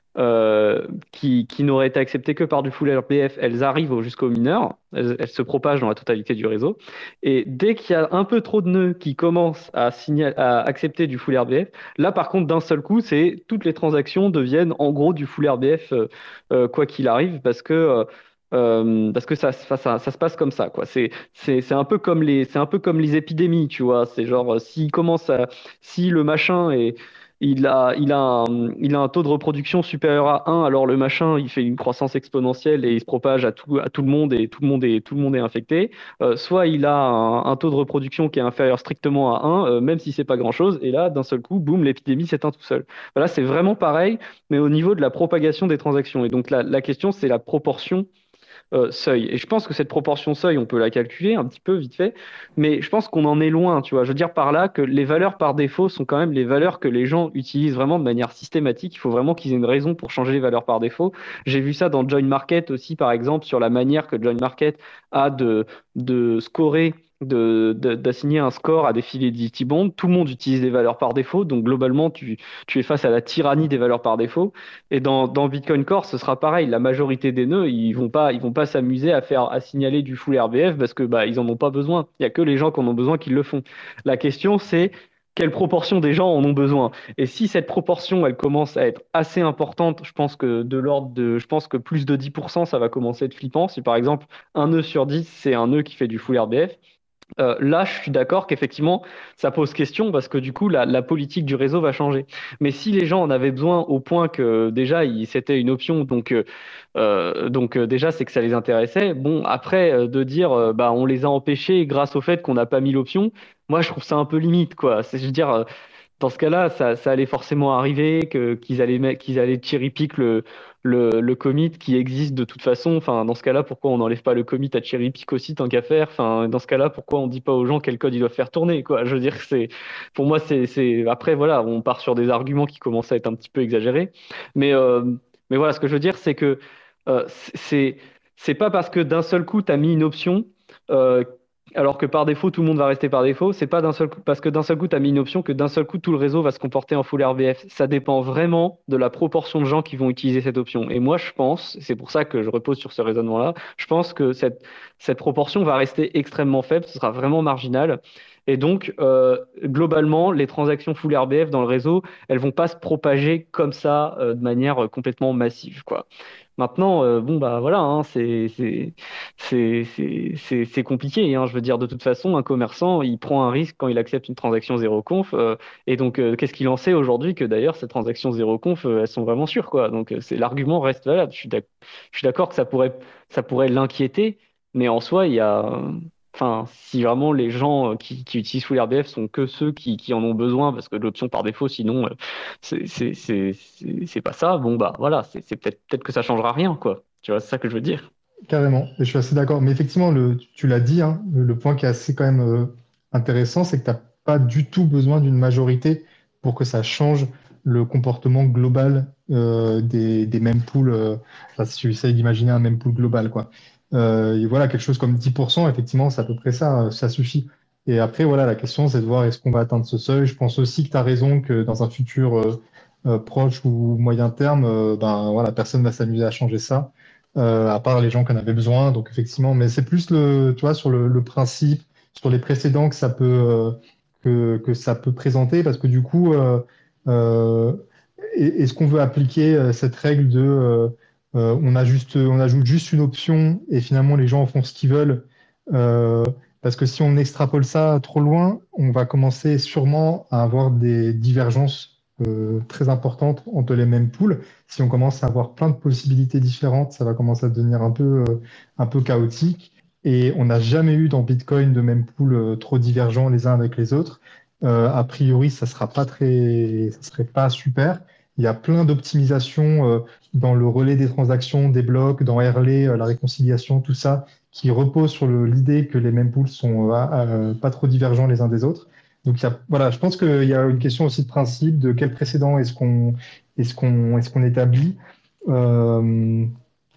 euh, qui, qui n'auraient été acceptées que par du full R B F, elles arrivent au- jusqu'aux mineurs, elles, elles se propagent dans la totalité du réseau. Et dès qu'il y a un peu trop de nœuds qui commencent à, signa- à accepter du full R B F, là par contre d'un seul coup, c'est toutes les transactions deviennent en gros du full R B F euh, euh, quoi qu'il arrive, parce que euh, euh, parce que ça, ça, ça, ça se passe comme ça, quoi. C'est, c'est, c'est un peu comme les, c'est un peu comme les épidémies, tu vois. C'est genre, euh, s'il commence à, si le machin est, il a, il a un, il a un taux de reproduction supérieur à un, alors le machin, il fait une croissance exponentielle et il se propage à tout, à tout le monde et tout le monde est, tout le monde est infecté. Euh, soit il a un, un taux de reproduction qui est inférieur strictement à un, euh, même si c'est pas grand-chose, et là, d'un seul coup, boum, l'épidémie s'éteint tout seul. Voilà, c'est vraiment pareil, mais au niveau de la propagation des transactions. Et donc la, la question, c'est la proportion euh, seuil. Et je pense que cette proportion seuil, on peut la calculer un petit peu vite fait, mais je pense qu'on en est loin, tu vois. Je veux dire par là que les valeurs par défaut sont quand même les valeurs que les gens utilisent vraiment de manière systématique. Il faut vraiment qu'ils aient une raison pour changer les valeurs par défaut. J'ai vu ça dans Join Market aussi, par exemple, sur la manière que Join Market a de, de scorer de, de- d'assigner un score à des filets d'Itibond. Tout le monde utilise des valeurs par défaut, donc globalement, tu, tu es face à la tyrannie des valeurs par défaut. Et dans, dans Bitcoin Core, ce sera pareil. La majorité des nœuds, ils vont pas, ils vont pas s'amuser à faire, à signaler du full R B F parce que bah, ils en ont pas besoin. Il y a que les gens qui en ont besoin qui le font. La question, c'est quelle proportion des gens en ont besoin. Et si cette proportion, elle commence à être assez importante, je pense que de l'ordre de, je pense que plus de dix pour cent, ça va commencer à être flippant. Si par exemple, un nœud sur dix, c'est un nœud qui fait du full R B F, euh, là, je suis d'accord qu'effectivement, ça pose question parce que du coup, la, la politique du réseau va changer. Mais si les gens en avaient besoin au point que déjà, il- c'était une option, donc, euh, euh, donc euh, déjà, c'est que ça les intéressait. Bon, après, euh, de dire, euh, bah, on les a empêchés grâce au fait qu'on n'a pas mis l'option, moi, je trouve ça un peu limite, quoi. C'est, je veux dire, euh, dans ce cas-là, ça, ça allait forcément arriver, que, qu'ils allaient, mettre- qu'ils allaient cherry pick le, le, le commit qui existe de toute façon. Enfin, dans ce cas-là, pourquoi on n'enlève pas le commit à cherry pick aussi tant qu'à faire? Enfin, dans ce cas-là, pourquoi on dit pas aux gens quel code ils doivent faire tourner, quoi? Je veux dire, c'est, pour moi, c'est, c'est, après, voilà, on part sur des arguments qui commencent à être un petit peu exagérés. Mais, euh, mais voilà, ce que je veux dire, c'est que euh, c'est, c'est pas parce que d'un seul coup, tu as mis une option, euh, alors que par défaut, tout le monde va rester par défaut. C'est pas d'un seul coup, parce que d'un seul coup, tu as mis une option que d'un seul coup, tout le réseau va se comporter en full R B F. Ça dépend vraiment de la proportion de gens qui vont utiliser cette option. Et moi, je pense, c'est pour ça que je repose sur ce raisonnement-là, je pense que cette, cette proportion va rester extrêmement faible, ce sera vraiment marginal. Et donc, euh, globalement, les transactions full R B F dans le réseau, elles vont pas se propager comme ça, euh, de manière euh, complètement massive, quoi. Maintenant, euh, bon, bah voilà, hein, c'est c'est c'est c'est c'est c'est compliqué, hein. Je veux dire, de toute façon, un commerçant, il prend un risque quand il accepte une transaction zéro conf. Euh, et donc, euh, qu'est-ce qu'il en sait aujourd'hui que d'ailleurs, ces transactions zéro conf, euh, elles sont vraiment sûres, quoi. Donc, euh, c'est l'argument reste valable. Je suis d'ac- je suis d'accord que ça pourrait ça pourrait l'inquiéter, mais en soi, il y a, enfin, si vraiment les gens euh, qui, qui utilisent full R B F sont que ceux qui, qui en ont besoin, parce que l'option par défaut, sinon, euh, c'est c'est c'est c'est c'est pas ça. Bon bah voilà, c'est c'est peut-être peut-être que ça changera rien, quoi. Tu vois, c'est ça que je veux dire. Carrément, et je suis assez d'accord. Mais effectivement, le, tu tu l'as dit, hein, le, le point qui est assez quand même euh, intéressant, c'est que tu n'as pas du tout besoin d'une majorité pour que ça change le comportement global euh, des, des mempools. Euh, enfin, si tu essayes d'imaginer un mempool global, quoi. Euh, et voilà, quelque chose comme dix pour cent, effectivement, c'est à peu près ça, euh, ça suffit. Et après, voilà, la question, c'est de voir est-ce qu'on va atteindre ce seuil. Je pense aussi que tu as raison que dans un futur euh, euh, proche ou moyen terme, euh, ben, voilà, personne ne va s'amuser à changer ça euh, à part les gens qui en avaient besoin. Donc effectivement, mais c'est plus le, tu vois, sur le, le principe, sur les précédents que ça peut, euh, que, que ça peut présenter, parce que du coup, euh, euh, est- est-ce qu'on veut appliquer euh, cette règle de, euh, euh, on a juste, on ajoute juste une option et finalement les gens en font ce qu'ils veulent, euh, parce que si on extrapole ça trop loin, on va commencer sûrement à avoir des divergences euh, très importantes entre les mêmes poules. Si on commence à avoir plein de possibilités différentes, ça va commencer à devenir un peu, euh, un peu chaotique. Et on n'a jamais eu dans Bitcoin de même pool euh, trop divergents les uns avec les autres. Euh, a priori, ça sera pas très, ça serait pas super. Il y a plein d'optimisations euh, dans le relais des transactions, des blocs, dans Erlay, euh, la réconciliation, tout ça, qui repose sur le- l'idée que les mempools sont euh, euh, pas trop divergents les uns des autres. Donc il y a, voilà, je pense qu'il y a une question aussi de principe de quel précédent est-ce qu'on est-ce qu'on est-ce qu'on établit. Euh,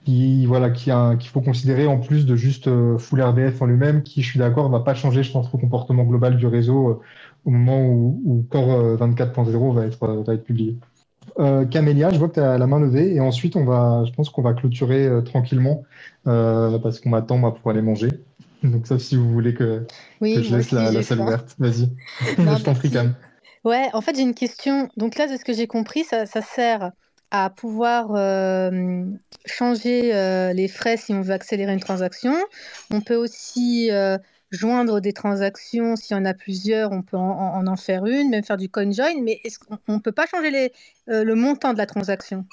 qui, voilà, qui a un- qu'il faut considérer en plus de juste euh, full R B F en lui-même, qui, je suis d'accord, va pas changer, je pense, le comportement global du réseau euh, au moment où, où Core euh, vingt-quatre point zéro va être, euh, va être publié. Euh, Camélia, je vois que tu as la main levée et ensuite on va, je pense qu'on va clôturer euh, tranquillement euh, parce qu'on m'attend moi, pour aller manger. Donc sauf si vous voulez que, que Oui, je moi laisse aussi la, la j'ai salle faim. ouverte. Vas-y, Non, je t'en prie, merci. Cam. Ouais, en fait, j'ai une question. Donc là, de ce que j'ai compris, ça, ça sert à pouvoir euh, changer euh, les frais si on veut accélérer une transaction. On peut aussi euh, joindre des transactions. S'il y en a plusieurs, on peut en, en- en faire une, même faire du coin join. Mais est-ce qu'on ne peut pas changer les, euh, le montant de la transaction?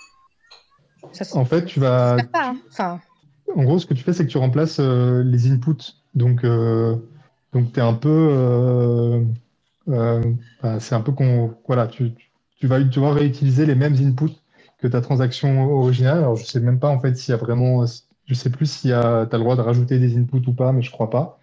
Ça, se- En fait, tu ça se vas, perd pas, hein. Enfin, en gros, ce que tu fais, c'est que tu remplaces euh, les inputs. Donc, euh, donc tu es un peu, euh, euh, bah, c'est un peu qu'on, voilà, tu, tu vas, tu vas réutiliser les mêmes inputs que ta transaction originale. Alors, je sais même pas en fait s'il y a vraiment, je sais plus s'il y a, t'as le droit de rajouter des inputs ou pas, mais je crois pas.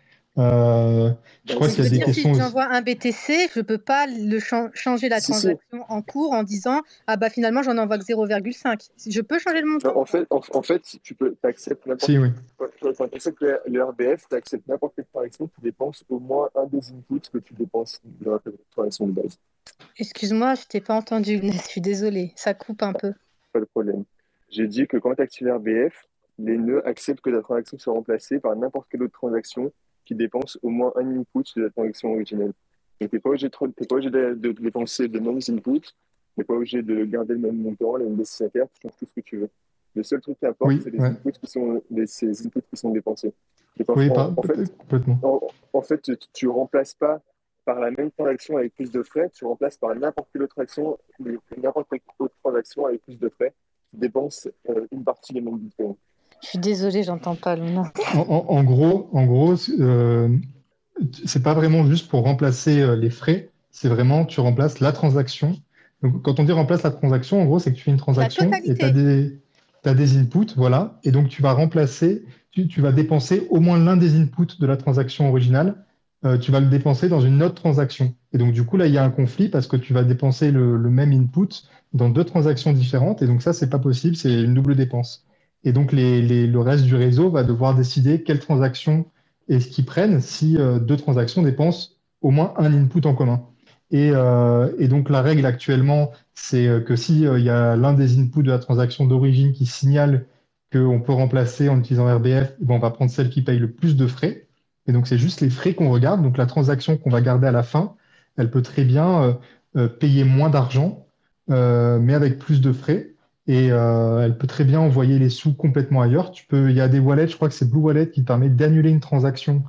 Euh, je Bah, crois donc, qu'il je y a veux des dire, si questions aussi. j'envoie un B T C, je peux pas le chan- changer la si, si. transaction en cours en disant, ah bah finalement, j'en envoie que zéro virgule cinq. Je peux changer le montant? En fait, en, en fait, si tu peux, acceptes n'importe Si, oui. quand tu acceptes le, le R B F, tu acceptes n'importe quelle transaction qui dépense au moins un des inputs que tu dépenses dans la transaction de base. Excuse-moi, je t'ai pas entendu, Younes, je suis désolée, ça coupe un peu. Pas de problème. J'ai dit que quand tu actives R B F, les nœuds acceptent que ta transaction soit remplacée par n'importe quelle autre transaction qui dépense au moins un input de la transaction originelle. Donc, tu n'es pas obligé, de, t'es pas obligé de, de dépenser de mêmes inputs, tu n'es pas obligé de garder le même montant, les mêmes destinataires, tu changes tout ce que tu veux. Le seul truc qui importe, Oui, c'est les ouais. inputs qui sont, les, ces inputs qui sont dépensés. Donc, en, Oui, en- pas, en fait, complètement. en, en fait, tu ne remplaces pas par la même transaction avec plus de frais, tu remplaces par n'importe quelle autre action, n'importe quelle autre transaction avec plus de frais qui dépense euh, une partie des mêmes bitcoins. Je suis désolée, j'entends pas, Luna. En, en- en gros, en gros, euh, c'est pas vraiment juste pour remplacer euh, les frais, c'est vraiment tu remplaces la transaction. Donc, quand on dit remplace la transaction, en gros, c'est que tu fais une La transaction et tu as totalité. des, t'as des inputs, voilà, et donc tu vas remplacer, tu, tu vas dépenser au moins l'un des inputs de la transaction originale, euh, tu vas le dépenser dans une autre transaction. Et donc, du coup, là, il y a un conflit parce que tu vas dépenser le, le même input dans deux transactions différentes, et donc ça, c'est pas possible, c'est une double dépense. Et donc, les, les- le reste du réseau va devoir décider quelle transaction est-ce qu'ils prennent si euh, deux transactions dépensent au moins un input en commun. Et, euh, et donc, la règle actuellement, c'est euh, que si euh, il y a l'un des inputs de la transaction d'origine qui signale qu'on peut remplacer en utilisant R B F, eh ben, on va prendre celle qui paye le plus de frais. Et donc, c'est juste les frais qu'on regarde. Donc, la transaction qu'on va garder à la fin, elle peut très bien euh, euh, payer moins d'argent, euh, mais avec plus de frais. Et euh, elle peut très bien envoyer les sous complètement ailleurs. Tu peux, il y a des wallets, je crois que c'est Blue Wallet qui permet d'annuler une transaction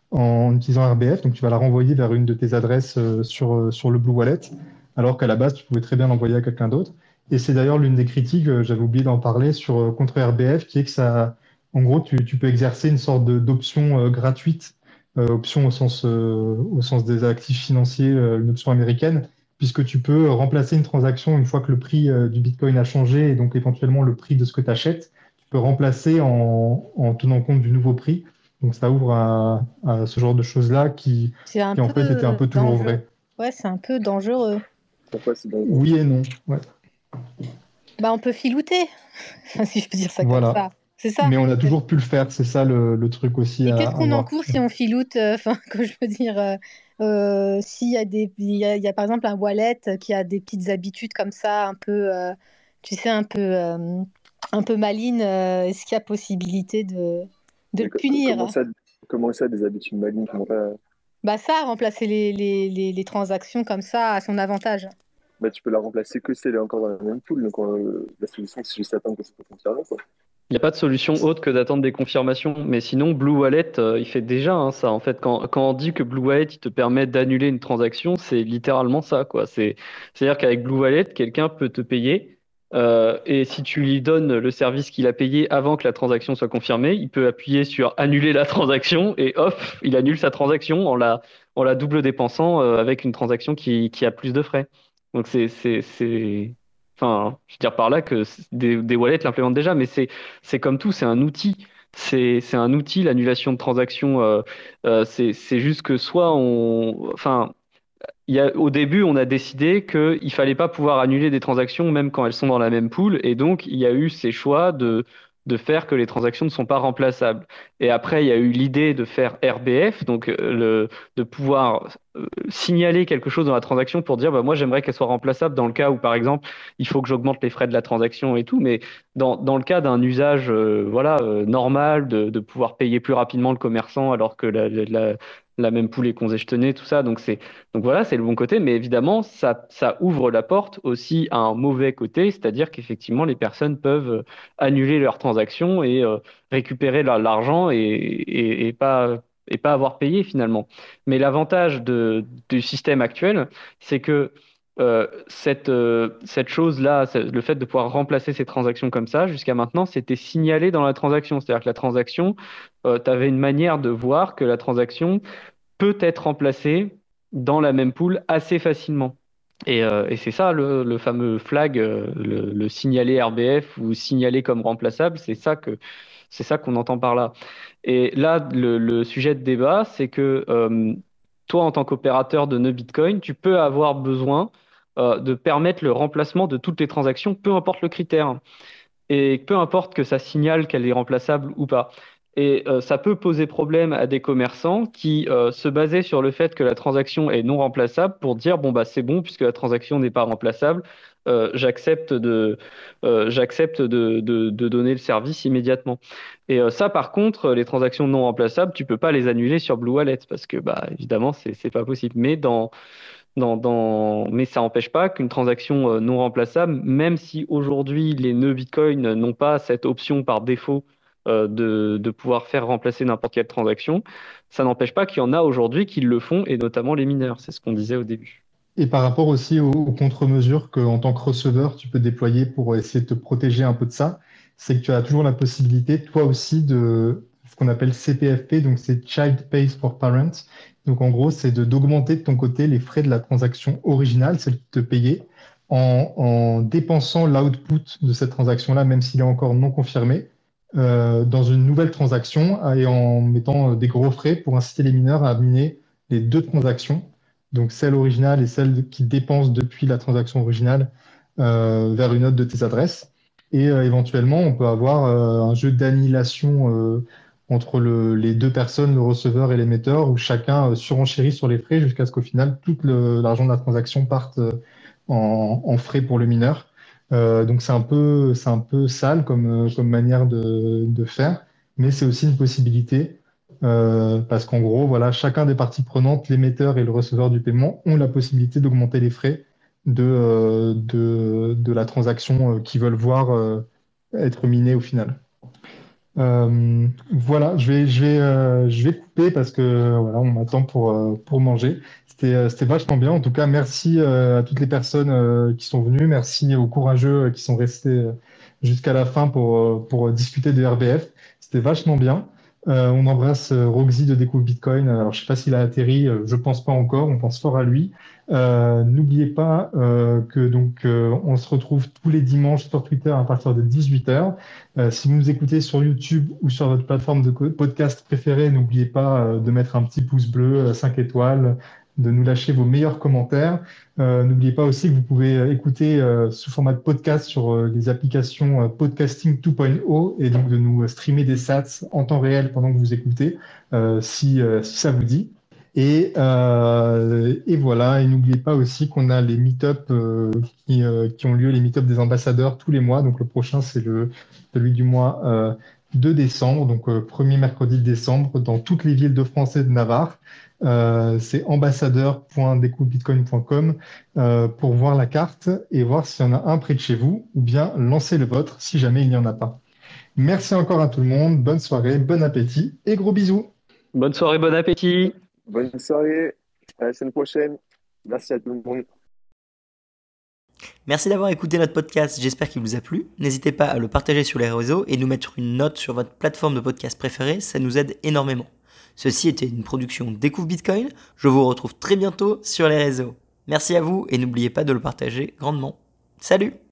en utilisant R B F. Donc, tu vas la renvoyer vers une de tes adresses euh, sur, euh, sur le Blue Wallet, alors qu'à la base, tu pouvais très bien l'envoyer à quelqu'un d'autre. Et c'est d'ailleurs l'une des critiques, euh, j'avais oublié d'en parler, sur, euh, contre R B F, qui est que ça, en gros, tu, tu peux exercer une sorte de- d'option euh, gratuite, euh, option au sens, euh, au sens des actifs financiers, euh, une option américaine, puisque tu peux remplacer une transaction une fois que le prix euh, du Bitcoin a changé et donc éventuellement le prix de ce que tu achètes, tu peux remplacer en, en tenant compte du nouveau prix. Donc ça ouvre à, à ce genre de choses-là qui, C'est un qui en fait étaient un peu peu toujours dangereux. vraies. Ouais, c'est un peu dangereux. Pourquoi c'est dangereux? Oui et non. Ouais. Bah, on peut filouter, si je peux dire ça comme Voilà. ça. C'est ça. Mais on a toujours pu le faire, c'est ça le, le truc aussi Et à, qu'est-ce à qu'on voir. encourt si on filoute, euh, enfin, que je veux dire, euh, euh, s'il y a des, il y a, il y a par exemple un wallet qui a des petites habitudes comme ça, un peu, euh, tu sais, un peu, euh, un peu maline, euh, est-ce qu'il y a possibilité de, de Mais le co- co- comment punir? ça, comment ça, des habitudes malignes, comment pas... Bah ça, remplacer les, les, les, les transactions comme ça à son avantage. Bah, tu peux la remplacer que si elle est encore dans la même pool. Donc, euh, la solution, c'est juste attendre que ça soit confirmé, quoi. Il n'y a pas de solution autre que d'attendre des confirmations. Mais sinon, Blue Wallet, euh, il fait déjà hein, ça. En fait, quand, quand on dit que Blue Wallet il te permet d'annuler une transaction, c'est littéralement ça, quoi. C'est, c'est-à-dire qu'avec Blue Wallet, quelqu'un peut te payer. Euh, et si tu lui donnes le service qu'il a payé avant que la transaction soit confirmée, il peut appuyer sur annuler la transaction et hop, il annule sa transaction en la, en la double dépensant euh, avec une transaction qui, qui a plus de frais. Donc c'est, c'est, c'est, enfin, je veux dire par là que c'est- des, des wallets l'implémentent déjà, mais c'est c'est comme tout, c'est un outil. C'est c'est un outil, l'annulation de transactions. Euh, euh, c'est c'est juste que soit on, enfin, il y a, au début, on a décidé qu'il ne fallait pas pouvoir annuler des transactions même quand elles sont dans la même pool, et donc il y a eu ces choix de de faire que les transactions ne sont pas remplaçables. Et après, il y a eu l'idée de faire R B F, donc euh, le, de pouvoir euh, signaler quelque chose dans la transaction pour dire, bah, moi, j'aimerais qu'elle soit remplaçable dans le cas où, par exemple, il faut que j'augmente les frais de la transaction et tout. Mais dans, dans le cas d'un usage euh, voilà, euh, normal, de, de pouvoir payer plus rapidement le commerçant alors que la, la, la, la même poule est congestionné, tout ça. Donc, c'est, donc voilà, c'est le bon côté. Mais évidemment, ça, ça ouvre la porte aussi à un mauvais côté, c'est-à-dire qu'effectivement, les personnes peuvent annuler leurs transactions et euh, récupérer leur- l'argent et, et, et pas, et pas avoir payé finalement. Mais l'avantage de, du système actuel, c'est que euh, cette, euh, cette chose-là, c'est- le fait de pouvoir remplacer ces transactions comme ça, jusqu'à maintenant, c'était signalé dans la transaction. C'est-à-dire que la transaction, tu avais une manière de voir que la transaction peut être remplacée dans la même pool assez facilement. Et, euh, et c'est ça le, le fameux flag, euh, le, le signaler R B F ou signaler comme remplaçable, c'est ça que c'est ça qu'on entend par là. Et là, le, le sujet de débat, c'est que euh, toi, en tant qu'opérateur de nœud Bitcoin, tu peux avoir besoin euh, de permettre le remplacement de toutes les transactions, peu importe le critère et peu importe que ça signale qu'elle est remplaçable ou pas. Et euh, ça peut poser problème à des commerçants qui euh, se basaient sur le fait que la transaction est non remplaçable pour dire bon bah c'est bon puisque la transaction n'est pas remplaçable, euh, j'accepte de euh, j'accepte de, de, de donner le service immédiatement. Et euh, ça par contre les transactions non remplaçables tu peux pas les annuler sur Blue Wallet parce que bah évidemment c'est c'est pas possible. Mais dans dans, dans... Mais ça n'empêche pas qu'une transaction euh, non remplaçable, même si aujourd'hui les nœuds Bitcoin n'ont pas cette option par défaut euh, de, de pouvoir faire remplacer n'importe quelle transaction, ça n'empêche pas qu'il y en a aujourd'hui qui le font, et notamment les mineurs. C'est ce qu'on disait au début. Et par rapport aussi aux, aux contre-mesures qu'en tant que receveur, tu peux déployer pour essayer de te protéger un peu de ça, c'est que tu as toujours la possibilité, toi aussi, de ce qu'on appelle C P F P, donc c'est Child Pays for Parent. Donc en gros, c'est de d'augmenter de ton côté les frais de la transaction originale, celle qui te payait, en, en dépensant l'output de cette transaction-là, même s'il est encore non confirmé, euh, dans une nouvelle transaction et en mettant des gros frais pour inciter les mineurs à miner les deux transactions, donc celle originale et celle qui dépense depuis la transaction originale euh, vers une autre de tes adresses. Et euh, éventuellement, on peut avoir euh, un jeu d'annihilation euh, entre le- les deux personnes, le receveur et l'émetteur, où chacun euh, surenchérit sur les frais jusqu'à ce qu'au final, tout le- l'argent de la transaction parte euh, en, en frais pour le mineur. Euh, donc c'est un peu, c'est un peu sale comme, euh, comme manière de, de faire, mais c'est aussi une possibilité. Euh, parce qu'en gros, voilà, chacun des parties prenantes, l'émetteur et le receveur du paiement, ont la possibilité d'augmenter les frais de, euh, de, de la transaction euh, qu'ils veulent voir euh, être minée au final. Euh, voilà, je vais, je vais, euh, je vais couper parce que voilà, on m'attend pour, euh, pour manger. C'était, euh, c'était vachement bien. En tout cas, merci euh, à toutes les personnes euh, qui sont venues. Merci aux courageux euh, qui sont restés euh, jusqu'à la fin pour, euh, pour discuter de R B F. C'était vachement bien. Euh, on embrasse euh, Roxy de Découvre Bitcoin. Alors, je sais pas s'il a atterri, euh, je pense pas encore. On pense fort à lui. Euh, n'oubliez pas euh, que donc euh, on se retrouve tous les dimanches sur Twitter à partir de dix-huit heures. Euh, si vous nous écoutez sur YouTube ou sur votre plateforme de co- podcast préférée, n'oubliez pas euh, de mettre un petit pouce bleu, euh, cinq étoiles, de nous lâcher vos meilleurs commentaires. Euh, n'oubliez pas aussi que vous pouvez euh, écouter euh, sous format de podcast sur euh, les applications euh, Podcasting deux point zéro et donc de nous euh, streamer des sats en temps réel pendant que vous écoutez, euh, si, euh, si ça vous dit. Et, euh, et voilà, et n'oubliez pas aussi qu'on a les meet-up euh, qui, euh, qui ont lieu, les meet-up des ambassadeurs tous les mois. Donc le prochain, c'est le, celui du mois euh, de décembre, donc euh, premier mercredi de décembre, dans toutes les villes de France et de Navarre. Euh, c'est ambassadeur point découvre bitcoin point com euh, pour voir la carte et voir s'il y en a un près de chez vous, ou bien lancer le vôtre si jamais il n'y en a pas. Merci encore à tout le monde, bonne soirée, bon appétit et gros bisous. Bonne soirée, bon appétit. Bonne soirée, à la semaine prochaine. Merci à tout le monde. Merci d'avoir écouté notre podcast, j'espère qu'il vous a plu. N'hésitez pas à le partager sur les réseaux et nous mettre une note sur votre plateforme de podcast préférée, ça nous aide énormément. Ceci était une production Découvre Bitcoin, je vous retrouve très bientôt sur les réseaux. Merci à vous et n'oubliez pas de le partager grandement. Salut!